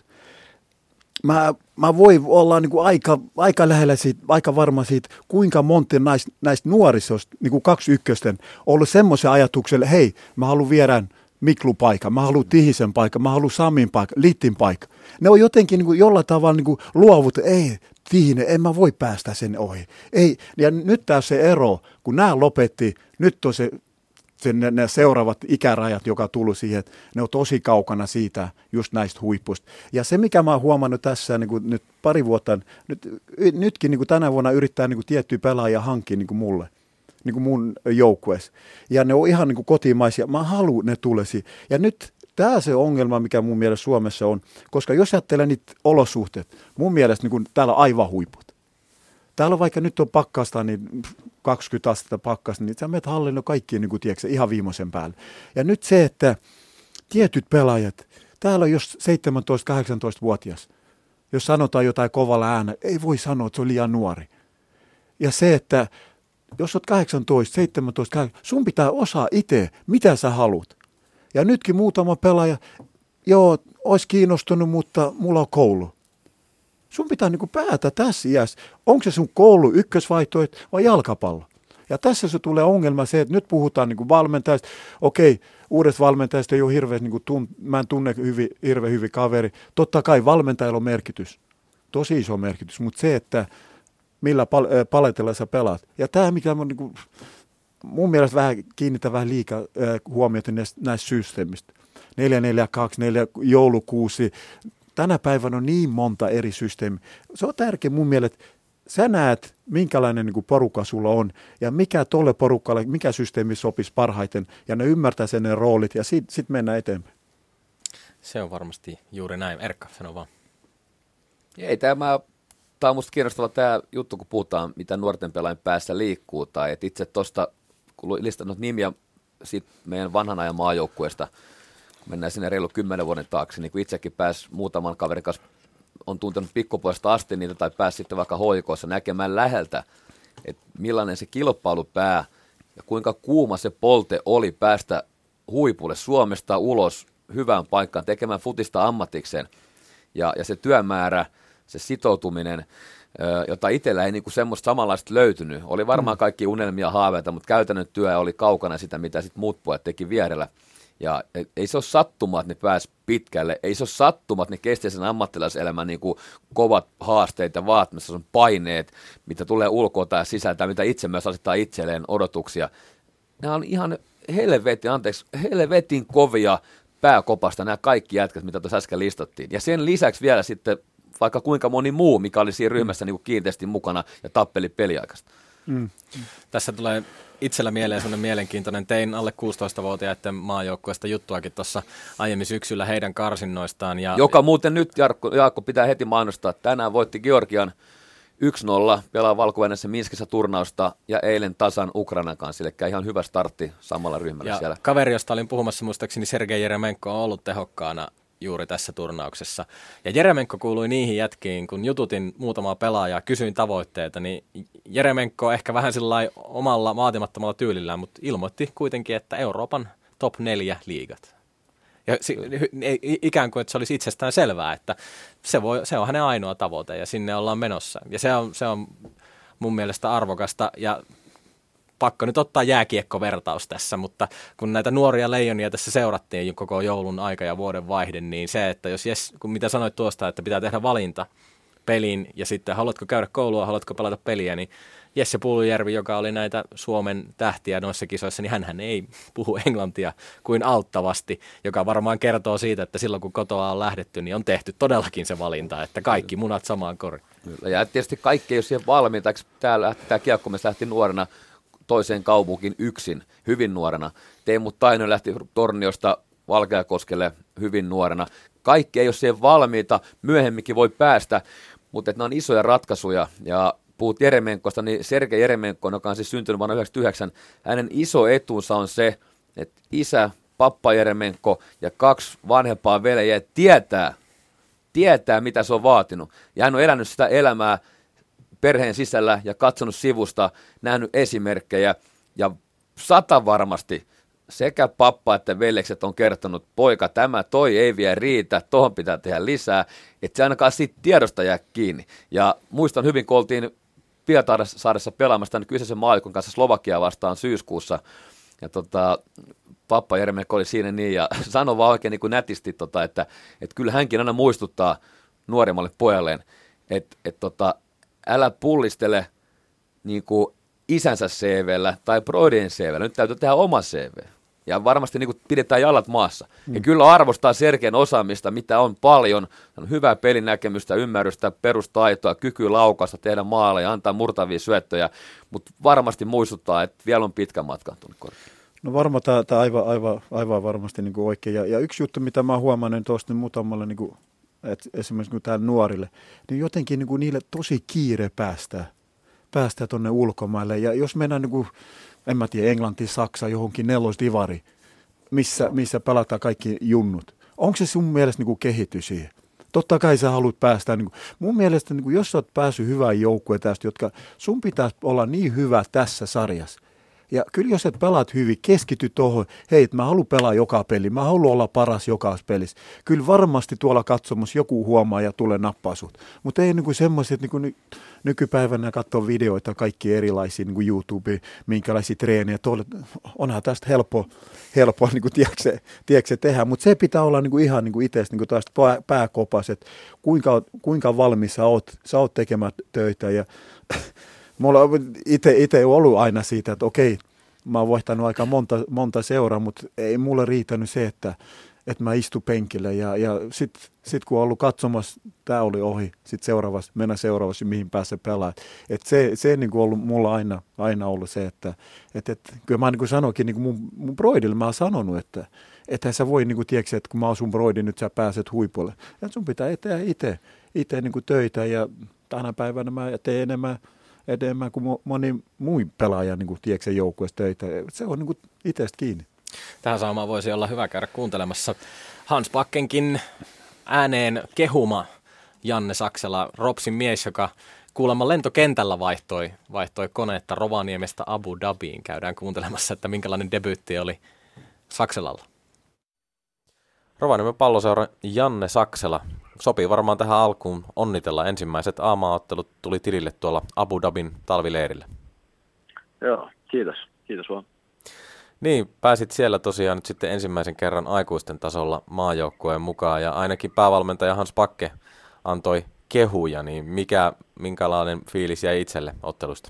mä, mä voin olla niin kuin aika, aika lähellä siitä, aika varma siitä, kuinka monta näistä, näistä nuorisosta, niin kuin kaksi ykkösten, on ollut semmoisen ajatukselle, hei, mä haluan viedä Miklu-paikka, mä haluan Tihisen paikka, mä haluan Samin paikka, Littin paikka. Ne on jotenkin niin kuin jollain tavalla niin kuin luovut, ei, Tihinen, en mä voi päästä sen ohi. Ei. Ja nyt tässä se ero, kun nämä lopetti, nyt on se, se ne, ne seuraavat ikärajat, joka tuli siihen, että ne on tosi kaukana siitä, just näistä huippuista. Ja se, mikä mä oon huomannut tässä niin kuin nyt pari vuotta, nyt, nytkin niin kuin tänä vuonna yrittää niin kuin tiettyjä pelaajia hankkia niin kuin mulle. Niin kuin mun joukkueessa. Ja ne on ihan niin kuin kotimaisia. Mä haluan, ne tulisi. Ja nyt tämä se ongelma, mikä mun mielestä Suomessa on. Koska jos ajattelee niitä olosuhteet, mun mielestä niin kuin täällä on aivan huiput. Täällä on vaikka nyt on pakkasta, niin kaksikymmentä astetta pakkasta, niin sä menet hallille kaikkiin niin kuin, tiedätkö, ihan viimeisen päälle. Ja nyt se, että tietyt pelaajat, täällä on jos seitsemäntoista-kahdeksantoista-vuotias, jos sanotaan jotain kovalla äänellä, ei voi sanoa, että se on liian nuori. Ja se, että jos olet kahdeksantoista, seitsemäntoista, kahdeksantoista, sun pitää osaa itse, mitä sä haluat. Ja nytkin muutama pelaaja, joo, olisi kiinnostunut, mutta mulla on koulu. Sun pitää niin kuin päätä tässä iässä, onko se sun koulu ykkösvaihtoehto vai jalkapallo. Ja tässä se tulee ongelma se, että nyt puhutaan niin kuin valmentajista. Okei, uudesta valmentajista ei ole hirveän, niin kuin tun, mä en tunne hyvin, hirveän hyvin kaveri. Totta kai valmentajalla on merkitys, tosi iso merkitys, mutta se, että millä pal- paletilla sä pelaat. Ja tämä, mikä on niin kuin, mun mielestä vähän kiinnittää vähän liikaa äh, huomiota näistä, näistä systeemistä. neljä neljä kaksi, neljä joulukuusi. Tänä päivänä on niin monta eri systeemiä. Se on tärkeä mun mielestä, sä näet, minkälainen niin kuin porukka sulla on ja mikä tolle porukalle, mikä systeemi sopisi parhaiten ja ne ymmärtää sen ne roolit ja sitten sit mennään eteenpäin. Se on varmasti juuri näin. Erkka, sano vaan. Ei, tämä, tämä on musta kiinnostava tämä juttu, kun puhutaan, mitä nuorten pelaajien päässä liikkuu. Tai et itse tuosta, kun listannut nimiä siitä meidän vanhan ajan maajoukkueesta, kun mennään sinne reilu kymmenen vuoden taakse, niin kun itsekin pääsi muutaman kaverin kanssa, on tuntenut pikkupoista asti niitä tai pääsi sitten vaikka H I K:ssa näkemään läheltä, että millainen se kilpailupää ja kuinka kuuma se polte oli päästä huipulle Suomesta ulos hyvään paikkaan tekemään futista ammatikseen. Ja, ja se työmäärä, se sitoutuminen, jota itsellä ei niinku semmoista samanlaista löytynyt. Oli varmaan kaikki unelmia, haaveita, mutta käytännön työ oli kaukana sitä, mitä sitten muut pojat teki vierellä. Ja ei se ole sattuma, että ne pääsi pitkälle. Ei se ole sattuma, että ne kesti sen ammattilaiselämän niin kuin kovat haasteet ja vaatimassa on paineet, mitä tulee ulkoa tai sisältä, mitä itse myös asettaa itselleen odotuksia. Nämä on ihan helvetin, anteeksi, helvetin kovia pääkopasta nämä kaikki jätkät, mitä tuossa äsken listattiin. Ja sen lisäksi vielä sitten vaikka kuinka moni muu, mikä oli siinä ryhmässä niin kuin kiinteästi mukana ja tappeli peliaikasta. Mm. Tässä tulee itsellä mieleen sellainen mielenkiintoinen, tein alle kuusitoistavuotiaiden maajoukkueesta juttuakin tuossa aiemmin syksyllä heidän karsinnoistaan. Ja joka muuten nyt, Jarkko, Jaakko, pitää heti mainostaa, että tänään voitti Georgian yksi nolla, pelaa Valko-Venäjässä Minskissä turnausta ja eilen tasan Ukrainan kanssa, eli ihan hyvä startti samalla ryhmällä ja siellä. Kaveri, josta olin puhumassa muistaakseni, Sergei Jeremenko on ollut tehokkaana juuri tässä turnauksessa. Ja Jeremenko kuului niihin jätkiin, kun jututin muutamaa pelaajaa, kysyin tavoitteita, niin Jeremenko ehkä vähän sillä omalla vaatimattomalla tyylillään, mutta ilmoitti kuitenkin, että Euroopan top neljä liigat. Ja ikään kuin, että se olisi itsestään selvää, että se, voi, se on hänen ainoa tavoite ja sinne ollaan menossa. Ja se on, se on mun mielestä arvokasta ja pakko nyt ottaa jääkiekkovertaus tässä, mutta kun näitä nuoria leijonia tässä seurattiin koko joulun aika ja vuoden vaihde, niin se, että jos jes, kun mitä sanoit tuosta, että pitää tehdä valinta peliin ja sitten haluatko käydä koulua, haluatko pelata peliä, niin Jesse Puljujärvi, joka oli näitä Suomen tähtiä noissa kisoissa, niin hänhän ei puhu englantia kuin auttavasti, joka varmaan kertoo siitä, että silloin kun kotoa on lähdetty, niin on tehty todellakin se valinta, että kaikki munat samaan koriin. Ja tietysti kaikki ei ole siihen valmiita. Täällä tämä kiekkomies lähti nuorena toiseen kaupunkiin yksin, hyvin nuorena. Teemu Taino lähti Torniosta Valkeakoskelle hyvin nuorena. Kaikki ei ole siihen valmiita, myöhemminkin voi päästä, mutta nämä on isoja ratkaisuja. Ja puhut Jeremenkosta, niin Sergei Jeremenko, joka on siis syntynyt vuonna yhdeksänkymmentäyhdeksän, hänen iso etunsa on se, että isä, pappa Jeremenko ja kaksi vanhempaa veljeä tietää, tietää, mitä se on vaatinut. Ja hän on elänyt sitä elämää perheen sisällä ja katsonut sivusta, nähnyt esimerkkejä ja sata varmasti sekä pappa että veljekset on kertonut, poika, tämä toi ei vielä riitä, tohon pitää tehdä lisää, että se ainakaan siitä tiedosta jää kiinni. Ja muistan hyvin, kun oltiin Pietarsaaressa pelaamassa tämän kyseisen maajoukkueen kanssa Slovakia vastaan syyskuussa, ja tota, pappa Jeremenko oli siinä niin, ja sanoi vaan oikein niin kuin nätisti, tota, että, että kyllä hänkin aina muistuttaa nuoremmalle pojalleen, että, että tota, älä pullistele niin kuin isänsä C V:llä tai broidien C V:llä, nyt täytyy tehdä oma C V. Ja varmasti niin kuin pidetään jalat maassa. Mm. Ja kyllä arvostaa Sergein osaamista, mitä on paljon. On hyvää pelinäkemystä, ymmärrystä, perustaitoa, kykyä laukasta, tehdä maaleja, antaa murtavia syöttöjä. Mutta varmasti muistuttaa, että vielä on pitkä matka tuonne korkealle. No varmaan tämä, tämä aivan, aivan, aivan varmasti niin kuin oikein. Ja, ja yksi juttu, mitä mä oon huomannut tuosta niin muutamalle, niin kuin, että esimerkiksi niin täällä nuorille, niin jotenkin niin kuin niille tosi kiire päästää. päästä tuonne ulkomaille. Ja jos mennään, niin kuin, en mä tiedä, Englanti, Saksa, johonkin nelosdivari, missä, missä pelataan kaikki junnut. Onko se sun mielestä niin kuin kehitys siihen? Totta kai sä haluat päästä, niin kuin, mun mielestä niin kuin, jos sä oot päässyt hyvään joukkueen tästä, jotka sun pitäisi olla niin hyvä tässä sarjassa. Ja kyllä jos et pelaat hyvin, keskity tuohon, hei, mä haluan pelaa joka peli, mä haluan olla paras joka pelissä. Kyllä varmasti tuolla katsomassa joku huomaa ja tulee nappaa sut. Mutta ei niin semmoiset, niin ny, nykypäivänä katsoo videoita, kaikki erilaisia niin YouTube, minkälaisia treenejä. Tuolla, onhan tästä helppo, helppo niin tiedätkö, tiedätkö tehdä, mutta se pitää olla niin ihan niin itse niin taas pääkopas, että kuinka, kuinka valmis sä oot, sä oot tekemään töitä. Ja mulla on itse ollut aina siitä, että okei, mä oon voittanut aika monta, monta seuraa, mutta ei mulle riittänyt se, että, että mä istun penkille. Ja, ja sitten sit kun on ollut katsomassa, tää oli ohi, sitten seuraavassa, mennä seuraavassa, mihin pääsee pelaamaan. Että se, se niin kuin ollut mulla aina, aina ollut se, että et, et, kyllä mä niin kuin sanoinkin, niin kuin mun, mun broidille mä oon sanonut, että ethän sä voi, niin kuin tiedätkö, että kun mä oon sun broidi, nyt sä pääset huipulle. Että sun pitää tehdä itse, itse niin kuin töitä ja tänä päivänä mä teen enemmän, enemmän kuin moni muu pelaaja niin kuin, tiedätkö, joukkueessa töitä. Se on niin kuin itsestä kiinni. Tähän saamaan voisi olla hyvä käydä kuuntelemassa Hans Backenkin ääneen kehuma Janne Saksela, Ropsin mies, joka kuulemma lentokentällä vaihtoi, vaihtoi koneetta Rovaniemestä Abu Dhabiin. Käydään kuuntelemassa, että minkälainen debyytti oli Sakselalla. Rovaniemen Palloseura Janne Saksela. Sopii varmaan tähän alkuun onnitella. Ensimmäiset A M A-ottelut tuli tilille tuolla Abu Dhabin talvileirillä. Joo, kiitos. Kiitos vaan. Niin, pääsit siellä tosiaan nyt sitten ensimmäisen kerran aikuisten tasolla maajoukkueen mukaan. Ja ainakin päävalmentaja Hans Backe antoi kehuja. Niin mikä, minkälainen fiilis jäi itselle ottelusta?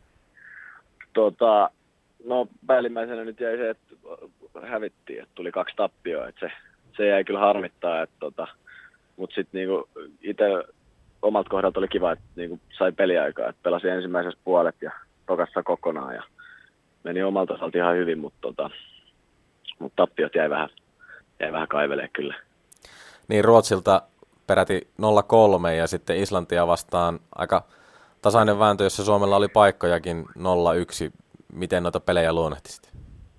Tota, no päällimmäisenä nyt jäi se, että hävittiin. Että tuli kaksi tappioa. Että se, se jäi kyllä harmittaa, että tota, mutta sitten niinku itse omalta kohdalta oli kiva, että niinku sai peliaikaa, että pelasin ensimmäisessä puolet ja tokassa kokonaan ja meni omalta osalta ihan hyvin, mutta tota, mut tappiot jäi vähän, jäi vähän kaivelee kyllä. Niin Ruotsilta peräti nolla kolme ja sitten Islantia vastaan aika tasainen vääntö, jossa Suomella oli paikkojakin nolla yksi. Miten noita pelejä luonnehtisit?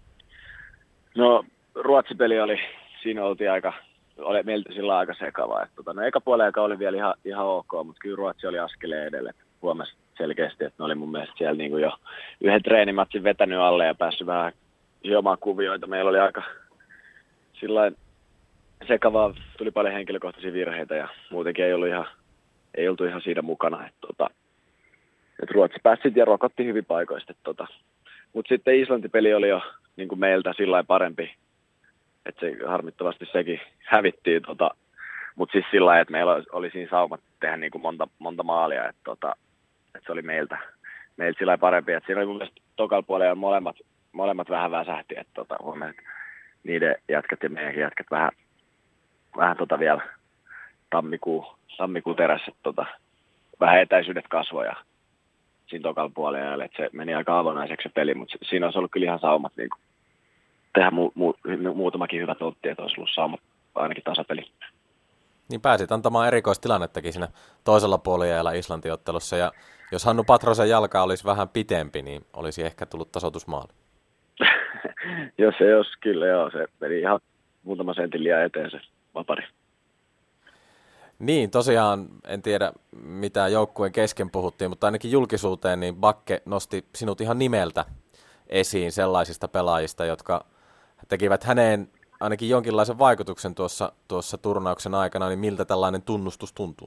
No Ruotsi-peli oli, siinä oltiin aika... Oli meiltä sillä aika sekavaa. Että, tota, no, eka puolen aika oli vielä ihan, ihan ok, mutta kyllä Ruotsi oli askeleen edelle. Huomasi selkeästi, että ne oli mun mielestä siellä niin kuin jo yhden treenimatsin vetänyt alle ja päässyt vähän hiomaan kuvioita. Meillä oli aika sillain sekavaa, tuli paljon henkilökohtaisia virheitä ja muutenkin ei ollut ihan, ei oltu ihan siinä mukana. Että, tota, että Ruotsi pääsi ja rokotti hyvin paikoista. Tota. Mutta sitten Islanti-peli oli jo niin kuin meiltä sillain parempi. Että se harmittavasti sekin hävittiin, tota, mutta siis sillä lailla, että meillä oli siinä saumat tehdä niin kuin monta, monta maalia, että tota, et se oli meiltä, meiltä sillä lailla parempi. Et siinä oli mun mielestä tokalla puolella molemmat, molemmat vähän väsähti, että tota, huomioon, että niiden jätkät ja meidänkin jätkät vähän, vähän tota vielä tammikuu, tammikuu terässä, tota, vähän etäisyydet kasvoja siinä tokalla puolella, että se meni aika avonaiseksi se peli, mutta siinä olisi ollut kyllä ihan saumat niin kuin tehdä mu- mu- muutamakin hyvä tontti, että olisi ollut saumat ainakin tasapeli. Niin pääsit antamaan erikoistilannettakin siinä toisella puolella Islanti-ottelussa, ja jos Hannu Patrosen jalka olisi vähän pitempi, niin olisi ehkä tullut tasoitusmaali. Jos se jos kyllä joo, se meni ihan muutama sentin liian eteen se vapari. Niin, tosiaan en tiedä mitä joukkueen kesken puhuttiin, mutta ainakin julkisuuteen niin Backe nosti sinut ihan nimeltä esiin sellaisista pelaajista, jotka tekivät häneen ainakin jonkinlaisen vaikutuksen tuossa, tuossa turnauksen aikana, niin miltä tällainen tunnustus tuntuu?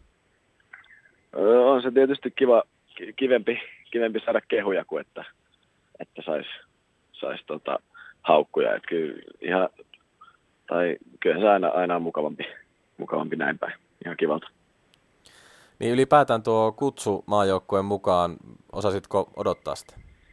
On se tietysti kiva, kivempi, kivempi saada kehuja kuin että, että saisi sais tota, haukkuja. Et kyllä, ihan, tai kyllä se aina, aina on mukavampi, mukavampi näin päin. Ihan kivalta. Niin ylipäätään tuo kutsu maajoukkueen mukaan, osasitko odottaa sitä?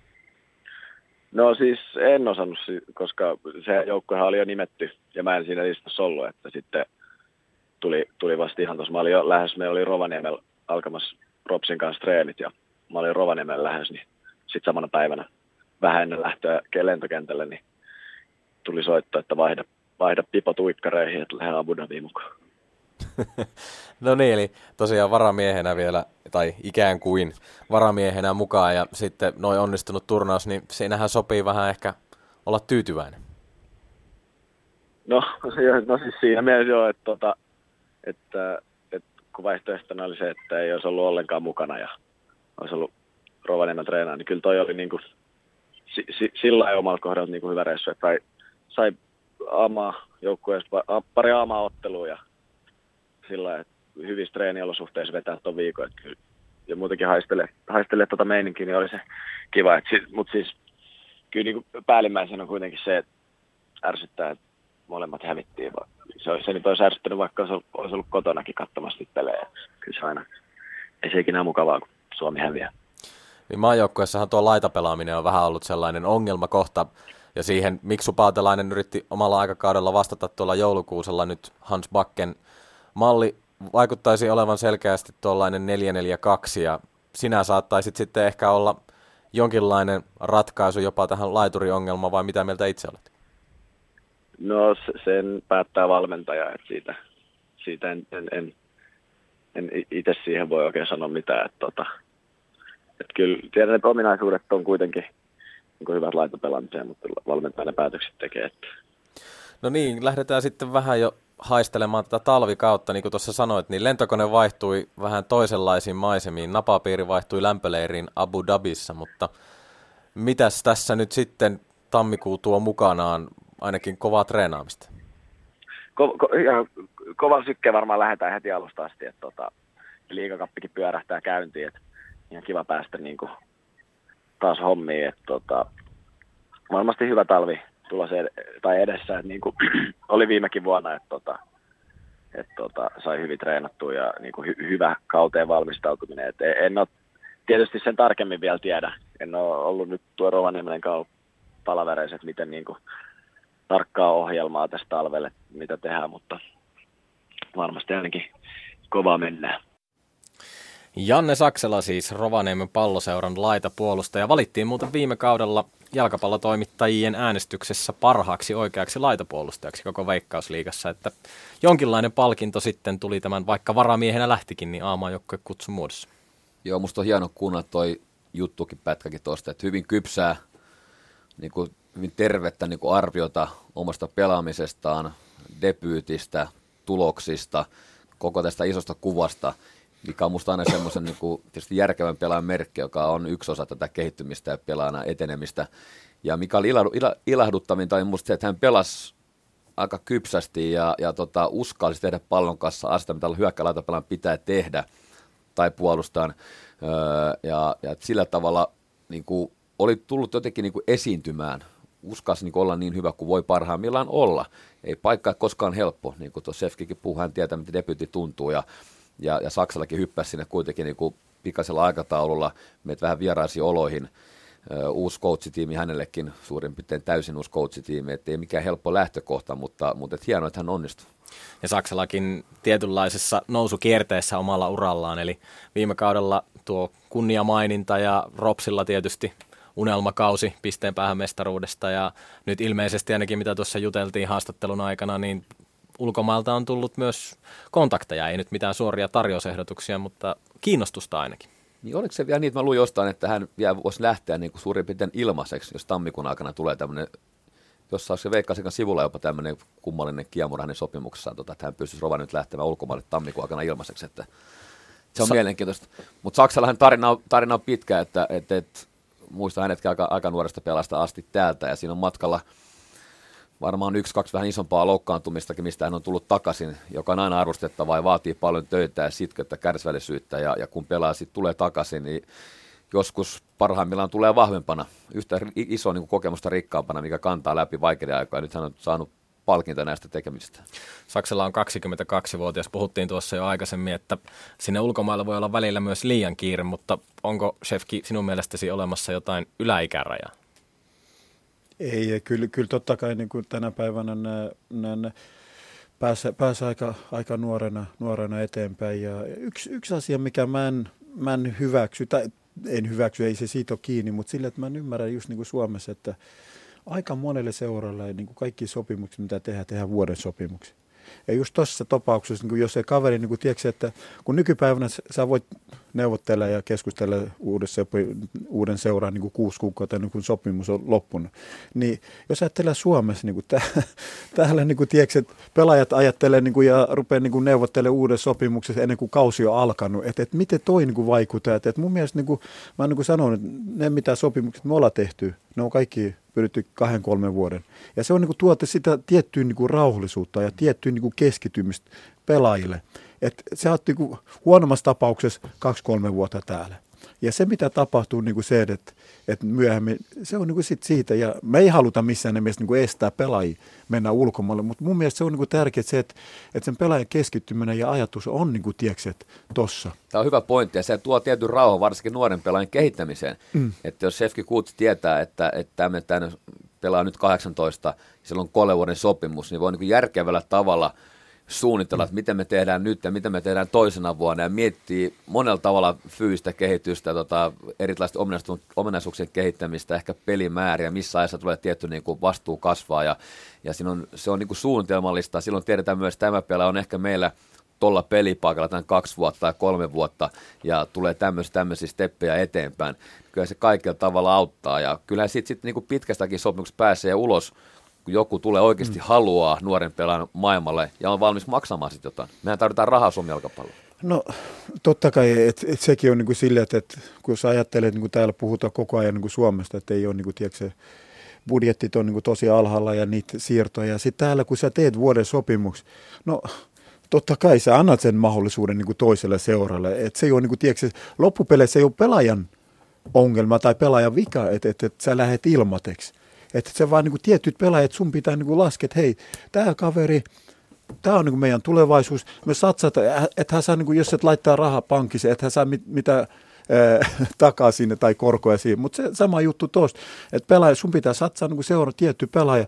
No siis en osannut, koska se joukkuehan oli jo nimetty ja mä en siinä listassa ollut, että sitten tuli, tuli vasta ihan tuossa. Mä olin jo lähes, me oli Rovaniemellä alkamassa Ropsin kanssa treenit ja mä olin Rovaniemellä lähes, niin sitten samana päivänä vähän ennen lähtöä lentokentälle, niin tuli soitto, että vaihda, vaihda pipo tuikkareihin, että lähden Abu Dhabiin mukaan. No niin, eli tosiaan varamiehenä vielä, tai ikään kuin varamiehenä mukaan, ja sitten noin onnistunut turnaus, niin siinähän sopii vähän ehkä olla tyytyväinen. No, no siis siinä mielessä joo, että, tota, että, että kun vaihtoehtona oli se, että ei olisi ollut ollenkaan mukana ja olisi ollut Rovaniemen treenaa, niin kyllä toi oli niin kuin, si, si, sillä lailla omalta kohdalta niin kuin hyvä reissu, että sai, sai aamaa joukkueessa, pari aamaa ottelua ja sillä lailla, että hyvissä treeniolosuhteissa vetää tuon viikon, että kyllä, ja muutenkin haistelee, haistelee tuota meininkiä, niin oli se kiva, mutta siis kyllä niin kuin päällimmäisenä on kuitenkin se, että ärsyttää, että molemmat hävittiin. Se, olisi, se nyt olisi ärsyttänyt, vaikka olisi ollut, olisi ollut kotonakin katsomassa pelejä. Kyllä se aina, ei se ikinä mukavaa, kun Suomi häviää. Niin maajoukkueessahan tuo laitapelaaminen on vähän ollut sellainen ongelmakohta, ja siihen Miksu Paatelainen yritti omalla aikakaudella vastata tuolla joulukuusella. Nyt Hans Backen malli vaikuttaisi olevan selkeästi tuollainen neljä neljä kaksi, ja sinä saattaisit sitten ehkä olla jonkinlainen ratkaisu jopa tähän laituriongelmaan, vai mitä mieltä itse olet? No sen päättää valmentaja, että siitä, siitä en, en, en, en itse siihen voi oikein sanoa mitään. Että tota, että kyllä tiedän, että ominaisuudet on kuitenkin niin hyvät laitopelaamiseen, mutta valmentaja ne päätökset tekee. Että. No niin, lähdetään sitten vähän jo haistelemaan tätä talvikautta. Niin kuin tuossa sanoit, niin lentokone vaihtui vähän toisenlaisiin maisemiin. Napapiiri vaihtui lämpöleiriin Abu Dhabissa, mutta mitäs tässä nyt sitten tammikuu tuo mukanaan? Ainakin kovaa treenaamista. Ko- ko- ihan kovan sykkeen varmaan lähdetään heti alusta asti, että tota, liigakappikin pyörähtää käyntiin, että ihan kiva päästä niin kuin taas hommiin, että tota, varmasti hyvä talvi tulossa ed- tai edessä, että niin kuin oli viimekin vuonna, että tota, et tota, sai hyvin treenattua ja niin kuin hy- hyvä kauteen valmistautuminen, että en ole tietysti sen tarkemmin vielä tiedä, en ole ollut nyt tuo Rovaniemen kanssa palavereissa, että miten niin kuin tarkkaa ohjelmaa tästä talvelle, mitä tehdään, mutta varmasti ainakin kovaa mennään. Janne Saksela siis Rovaniemen Palloseuran laitapuolustaja. Valittiin muuten viime kaudella jalkapallotoimittajien äänestyksessä parhaaksi oikeaksi laitapuolustajaksi koko Veikkausliigassa, että jonkinlainen palkinto sitten tuli tämän, vaikka varamiehenä lähtikin, niin A-maajoukkueen kutsun muodossa. Joo, musta on hieno kuunnella toi juttukin pätkäkin tuosta, että hyvin kypsää, niin kuin hyvin tervettä niin kuin arviota omasta pelaamisestaan, debyytistä, tuloksista, koko tästä isosta kuvasta, mikä on musta aina semmoisen niin kuin tietysti järkevän pelaajan merkki, joka on yksi osa tätä kehittymistä ja pelaajana etenemistä. Ja mikä oli ilahduttavinta on musta se, että hän pelasi aika kypsästi ja, ja tota, uskalsi tehdä pallon kanssa asta, mitä hyökkälaitapelaajan pitää tehdä tai puolustaan. Öö, ja, ja sillä tavalla niin kuin oli tullut jotenkin niin kuin esiintymään. Uskalsi niin olla niin hyvä kuin voi parhaimmillaan olla. Ei paikka koskaan helppo, niin kuin tuossa Sefkikin puhuu, hän tietää, miten debyytti tuntuu, ja, ja, ja Saksallakin hyppäsi sinne kuitenkin niin kuin pikaisella aikataululla, meitä vähän vieraisiin oloihin. Ö, uusi coachitiimi hänellekin, suurin piirtein täysin uusi coachitiimi, ettei mikään helppo lähtökohta, mutta, mutta et hienoa, että hän onnistui. Ja Saksallakin tietynlaisessa nousukierteessä omalla urallaan, eli viime kaudella tuo kunniamaininta ja Ropsilla tietysti unelmakausi pisteen päähän mestaruudesta, ja nyt ilmeisesti ainakin mitä tuossa juteltiin haastattelun aikana, niin ulkomailta on tullut myös kontakteja, ei nyt mitään suoria tarjousehdotuksia, mutta kiinnostusta ainakin. Niin oliko se vielä niin, että mä luin jostain, että hän vielä voisi lähteä niin kuin suurin piirtein ilmaiseksi, jos tammikuun aikana tulee tämmöinen, jossain se Veikkauksen sivulla jopa tämmöinen kummallinen kiemura hänen sopimuksessaan, tota, että hän pystyisi Rovaniemeltä nyt lähtemään ulkomaille tammikuun aikana ilmaiseksi, että se on Sa- mielenkiintoista. Mutta Saksallahan tarina on, tarina on pitkä, että, että, että muistan hänetkin aika, aika nuoresta pelasta asti täältä, ja siinä on matkalla varmaan yksi, kaksi vähän isompaa loukkaantumistakin, mistä hän on tullut takaisin, joka on aina arvostettavaa ja vaatii paljon töitä ja sitkeyttä, kärsivällisyyttä, ja, ja kun pelaa sitten tulee takaisin, niin joskus parhaimmillaan tulee vahvempana, yhtä iso niin kuin kokemusta rikkaampana, mikä kantaa läpi vaikeiden aikoja, ja nyt hän on saanut palkinta näistä tekemistä. Saksalla on kaksikymmentäkaksivuotias. Puhuttiin tuossa jo aikaisemmin, että sinne ulkomailla voi olla välillä myös liian kiire, mutta onko, Shefki, sinun mielestäsi olemassa jotain yläikärajaa? Ei, kyllä, kyllä totta kai niin kuin tänä päivänä nämä, nämä pääsee, pääsee aika, aika nuorena, nuorena eteenpäin. Ja yksi, yksi asia, mikä mä en, mä en hyväksy, tai en hyväksy, ei se siitä ole kiinni, mutta sillä, että mä en ymmärrä just niin kuin Suomessa, että aika monelle seuralle niin kuin kaikki sopimukset, mitä tehdään, tehdään vuoden sopimuksia. Ja just tuossa tapauksessa, niin jos se kaveri, niin kuin, tiedätkö, että kun nykypäivänä sä voit neuvottella ja keskustella uudessa, uuden seuraan niin kuin kuusi kuukautta, niin kun sopimus on loppunut, niin jos ajattelee Suomessa, niin kuin tää, täällä niin kuin, tiedätkö, että pelaajat ajattelee niin kuin, ja rupeaa niin kuin, neuvottelemaan uuden sopimuksessa ennen kuin kausi on alkanut, että, että miten toi niin kuin, vaikuttaa. Että, että mun mielestä, niin kuin, mä niin kuin sanon, että ne mitä sopimukset me ollaan tehty, ne on kaikki pyritty kahden, kolmen vuoden. Ja se on niin kuin, tuote sitä tiettyä niin kuin, rauhallisuutta ja tiettyä niin kuin, keskitymistä pelaajille. Että sä oot niin kuin, huonommassa tapauksessa kaksi, kolme vuotta täällä. Ja se mitä tapahtuu niin kuin se, että, että myöhemmin, se on niin kuin sit siitä. Ja me ei haluta missään nimessä niin kuin estää pelaajia mennä ulkomaille. Mutta mun mielestä se on niin kuin tärkeää se, että, että sen pelaajan keskittyminen ja ajatus on niin kuin, tiedätkö, tossa. Tämä on hyvä pointti ja se tuo tietyn rauhan varsinkin nuoren pelaajan kehittämiseen. Mm. Että jos Shefki Kuutsi tietää, että, että tämä pelaa nyt kahdeksantoista ja sillä on kolmen vuoden sopimus, niin voi niin kuin järkevällä tavalla suunnitella, että miten me tehdään nyt ja miten me tehdään toisena vuonna ja miettii monella tavalla fyysistä kehitystä, tota, erilaisten ominaisuuksien kehittämistä, ehkä pelimääriä, missä ajassa tulee tietty niin kuin vastuu kasvaa ja, ja siinä on, se on niin kuin suunnitelmallista. Silloin tiedetään myös, että tämä pelaaja on ehkä meillä tuolla pelipaikalla tämän kaksi vuotta tai kolme vuotta ja tulee tämmöisiä, tämmöisiä steppejä eteenpäin. Kyllä se kaikilla tavalla auttaa ja kyllähän sitten sit niin kuin pitkästäkin sopimuksesta pääsee ulos, kun joku tulee oikeasti mm. haluaa nuoren pelaajan maailmalle ja on valmis maksamaan sitten jotain. Mehän tarvitaan rahaa Suomi-jalkapalloon. No totta kai, että et sekin on niinku silleen, että et, kun sä ajattelet, niin kuin täällä puhutaan koko ajan niinku Suomesta, että ei ole, niinku, tiedätkö, budjettit on niinku tosi alhaalla ja niitä siirtoja. Sitten täällä, kun sä teet vuoden sopimuksen, no totta kai sä annat sen mahdollisuuden niinku toiselle seuralle. Että se ei ole, niinku, tiedätkö, loppupeleissä ei ole pelaajan ongelma tai pelaajan vika, että et, et sä lähdet ilmateksi. Että se vaan niin tietyt pelaajat, sun pitää niin laskea, että hei, tämä kaveri, tämä on niin meidän tulevaisuus. Me satsataan, että hän saa, niin jos et laittaa rahaa pankissa, että hän saa mit, mitä ää, takaa sinne tai korkoja siihen. Mutta se sama juttu tuosta, että pelaaja, sun pitää satsaa niin seurata tietty pelaaja.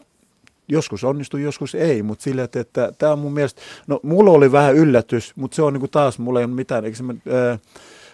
Joskus onnistuu, joskus ei, mutta sillä, että, että tämä on mun mielestä, no mulla oli vähän yllätys, mutta se on niin taas, mulla ei ole mitään. Eikö se, ää, ää,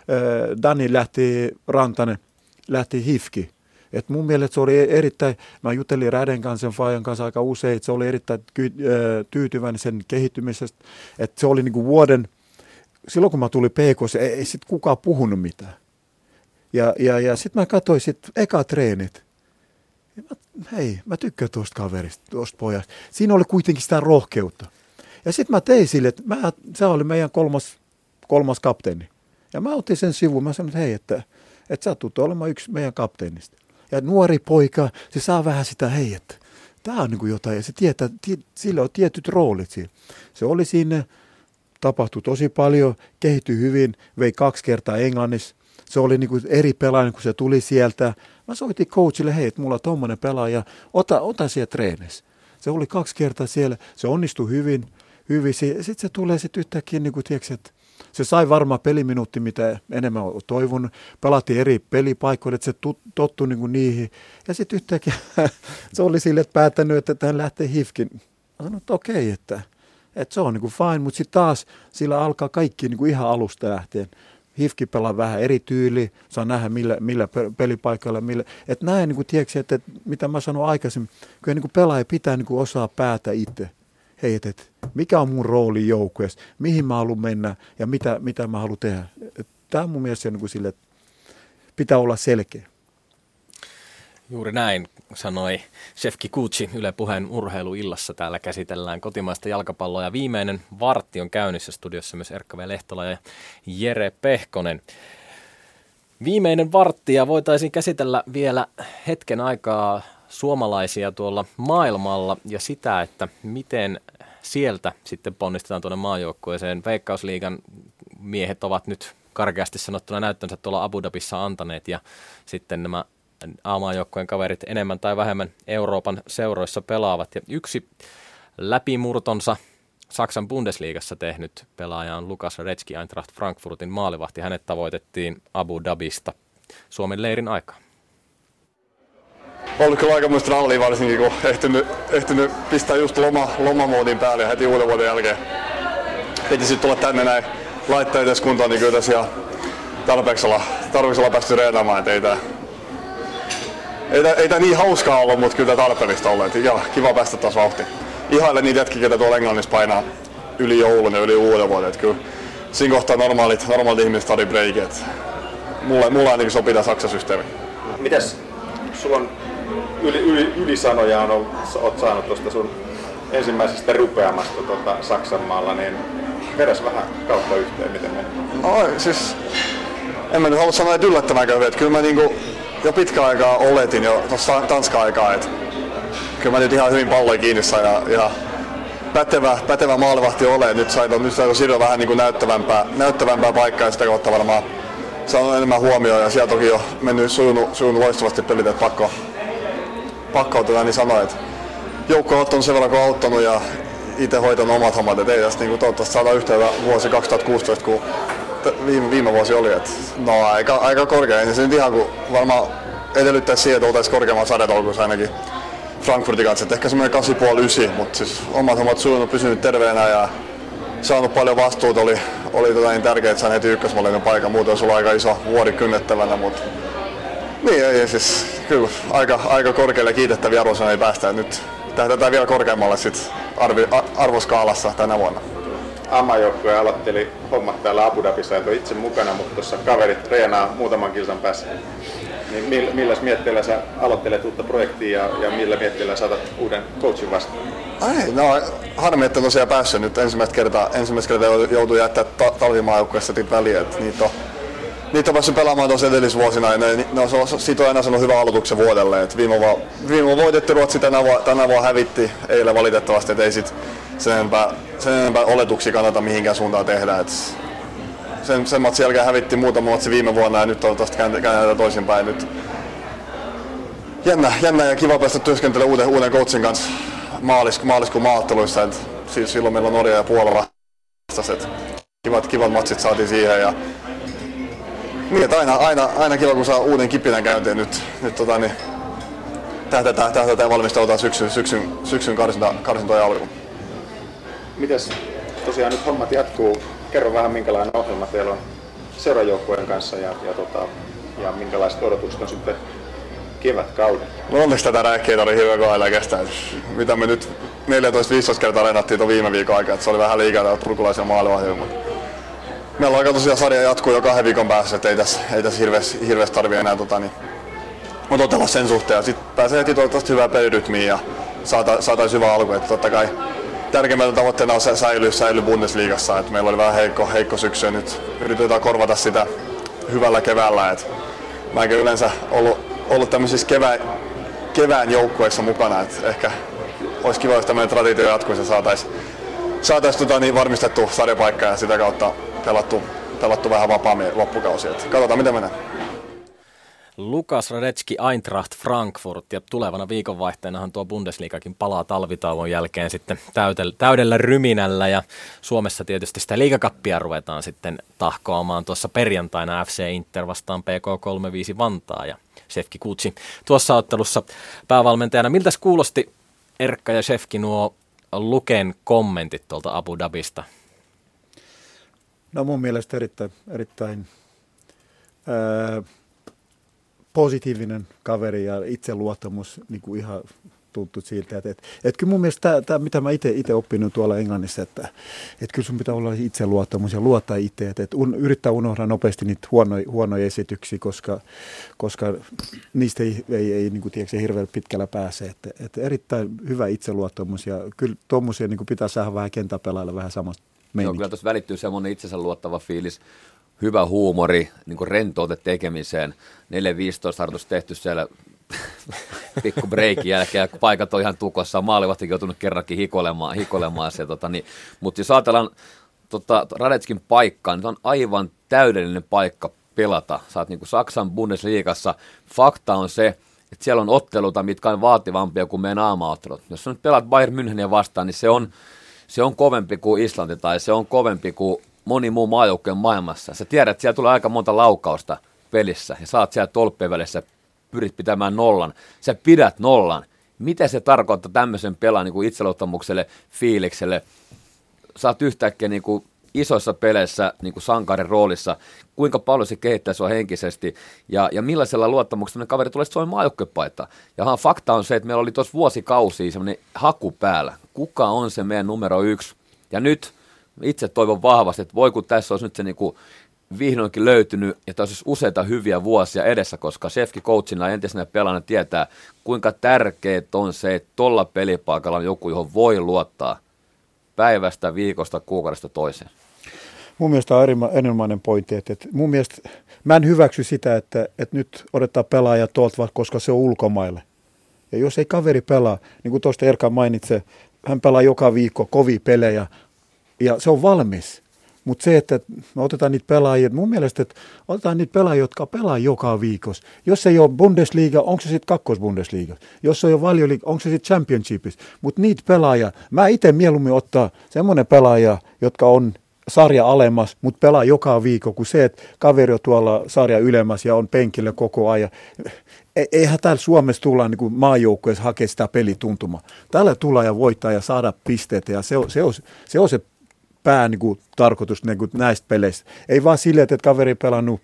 Dani lähti, Rantanen lähti Hifki. Et mun mielestä se oli erittäin, mä jutelin Räden kanssa, sen Fajan kanssa aika usein, että se oli erittäin tyytyväinen sen kehittymisestä, että se oli niinku vuoden, silloin kun mä tulin P K:ssa, ei, ei sit kukaan puhunut mitään. Ja, ja, ja sitten mä katsoin sit eka treenit. Ja mä, hei, mä tykkään tuosta kaverista, tuosta pojasta. Siinä oli kuitenkin sitä rohkeutta. Ja sitten mä tein sille, että mä, se oli meidän kolmas, kolmas kapteeni. Ja mä otin sen sivuun, mä sanoin, että hei, että, että sä tulet olemaan yksi meidän kapteenista. Ja nuori poika, se saa vähän sitä, hei, että tämä on niin kuin jotain, ja se tietää, sillä on tietyt roolit siinä. Se oli siinä, tapahtui tosi paljon, kehittyi hyvin, vei kaksi kertaa Englannissa. Se oli niin kuin eri pelaaja, kun se tuli sieltä. Mä soitin coachille, hei, että mulla on tommoinen pelaaja, ota, ota siellä treenissä. Se oli kaksi kertaa siellä, se onnistui hyvin, hyvin. Sitten se tulee sitten yhtäkkiä, niin kuin, tiedätkö, että se sai varmaan peliminuutti, mitä enemmän on toivonut. Pelattiin eri pelipaikkoja, että se tottui niin kuin niihin. Ja sitten yhtäkkiä se oli sille, että päättänyt, että hän lähtee Hifkin. Mä sanoin, että okei, että, että se on niin kuin fine, mutta sitten taas sillä alkaa kaikki niin kuin ihan alusta lähtien. Hifki pelaa vähän eri tyyli, saa nähdä millä, millä pelipaikalla, millä. Että näin, niin kuin, tiedätkö, että, että mitä mä sanoin aikaisemmin, kyllä niin kuin pelaaja pitää niin kuin osaa päätä itse. Hei, et, et, mikä on mun rooli joukkueessa, mihin mä haluan mennä ja mitä, mitä mä haluan tehdä. Tämä on mun mielestä niin kuin sille, että pitää olla selkeä. Juuri näin sanoi Shefki Kuutsi Yle Puheen urheiluillassa. Täällä käsitellään kotimaista jalkapalloa ja viimeinen vartti on käynnissä studiossa myös Erkka V. Lehtola ja Jere Pehkonen. Viimeinen vartti ja voitaisiin käsitellä vielä hetken aikaa suomalaisia tuolla maailmalla ja sitä, että miten sieltä sitten ponnistetaan tuonne maajoukkueeseen. Veikkausliigan miehet ovat nyt karkeasti sanottuna näyttönsä tuolla Abu Dhabissa antaneet ja sitten nämä A-maajoukkueen kaverit enemmän tai vähemmän Euroopan seuroissa pelaavat. Ja yksi läpimurtonsa Saksan Bundesliigassa tehnyt pelaaja on Lukas Retschki Eintracht Frankfurtin maalivahti. Hänet tavoitettiin Abu Dhabista Suomen leirin aikaan. Ollut kyllä aikamoista rallia varsinkin, kun ehtynyt, ehtynyt pistää just loma, lomamoodin päälle heti uuden vuoden jälkeen. Piti sitten tulla tänne näin laittaa edes kuntoon, niin kyllä tässä ihan tarpeeksi olla, tarpeeksi olla päästy reenaamaan. Ei tää, ei, tää, ei tää niin hauskaa ollut, mutta kyllä tää tarpeellista ollut. Ja kiva päästä taas vauhtiin. ihaile niitä jätkiä, ketä tuolla Englannissa painaa yli joulun ja yli uuden vuoden. Et kyllä siinä kohtaa normaalit, normaalit ihmiset stadi breikit. Mulla, mulla ainakin sopii tämä Saksa-systeemi. Mites sulla on yli, yli, ylisanoja on, oot saanut tuosta sun ensimmäisestä rupeamasta tuota Saksan maalla, niin vedäs vähän kautta yhteen, miten meni? No siis, en mä nyt halua sanoa, että yllättävän käy, että kyllä mä niinku jo pitkä aikaa oletin jo tuossa Tanska-aikaa, että kyllä mä nyt ihan hyvin palloja kiinni sain ja ihan pätevä, pätevä maalivahti ole. Nyt sai nyt sai Siro vähän niinku näyttävämpää, näyttävämpää paikkaa ja sitä kautta varmaan saanut enemmän huomioon ja siellä toki jo mennyt sujunut, sujunut loistavasti pelit, että pakko, pakko ottaa niin sanoa, että joukko on ottanut sen verran kun on auttanut ja itse hoitanut omat hommat, että ei tästä niinku toivottavasti saada yhteyttä vuosi kaksituhattakuusitoista, kun viime, viime vuosi oli, että no aika, aika korkea, niin se nyt ihan kun varmaan edellyttäisi siihen, että oltaisiin korkeammalla sadetolkussa ainakin Frankfurtin kanssa, että ehkä semmoinen kahdeksan pilkku viisi yhdeksän, mutta siis omat hommat sujunut, pysynyt terveenä ja saanut paljon vastuuta, oli, oli tota niin tärkeää, että sain heti ykkösmallinen paikan, muuten olisi ollut aika iso vuori kynnettävänä, mutta niin ei siis kyllä aika, aika korkealle kiitettäviä arvosanoja ei päästä, nyt tähdätään vielä korkeammalle sit arvi, arvoskaalassa tänä vuonna. A M A-joukkue aloitteli hommat täällä Abu Dhabissa, et ole itse mukana, mutta tuossa kaverit treenaa muutaman kilsan päässä. Niin millä mietteellä sä aloittelet uutta projektia ja, ja millä mietteellä saatat uuden coachin vastaan? Ai, no harmi, että tosiaan päässyt nyt ensimmäistä kertaa, ensimmäistä kertaa joutuu jättää ta- talvimaajoukkueessa väliä, että niitä on, niitä on päässyt pelaamaan tuossa edellisvuosina ja ne, ne on, siitä on aina sanonut hyvän aloituksen vuodelle. Et viime vuonna viime voitettiin Ruotsi, tänä vuonna, tänä vuonna hävitti eilen valitettavasti, että ei sit sen enempää, sen enempää oletuksia kannata mihinkään suuntaan tehdä. Et sen, sen matsin jälkeen hävitti muutama matsi viime vuonna ja nyt toivottavasti käännetään toisinpäin. Nyt jännä, jännä ja kiva päästä työskentelemään uuden, uuden coachin kanssa maalis, maaliskuun maaotteluissa. Et siis silloin meillä on Norja ja Puola vastas. Kivat, kivat matsit saatiin siihen. Ja niin, että aina, aina, aina kiva, kun saa uuden kipinän käyntiin. Nyt, nyt tota, niin, tähdätään, tähdätään ja valmistaudutaan syksyn, syksyn, syksyn karsinta, karsintojen alkuun. Mites tosiaan nyt hommat jatkuu? Kerro vähän minkälainen ohjelma teillä on seurajoukkueen kanssa ja, ja, tota, ja minkälaiset odotukset on sitten kevätkauden? No onneksi tätä räikkeitä oli hyvä kohdalla kestää. Mitä me nyt neljätoista viisitoista kertaa reenattiin tuon viime viikon aikaa, että se oli vähän liikaa täällä turkulaisia maalivahdilla. Meillä on aika tosiaan sarja jatkuu jo kahden viikon päässä, että ei tässä, ei tässä hirveästi, hirveästi tarvitse enää tota, niin, otella sen suhteen. Ja sitten pääsee heti toivottavasti hyvää pelirytmiä ja saata, saataisiin hyvä alku. Että totta kai tärkeimmältä tavoitteena on säilyä, säilyä Bundesliigassa. Että meillä oli vähän heikko, heikko syksy ja nyt yritetään korvata sitä hyvällä keväällä. Et mä enkin yleensä ollut, ollut tämmöisissä kevään, kevään joukkueissa mukana. Et ehkä olisi kiva, jos tämmöinen traditio jatkuisi ja saataisiin saatais, tota, niin varmistettu sarjapaikka ja sitä kautta pelattu, pelattu vähän vapaammin loppukausi. Et katsotaan miten menee. Lukas Radecki, Eintracht Frankfurt, ja tulevana viikonvaihteenahan tuo Bundesligakin palaa talvitauon jälkeen sitten täydellä, täydellä ryminällä, ja Suomessa tietysti sitä liigakappia ruvetaan sitten tahkoamaan tuossa perjantaina F C Inter vastaan P K kolmekymmentäviisi Vantaa, ja Shefki Kutsi tuossa ottelussa päävalmentajana. Miltäs kuulosti Erkka ja Shefki nuo Luken kommentit tuolta Abu Dhabista? No mun mielestä erittäin, erittäin ää, positiivinen kaveri ja itseluottamus niin kuin ihan tuntuu siltä, että, että, että kyllä mun mielestä tämä, tämä mitä mä itse oppinut tuolla Englannissa, että, että kyllä sun pitää olla itseluottamus ja luottaa itse, että, että un, yrittää unohdaa nopeasti niitä huonoja, huonoja esityksiä, koska, koska niistä ei, ei, ei niin kuin, tiedätkö, hirveän pitkällä pääse, että, että erittäin hyvä itseluottamus ja kyllä tuommoisia niin kuin pitää saada vähän kentäpelailla vähän samasta meininkiä. Joo, kyllä tuossa välittyy semmoinen itsensä luottava fiilis. Hyvä huumori, niin kuin rentoute tekemiseen. neljä viisitoista harjoitus tehty siellä pikku breikin jälkeen, ja paikat on ihan tukossa. Maalivahtikin joutunut kerrankin hikolemaan. hikolemaan se, tota, niin. Mutta jos ajatellaan tota, Radeckin paikkaa, niin se on aivan täydellinen paikka pelata. Sä oot niin kuin Saksan Bundesliigassa. Fakta on se, että siellä on otteluita, mitkä on vaativampia kuin meidän aamaottelut. Jos sä nyt pelaat Bayern Müncheniä vastaan, niin se on, se on kovempi kuin Islanti tai se on kovempi kuin moni muu maajoukkojen maailmassa. Sä tiedät, että siellä tulee aika monta laukausta pelissä ja saat siellä tolppien välissä, pyrit pitämään nollan. Sä pidät nollan. Mitä se tarkoittaa tämmöisen pelaan niin kuin itseluottamukselle, fiilikselle? Saat yhtäkkiä niin kuin isoissa peleissä niin kuin sankarin roolissa, kuinka paljon se kehittää sua henkisesti ja, ja millaisella luottamuksella kaveri tulee Suomen maajoukkuepaita. Ja fakta on se, että meillä oli tuossa vuosikausia semmoinen haku päällä. Kuka on se meidän numero yksi? Ja nyt itse toivon vahvasti, että voi kun tässä olisi nyt se niin kuin vihdoinkin löytynyt, ja tässä olisi useita hyviä vuosia edessä, koska Shefki coachina ja entisenä pelaajana tietää, kuinka tärkeää on se, että tuolla pelipaikalla on joku, johon voi luottaa päivästä, viikosta, kuukaudesta toiseen. Mun mielestä on erinomainen pointti, että, että mun mielestä mä en hyväksy sitä, että, että nyt otetaan pelaaja tuolta, koska se on ulkomaille. Ja jos ei kaveri pelaa, niin kuin tuosta Erkka mainitsi, hän pelaa joka viikko kovia pelejä, ja se on valmis. Mutta se, että me otetaan niitä pelaajia, mun mielestä, että otetaan niitä pelaajia, jotka pelaa joka viikossa. Jos ei ole Bundesliga, onko se sitten kakkos-Bundesliga? Jos ei ole Valioliiga, onko se sitten Championshipissa? Mutta niitä pelaajia, mä itse mieluummin ottaa semmoinen pelaaja, jotka on sarja alemmas, mutta pelaa joka viikko, kuin se, että kaveri on tuolla sarja ylemmäs ja on penkillä koko ajan. Eihän täällä Suomessa tulla niin kuin maajoukkueessa hakea sitä pelituntumaa. Täällä tulee ja voittaa ja saada pisteitä, ja se on se, on, se, on se pää niin kuin, tarkoitus niin kuin näistä peleistä. Ei vaan silleen, että kaveri pelannut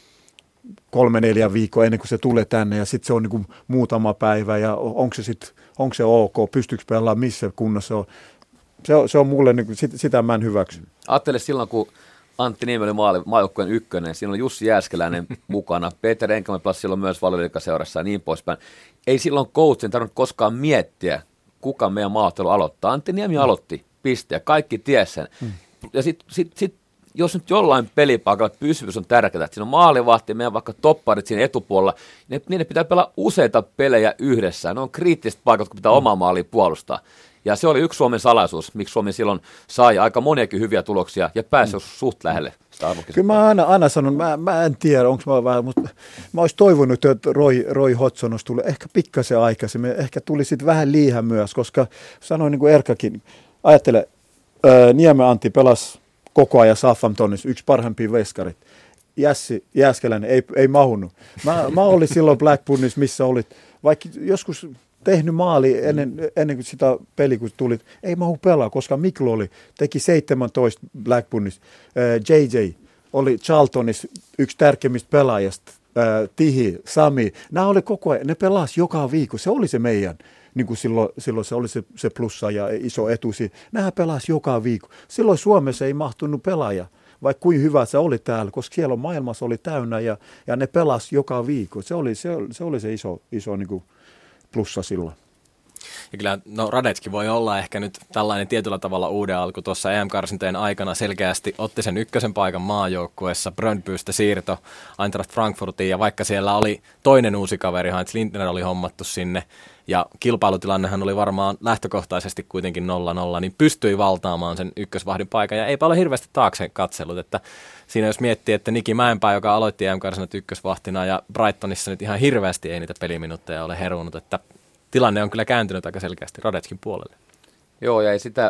kolme, neljä viikkoa ennen kuin se tulee tänne, ja sitten se on niin kuin muutama päivä, ja onko se sitten, onko se ok, pystyykö pelaamaan missä kunnossa on. Se on, se on mulle, niin kuin, sit, sitä mä en hyväksy. Ajattele silloin, kun Antti Niemi oli maajoukkueen ykkönen, siinä oli Jussi Jääskeläinen mukana, Peter Enkämä pelasi silloin myös Valioliigaseurassa ja niin poispäin. Ei silloin coachin tarvinnut koskaan miettiä, kuka meidän maaottelu aloittaa. Antti Niemi aloitti, piste, ja kaikki tiesi sen. Mm. Ja sitten sit, sit, jos nyt jollain pelipaikalla pysyvyys on tärkeää, että siinä on maalivahti, meidän vaikka topparit siinä etupuolella, niin niiden pitää pelaa useita pelejä yhdessä. Ne on kriittiset paikat, kun pitää mm. omaa maalia puolustaa. Ja se oli yksi Suomen salaisuus, miksi Suomi silloin sai aika moniakin hyviä tuloksia ja pääsi mm. suht lähelle sitä arvokista. Kyllä mä aina, aina sanon, mä, mä en tiedä, onko mä vähän, mutta mä olisin toivonut, että Roy, Roy Hodgson olisi tullut ehkä pikkasen aikaisemmin, ehkä tuli sitten vähän liian myös, koska sanoin niin kuin Erkkakin, ajattele, ää, Niemen Antti pelasi koko ajan Southamptonissa, yksi parhaimpia veskarit. Jässi Jääskeläinen ei, ei mahunut. Mä, mä olin silloin Blackburnissa, missä olit, vaikka joskus tehnyt maali ennen, ennen kuin sitä peliä, kun tulit, ei mahu pelaa, koska Miklo oli, teki seitsemäntoista Blackburnissa. J J oli Charltonissa yksi tärkeimmistä pelaajista, Tihi, Sami, nämä oli koko ajan, ne pelasi joka viikko, se oli se meidän, niin kuin silloin, silloin se oli se, se plussa ja iso etusi, nämä pelasi joka viikko. Silloin Suomessa ei mahtunut pelaaja, vaikka kuin hyvä se oli täällä, koska siellä maailmassa oli täynnä ja, ja ne pelasi joka viikko. Se oli se, se, oli se iso, iso niin kuin plussa silloin. Ja kyllä, no Radetski voi olla ehkä nyt tällainen tietyllä tavalla uuden alku. Tuossa E M-karsintojen aikana selkeästi otti sen ykkösen paikan maajoukkueessa. Brøndbystä siirto Eintracht Frankfurtiin, ja vaikka siellä oli toinen uusi kaveri, Heinz Lindner oli hommattu sinne, ja kilpailutilannehan oli varmaan lähtökohtaisesti kuitenkin nolla nolla, niin pystyi valtaamaan sen ykkösvahdin paikan, ja eipä ole hirveästi taakse katsellut, että siinä jos miettii, että Niki Mäenpää, joka aloitti E M-karsinat ykkösvahtina, ja Brightonissa nyt ihan hirveästi ei niitä peliminuutteja ole herunut, että tilanne on kyllä kääntynyt aika selkeästi Radetskin puolelle. Joo, ja ei sitä,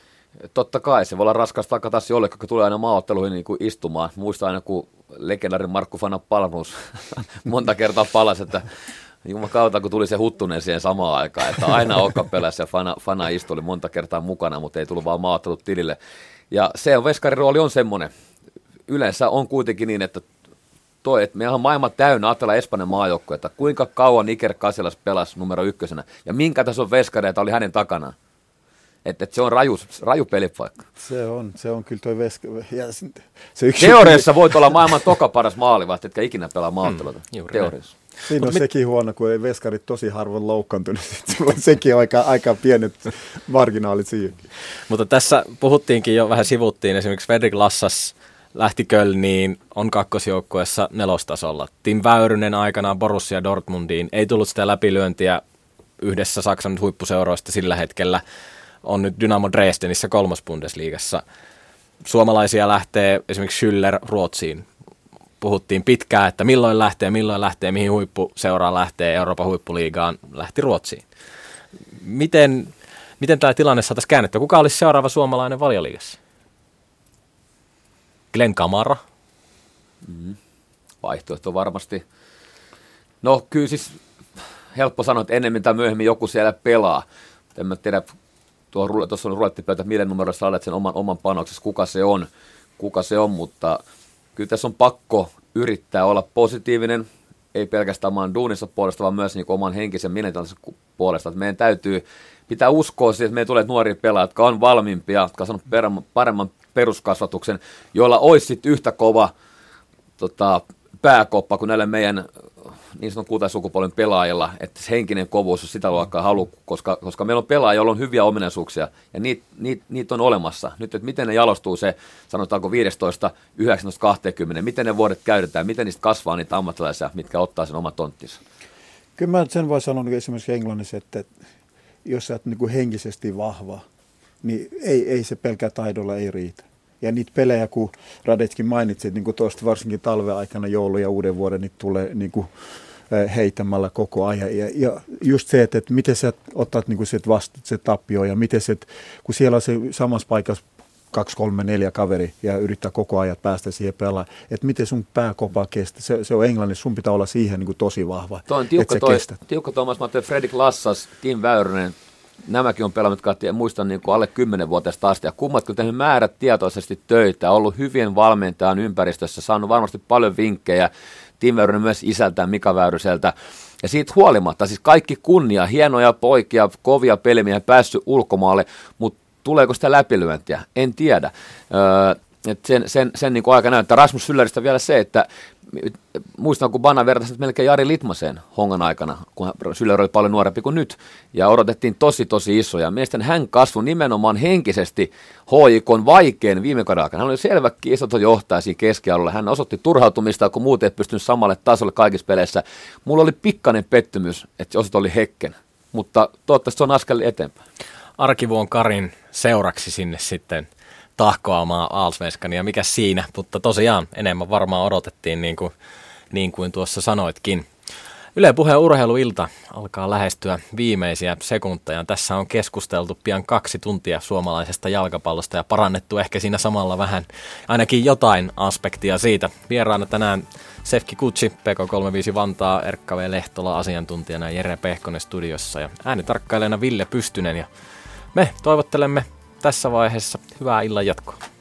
totta kai se voi olla raskas takaa taas jollekin, kun tulee aina maaotteluihin niin kuin istumaan. Muistan aina, kun legendaarin Markku Fana Palmus monta kertaa palasi, että Jumala kautta, kun tuli se Huttunen siihen samaan aikaan, että aina Okka peläsi ja Fana, Fana istui, oli monta kertaa mukana, mutta ei tullut vaan maaottelut tilille. Ja se on, veskarin rooli on semmoinen. Yleensä on kuitenkin niin, että toi, että meillä on maailma täynnä, ajatellaan Espanjan maajoukkue, että kuinka kauan Iker Casillas pelasi numero ykkösenä ja minkä tason veskareita oli hänen takanaan. Että et se on raju, raju pelipaikka. Se on, se on kyllä toi veska. Se, se Teoriassa voit olla maailman toka paras maalivahti, etkä ikinä pelaa maaotteluita. Mm, Teoriassa. Siinä on mit... sekin huono, kun ei veskarit tosi harvoin loukkaantunut. Sulla on sekin aika, aika pienet marginaalit siihenkin. Mutta tässä puhuttiinkin jo, vähän sivuttiin, esimerkiksi Fredrik Lassas lähti Kölniin, on kakkosjoukkueessa nelostasolla. Tim Väyrynen aikanaan Borussia Dortmundiin, ei tullut sitä läpilyöntiä yhdessä Saksan huippuseuroista sillä hetkellä. On nyt Dynamo Dresdenissä kolmas Bundesliigassa. Suomalaisia lähtee esimerkiksi Schüller Ruotsiin. Puhuttiin pitkään, että milloin lähtee, milloin lähtee, mihin huippuseuraan lähtee, Euroopan huippuliigaan, lähti Ruotsiin. Miten, miten tämä tilanne saataisiin käännettyä? Kuka olisi seuraava suomalainen Valioliigassa? Glenn Kamara? Mm. Vaihtoehto varmasti. No kyllä siis helppo sanoa, että ennemmin tai myöhemmin joku siellä pelaa. En mä tiedä, tuossa on rulettipöytä, että millä numerolla sä olet sen oman, oman panoksessa, kuka se on, kuka se on, mutta kyllä tässä on pakko yrittää olla positiivinen, ei pelkästään oman duunissa puolesta, vaan myös niin oman henkisen mielentilanteensa puolesta. Että meidän täytyy pitää uskoa siihen, että meidän tulee nuoria pelaajia, jotka on valmiimpia, jotka on saanut paremman peruskasvatuksen, joilla olisi sitten yhtä kova tota, pääkoppa kuin näillä meidän niin sanotun kultaisukupolven pelaajilla, että se henkinen kovuus on sitä luokkaa halu, koska, koska meillä on pelaajia, joilla on hyviä ominaisuuksia, ja niitä niit, niit on olemassa. Nyt, että miten ne jalostuu se, sanotaanko viisitoista, yhdeksäntoista, kaksikymmentä, miten ne vuodet käytetään, miten niistä kasvaa niitä ammattilaisia, mitkä ottaa sen oman tonttinsa. Kyllä mä sen voi sanoa esimerkiksi englannissa, että jos sä oot niin kuin henkisesti vahva, niin ei, ei se pelkää taidolla ei riitä. Ja niitä pelejä, kun Radetskin mainitsit, niin kuin tuosta varsinkin talven aikana, joulu ja uuden vuoden, niin tulee niin kuin heitämällä koko ajan. Ja, ja just se, että, että miten sä otat niin kuin se, vasta, se tappio ja miten se, kun siellä on se samassa paikassa kaksi, kolme, neljä kaveri ja yrittää koko ajan päästä siihen pelaamaan, että miten sun pääkopa kestää. Se, se on englannissa, sun pitää olla siihen niin kuin tosi vahva, Tuo on tiukka, toi, tiukka Tuomas, mä ajattelin Fredrik Lassas, Tim Väyrynen, nämäkin on pelannut, jotka muistan niin kuin alle kymmenvuotiaasta asti, ja kummatkin on tehnyt määrät tietoisesti töitä, ollut hyvien valmentajan ympäristössä, saanut varmasti paljon vinkkejä, Tim Väyrynen myös isältään Mika Väyryseltä, ja siitä huolimatta, siis kaikki kunnia, hienoja poikia, kovia pelimiehiä, päässyt ulkomaalle, mutta tuleeko sitä läpilyöntiä? En tiedä. Öö, et sen sen, sen niin kuin aika näyttää. Rasmus Sylleristä vielä se, että muistan, kun Bana vertaisi melkein Jari Litmaseen Hongan aikana, kun Syller oli paljon nuorempi kuin nyt, ja odotettiin tosi, tosi isoja. Mielestäni hän kasvoi nimenomaan henkisesti H J K:n vaikein viime kauden aikana. Hän oli selvä kiistaton johtaja siinä keskialueella. Hän osoitti turhautumista, kun muut ei pystynyt samalle tasolle kaikissa peleissä. Mulla oli pikkainen pettymys, että se osoite oli Hekken, mutta toivottavasti se on askel eteenpäin. Arkivuon Karin seuraksi sinne sitten tahkoamaan Allsvenskan, ja mikä siinä, mutta tosiaan enemmän varmaan odotettiin niin kuin, niin kuin tuossa sanoitkin. Yle Puheen urheiluilta alkaa lähestyä viimeisiä sekunteja. Tässä on keskusteltu pian kaksi tuntia suomalaisesta jalkapallosta ja parannettu ehkä siinä samalla vähän ainakin jotain aspektia siitä. Vieraana tänään Sefki Kutsi, P K kolmekymmentäviisi Vantaa, Erkka V. Lehtola asiantuntijana ja Jere Pehkonen studiossa ja äänitarkkailijana Ville Pystynen. Ja me toivottelemme tässä vaiheessa hyvää illan jatkoa.